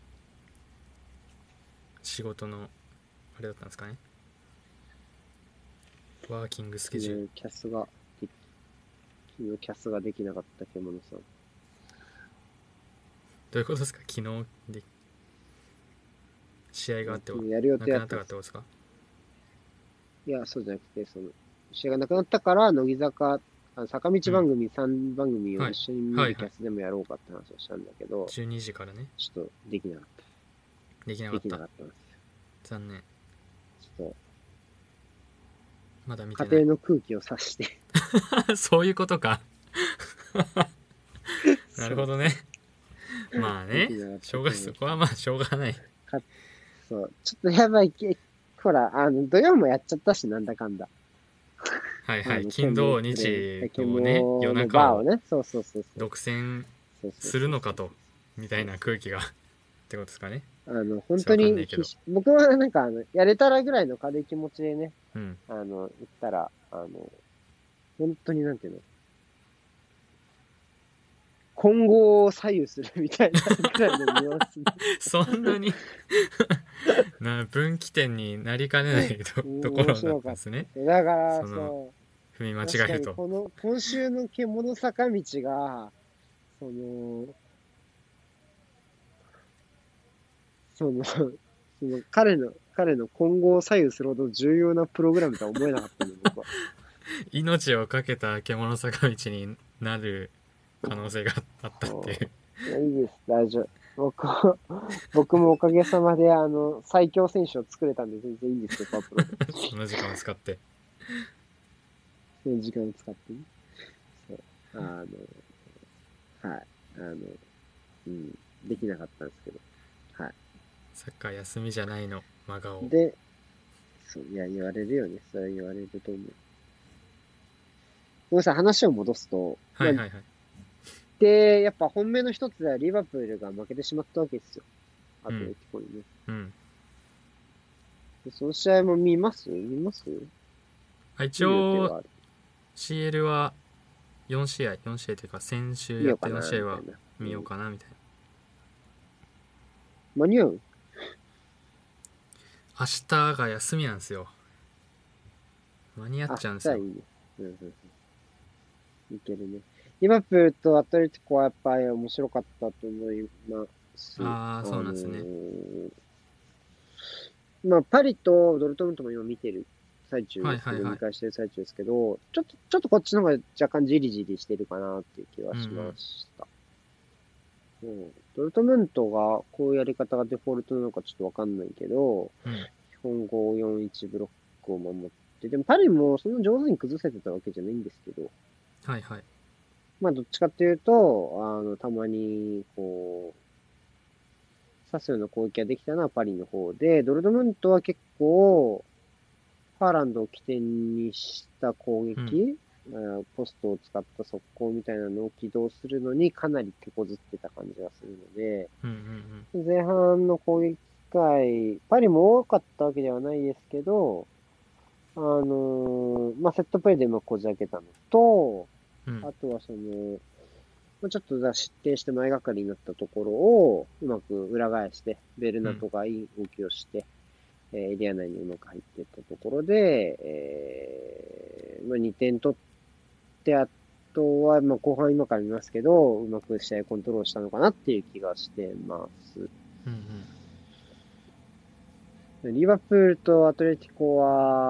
仕事のあれだったんですかね。ワーキングスケジュール。 昨日キャスができ、昨日キャスができなかった獣さん。 どういうことですか？昨日で試合があってはやる予なくなっ定だったたんです。 かってことですか？ いや、そうじゃなくて、その、試合がなくなったから、乃木坂、あの坂道うん。 番組さんばん組をはい一緒に見はいはい。 るキャスでもやろうかって話をしたんだけど、 じゅうにじからね。 ちょっとできなかった。できなできなかった。 かったんですよ。 残念。 ちょっまだ見と、 てない。 家庭の空気を察して。 そういうことか。なるそう、 ほどね。まあね。 できなかっしょうが、 たけど、 そこはまあしょうがない。 か、そう、ちょっとやばいけ、ほら、あの、土曜もやっちゃったし、なんだかんだ。 はいはい。 あの、ケ金土モプレイ、 日ケのね、夜モの中をバーをね、そうそうそうそう。 独占そうそうするそうそう。 のかと、みたいな空気がってことですかね。 あの、本ちょっとわかんな当にいけど。 必死、僕はなんかあの、やれたらぐらいの軽い気持ちでね、 うん。 あの、言ったら、あの、本当になんていうの、今後を左右するみたいなぐらいのニュアンスそんなにな分岐点になりかねないとで、 ところだっ面白かったんですね。 た。だからそのそ踏み間う、確か違えると。 にこの、今週の獣坂道が、その、その、その彼の、彼の今後を左右するほど重要なプログラムとは思えなかったんで、僕は。 命をかけた獣坂道になる可能性があったっていう。 いや、いいです、大丈夫。僕は、僕もおかげさまで、あの、最強選手を作れたんで、全然いいんですよ、パワープロで。 その時間を使って。 その時間を使ってね。そう。あの、はい。あの、うん、できなかったんですけど。はい。 サッカー休みじゃないの真顔。 で、そう、いや、言われるよね。それは言われると思う。ごめんなさい、話を戻すと、まあ、 はいはいはい。 で、やっぱ本命の一つではリバプールが負けてしまったわけですよ。あと、エうんキコにね。 うん。 でその試合も見ます見ますあ、一見る予定応はある。 シーエル はよん試合よん試合というか先週やったよん見ようかな、 試合はみたいな。う見ようん。 かなみたいな。 間に合う？ 明日が休みなんですよ。間に合っあ、 ちゃうんですよ。 じゃあいいね。うんうんうん。いけるね。リバプールとアトレティコはやっぱり面白かったと思います。 ああ、 あのそうなんですね。 ーまあ、パリとドルトムントも今見てる最中ですけど、 はいはいはい。 見返してる最中ですけど、ちょっと、ちょっとこっちの方が若干じりじりしてるかなっていう気はしまうんうんした。うん、ドルトムントがこういうやり方がデフォルトなのかちょっとわかんないけど、 うん。 基本ごよんいちブロックを守って、でもパリもそんな上手に崩せてたわけじゃないんですけど、 はいはい。 まあどっちかっていうと、あの、たまに、こう、刺すような攻撃ができたのはパリの方で、ドルトムントは結構、ハーランドを起点にした攻うん。 撃、ポストを使った速攻みたいなのを起動するのにかなり手こずってた感じがするので、 うんうん前半の攻撃機会、パリも多かったわけではないですけど、あのーまあ、セットプレーでうまくこじ開けたのと、 うん。うん。 あとはその、まあちょっと失点して前がかりになったところを、うまく裏返して、ベルナうん。 トがいい動きをして、 えーエリア内にうまく入っていったところで、えーまあ、にてん取って、あとは、まあ、後半今から見ますけど、うまく試合コントロールしたのかなっていう気がしてます。 うんリバプールとアトレティコ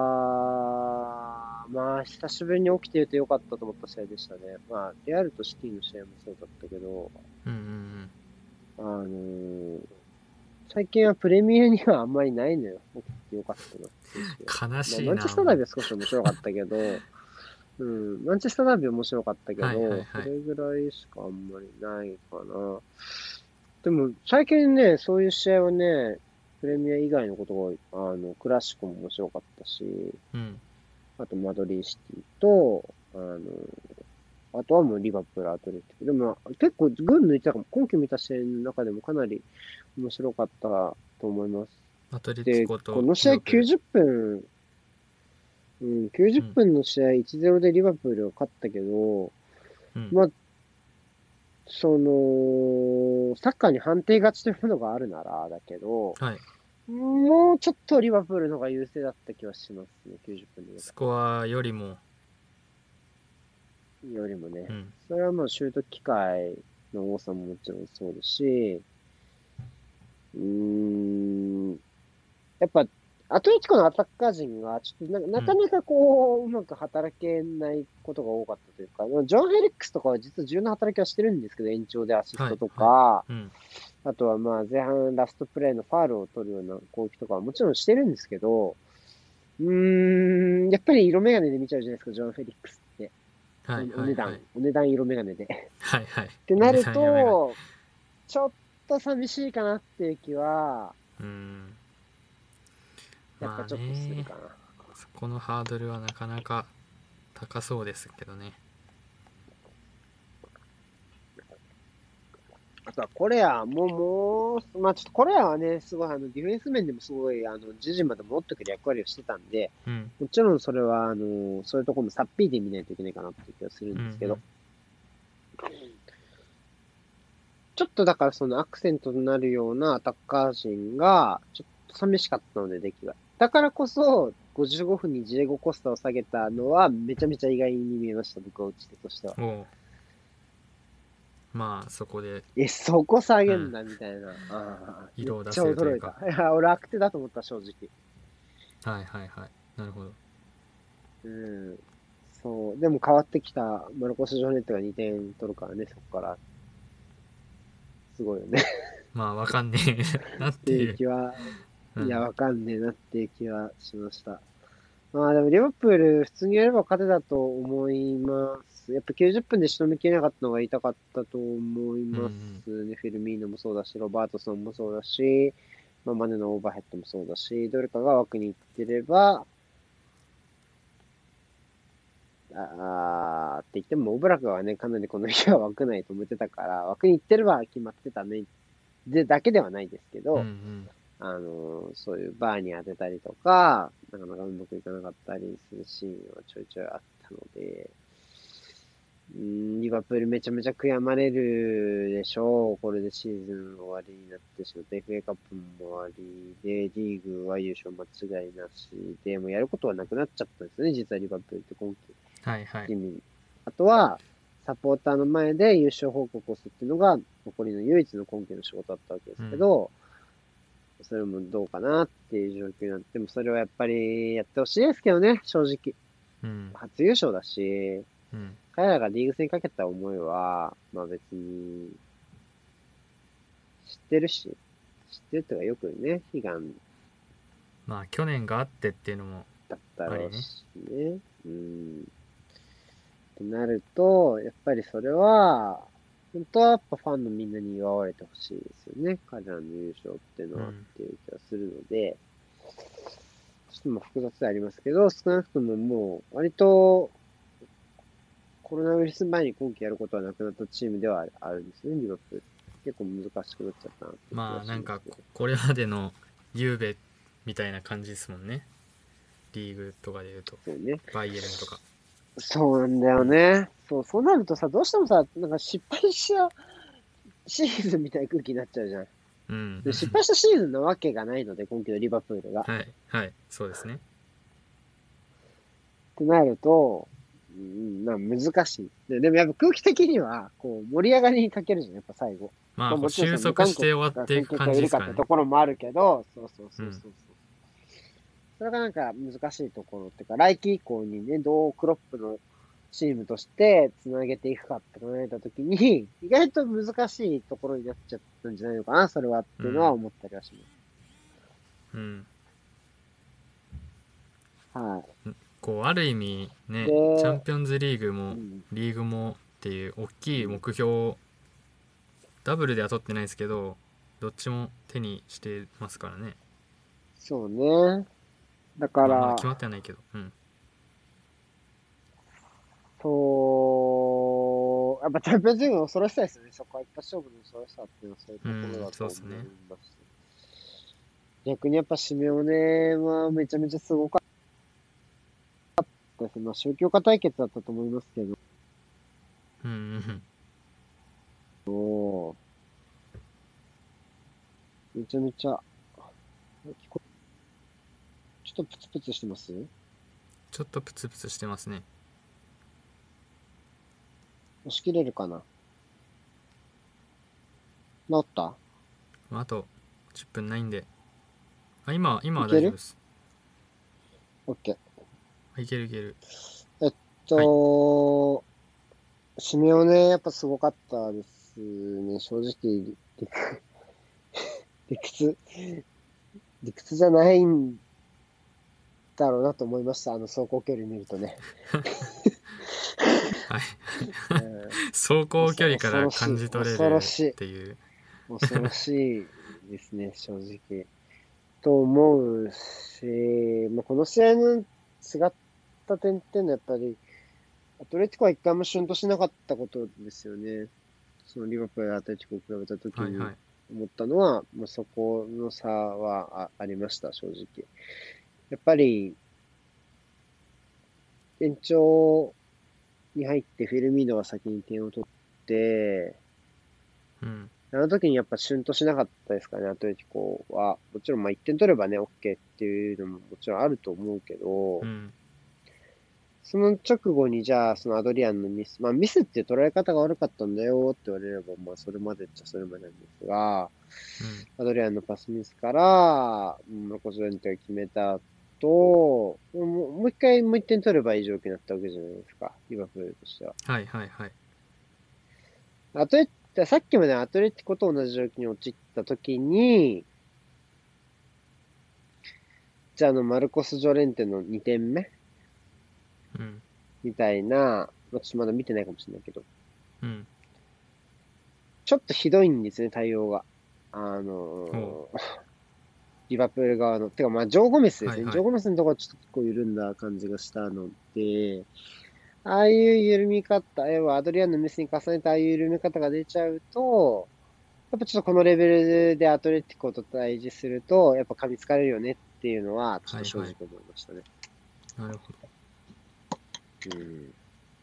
は、まあ、久しぶりに起きていてよかったと思った試合でしたね。まあ、レアルとシティの試合もそうだったけど、 うんうんあのー最近はプレミアにはあんまりないのよ。起きてよかったなっていう試合。 うん。悲まあ、 しいな。 マンチェスターダービーは少し面白かったけど、うん、マンチェスターダービーは面白かったけはいはいど、そはい。 れぐらいしかあんまりないかな。でも、最近ね、そういう試合はね、プレミア以外のことが多い。あの、クラシコも面白かったし、 うん。 あとマドリーシティと、あの、あとはもうリバプール、アトレティック。でも、結構群抜いてたかも。今季見た試合の中でもかなり面白かったと思います。 アトレティで、 コとこの試合リバプール。 きゅうじゅっぷん、うん、90 うん分の試合いちたいゼロでリバプールが勝ったけど、 うんまあ、その、サッカーに判定勝ちというものがあるならだけど、 はい。 もうちょっとリバプールの方が優勢だった気はしますね、きゅうじゅっぷんで。 スコアよりも。 よりもね。 うんそれはもうシュート機会の多さももちろんそうですし、うーん、やっぱ、アトレティコのアタッカー陣が、ちょっとななかなかこう、うまく働けないことが多かったというか、ジョン・ヘリックスとかは実は重要な働きはしてるんですけど、延長でアシスはいトとはい。 か、 うんあとはまあ前半ラストプレーのファールを取るような攻撃とかはもちろんしてるんですけど、うーん、やっぱり色眼鏡で見ちゃうじゃないですか、ジョン・フェリックスって。お、 はいお値段、 はいはい。 お値段色眼鏡で。っはいはい。お値てなる段やめが。 と、ちょっと寂しいかなっていう気は、 うん。まあやっぱちょっとするね。 かな。 そこのハードルはなかなか高そうですけどね。 あとはコレアももう、まあちょっとコレアはね、すごいあのディフェンス面でもすごいあの、自陣まで持ってくる役割をしてたんで、 うん。 もちろんそれはあの、そういうところもさっぴいて見ないといけないかなっていう気がするうんうんですけど、 ん。 ちょっとだからそのアクセントとなるようなアタッカー陣が、ちょっと寂しかったので、出来が。だからこそ、ごじゅうごふんにジェイゴ・コスタを下げたのは、めちゃめちゃ意外に見えました、僕は打ち手としては。 おう。まあそこで、 え、そこ下うん、 げんだ、みたいな。ああ、めっ色を出ちゃ驚いた。 せるというか。 いや、俺、悪手だと思った、正直。 はいはいはい。なるほど。 うん。そう。でも変わってきた、マルコス・ジョネットがにてん取るからね、そこから。すごいよね。 まあわかんねえなっっていうていう。 気は、いや、 うん。 わかんねえなっていう気はしました。まあでも、リバプール、普通にやれば勝てたと思います。やっぱきゅうじゅっぷんで仕留めきれなかったのが痛かったと思いうんうまん。 すね。フィルミーノもそうだし、ロバートソンもそうだし、まあ、マネのオーバーヘッドもそうだし、どれかが枠に行ってれば、あーって言っても、オブラクはね、かなりこの日は枠内と思ってたから、枠に行ってれば決まってたね。で、だけではないですけうんうど、 ん。 あのーそういうバーに当てたりとか、なかなかうまくいかなかったりするシーンはちょいちょいあったので、うん、リバプールめちゃめちゃ悔やまれるでしょう。これでシーズン終わりになってしまって、エフエー カップも終わりで、リーグは優勝間違いなしで、もうやることはなくなっちゃったんですよね、実はリバプールって今季。 はいはい。 意味。あとは、サポーターの前で優勝報告をするっていうのが、残りの唯一の今季の仕事だったわけですけうん。 ど、それもどうかなっていう状況になって、もそれはやっぱりやってほしいですけどね、正直。 うん。 初優勝だし、 うん。 彼らがリーグ戦かけた思いは、まあ別に、知ってるし、知ってるっていうかよくね、悲願まあ去年があってっていうのもだったありね。 ろうしね。うん。となると、やっぱりそれは、本当はやっぱファンのみんなに祝われてほしいですよね。彼らの優勝っていうのはっうん。 ていう気がするので、ちょっとまあ複雑でありますけど、少なくとももう、割と、コロナウイルス前に今季やることはなくなったチームではあるんですね、リバプール。結構難しくなっちゃったなって気まあがしなんかこますけど。 これまでのゆうべみたいな感じですもんね。リーグとかで言うと。 そうね。 バイエルンとか。 そうなんだうん。 よね。そう、そうなるとさ、どうしてもさ、なんか失敗しちゃうシーズンみたいな空気になっちゃうじゃん。 ううんで失敗したシーズンなわけがないので、今季のリバプールが。っはいはいそうですね。 てなると、うん、まあ難しい。で、でもやっぱ空気的には、こう、盛り上がりに欠けるじゃん、やっぱ最後。まあまあこうもちろんその無観客収束して終わっていく感が観客がいじですからね。 るかってところもあるけど、そうそううん。 そうそうそう。それがなんか難しいところっていうか、来季以降にね、どうクロップのチームとして繋げていくかって考えたときに、意外と難しいところになっちゃったんじゃないのかな、それはっていうのはうん思ったりはしうんます。はこうある意味い。 ねチャンで、 ピオンズリーグもうん、 リーグもっていう大きいうん、 目標をダブルでは取ってないですけどどっちも手にしてますからね。 そうね。だかまあまだ決まっら、 てはないけど。うんそう、やっぱチャンピオンズリーグの恐ろしさですよね。そこは一発勝負の恐ろしさっていうのはそういううところんだと思いそうですね。 ます。逆にやっぱシメオネはめちゃめちゃすごかったです。まあ宗教家対決だったと思いますけうんうんど、めちゃめちゃ、聞こちょっとプツプツしてます？ ちょっとプツプツしてますね。 押し切れるかな？治った？ まあ、あとじゅっぷんないんで。あ今今は大いける？ 丈夫です。 OK。 あいけるいける。 えっはいと、シメオネやっぱすごかったですね。正直、理理屈、理屈じゃないんだろうなと思いました。あの走行距離見るとね。 はいうん、 走行距離か恐らろしい、 感じ取れるっ恐ろしい、 ていう。 恐ろしいですね、正直。と思うし、まあ、この試合の違った点っていうのはやっぱり、アトレティコは一回もシュンとしなかったことですよね。そのリバプールアトレティコを比べたときにはいはい。 思ったのは、まあ、そこの差はあありました、正直。やっぱり、延長に入ってフィルミーノが先に点を取って、 うんあの時にやっぱシュンとしなかったですかね、アトレティコは。もちろんまあいってん取ればね、OK っていうのももちろんあると思うけど、 うんその直後にじゃあ、そのアドリアンのミス、まあミスって捉え方が悪かったんだよって言われれば、まあそれまでっちゃそれまでなんですが、 うんアドリアンのパスミスから、マルコス・レンテが決めた後、もうもう一回もう一点取ればいい状況になったわけじゃないですか、リバプールとしては。 はいはいはい。 アトレさっきまでアトレティコと同じ状況に陥った時に、じゃああのマルコス・ジョレンテのにてんめうんみたいな、まあ、ちょっとまだ見てないかもしれないけど、 うんちょっとひどいんですね、対応が。あおうのーリバプール側の。てか、まあ、ジョー・ゴメスですね。 はいはい。 ジョー・ゴメスのところはちょっと結構緩んだ感じがしたので、ああいう緩み方、要はアドリアンのミスに重ねたああいう緩み方が出ちゃうと、やっぱちょっとこのレベルでアトレティコと対峙すると、やっぱ噛みつかれるよねっていうのは、ちょっと正直はいはい。 思いましたね。 なるほど。 うん。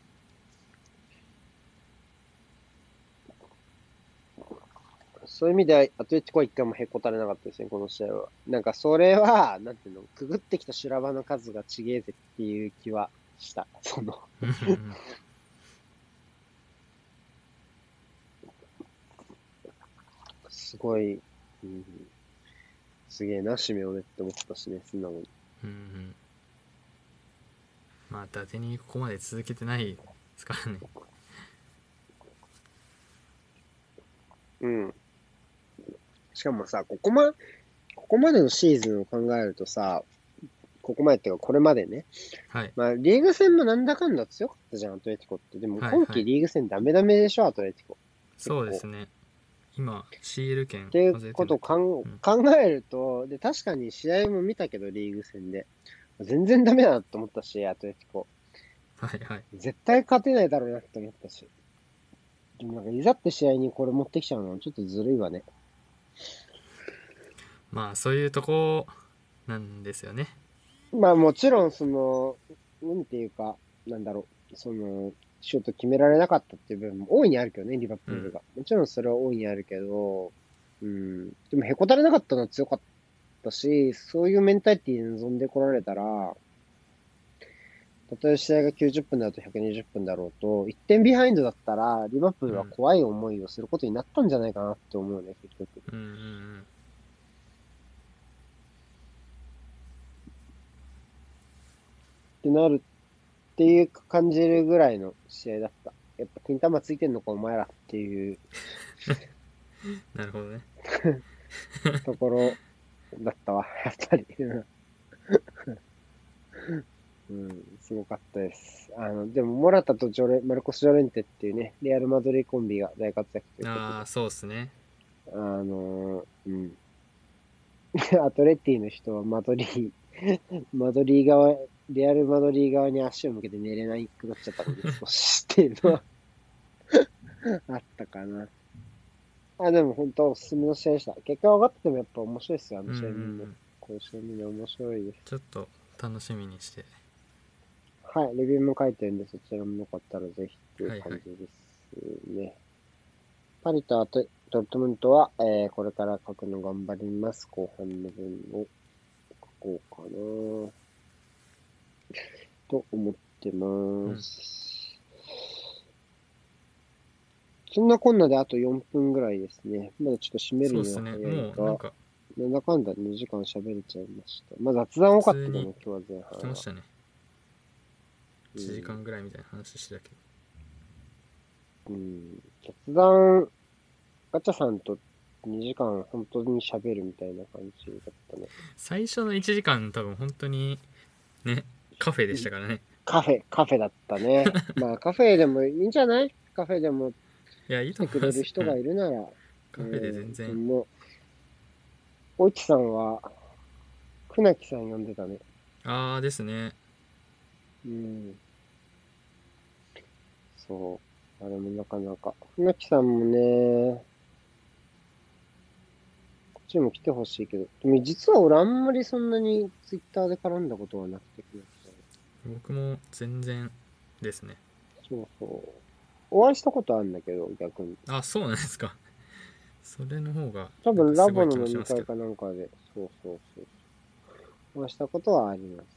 そういう意味では、アトレティコは一回もへこたれなかったですね、この試合は。なんか、それは、なんていうの、くぐってきた修羅場の数がちげえぜっていう気はした。その、 うんうんすごい、うん、すげえな、シメオネって思ったしね、素直に。 うんうん。まあ伊達にここまで続けてないですからね。 うん。しかもさ、ここま、ここまでのシーズンを考えるとさ、ここまでっていうか、これまでね。 はいまあ、リーグ戦もなんだかんだ強かったじゃん、アトレティコって。でも今はいはい。 季リーグ戦ダメダメでしょ、アトレティコ。結構。 そうですね。今 シーエル 権っていう外れてことをんだっけ。 かんうん考えると、で、確かに試合も見たけど、リーグ戦で。全然ダメだなと思ったし、アトレティコ。 はいはい。 絶対勝てないだろうなって思ったし。でもなんか、いざって試合にこれ持ってきちゃうのはちょっとずるいわね。 まあそういうとこなんですよね。 まあもちろん、その、なんていうか、なんだろう、その、シュート決められなかったっていう部分も大いにあるけどね、リバプうんールが。もちろんそれは大いにあるけど、 うん。でもへこたれなかったのは強かったし、そういうメンタリティで臨んでこられたら、たとえ試合がきゅうじゅっぷんだとひゃくにじゅっぷんだろうと、いってんビハインドだったら、リバプールはうん怖い思いをすることになったんじゃないかなって思うね、結局。っうんうんてなるっていう感じるぐらいの試合だった。やっぱ金玉ついてんのかお前らっていううん。なるほどね。 ところだったわ、やっぱり。うん、すごかったです。あの、でも、モラタとジョレ、マルコス・ジョレンテっていうね、レアル・マドリーコンビが大活躍ということで、 ああ、そうっすね。 あのーうん。アトレッティの人はマドリー、マドリー側、レアル・マドリー側に足を向けて寝れないくなっちゃったので、少しっていうのはあったかな。あ、でも本当おすすめの試合でした。結果分かっててもやっぱ面白いですよ、あのうんうんう試合みんな。 ん。 こういう試合みんな面白いです。 ちょっと楽しみにして。 はい、レビューも書いてるんで、そちらもよかったらぜひっていうはいはい。 感じですね。パリとアトドルトムントは、えーこれから書くの頑張ります。後半の分を書こうかなと思ってまうん。 す。そんなこんなであとよんぷんぐらいですね。まだちょっと締めるにはそうっすね。 早いが、 もうなんかなんだかんだにじかん喋れちゃいました。まあ雑談普多かったけどね、 通に今日は前半は。 聞きましたね。1 うん。 時間ぐらいみたいな話してたけど。 うん。雑談、ガチャさんとにじかん本当に喋るみたいな感じだったね。 最初のいちじかん多分本当にね、カフェでしたからね。 カフェ、カフェだったね。まあカフェでもいいんじゃない？カフェでもいや、いい来てくれると思います。う人がん。 いるなら。 カフェでうん。 全然。 でも、おいちさんは、船木さん呼んでたね。 ああですね。 うん。そう。あれもなかなか。船木さんもね、こっちにも来てほしいけど。でも実は俺あんまりそんなにツイッターで絡んだことはなくて、船木さん。 僕も全然ですね。 そうそう。お会いしたことあるんだけど、逆に。 あ、そうなんですか。それの方が多なんか分ラボのすごい気もしますけど。 飲み会かなんかで、そうそうそう。お会いしたことはあります。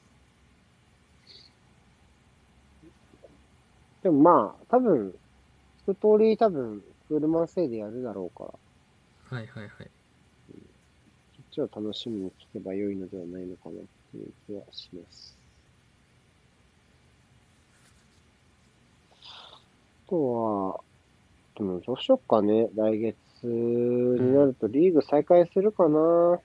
でもまあ、多分、一通り多分、クールマンせいでやるだろうから、こはいはいはい。 っちを楽しみに聞けば良いのではないのかなっていう気はします。あとは、でもどうしよっかね。来月うん。 になるとリーグ再開するかな。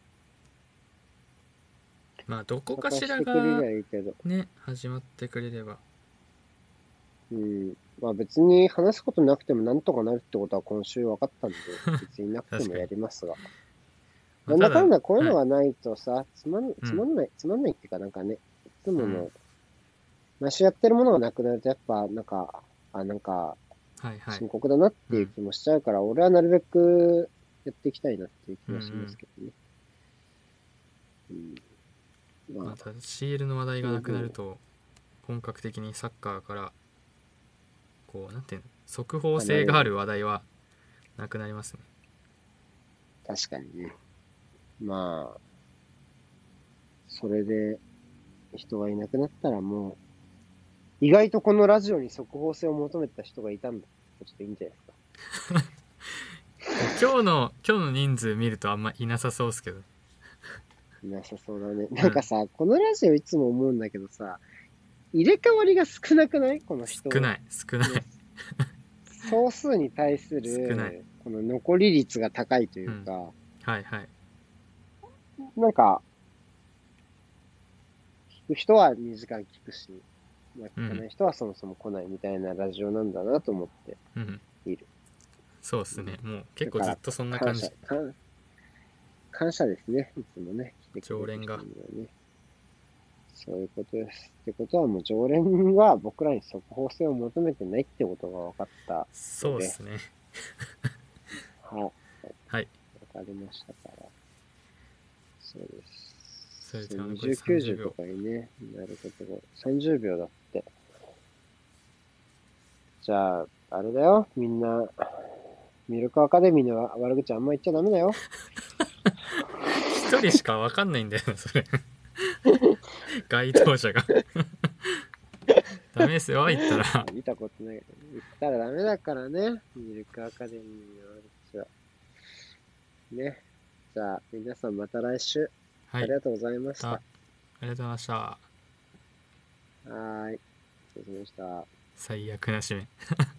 まあどこ再開かししてくれりらがゃいいけど。 ね、始まってくれれば。 うん。まあ別に話すことなくてもなんとかなるってことは今週分かったんで、別になくてもや確かに。 りますが。 まあただ、 なんだかんだこういうはい。 のがないとさ、つまん、 うん。 つまんない、つまんないっていうかなんかね、いつうん。 もの、毎週やってるものがなくなるとやっぱなんか、あ、なんかはいはい。 深刻だなっていううん。 気もしちゃうから、俺はなるべくやっていきたいなっていう気うんうはしますん。 けどね。うん。まあ、 また シーエル の話題がなくなるその分、 と本格的にサッカーからこうなんていうの、速報離れる。 性がある話題はなくなりますね。 確かにね。まあ、それで人がいなくなったらもう、意外とこのラジオに速報性を求めてた人がいたんだ。ちょっといいんじゃないですか。 でも今日の今日の人数見るとあんまいなさそうですけど。 いなさそうだね。 うん。 なんかさ、このラジオいつも思うんだけどさ、入れ替わりが少なくない？この人少ない少なのい。 総数に対す少ない。 る、この残り率が高いというん。 うか、 はいはい。 なんか、聞く人はにじかん聞くし、まあ、聞かうんない人はそもそも来ないみたいなラジオなんだなと思ってうん。 いる。 そうっうん、 すね。もう結だから、 構ずっとそんな感謝、 感じ。 感感謝ですね。いつもね、来てくれる常連が。 人にはね。そういうことです。ってことはもう常連は僕らに速報性を求めてないってことが分かったので、 そうっすね。 はい。 はい。 分かりましたから。そうです。 それでは残りにじゅう、 30 きゅうじゅうと秒。 かにね、なることがさんじゅうびょうだって。じゃあ、あれだよ。みんな、 ミルクアカデミーの悪口あんま言っちゃダメだよ。 一人しかわかんないんだよねそれ該当者がダメですよ言ったら。 見たことない。言ったらダメだからね。ミルクアカデミーの悪口は。ね。じゃあ、皆さんまた来週。 はい、 ありがとうございましあた。 ありがとうございました。 はーい。失礼しました。 最悪な締め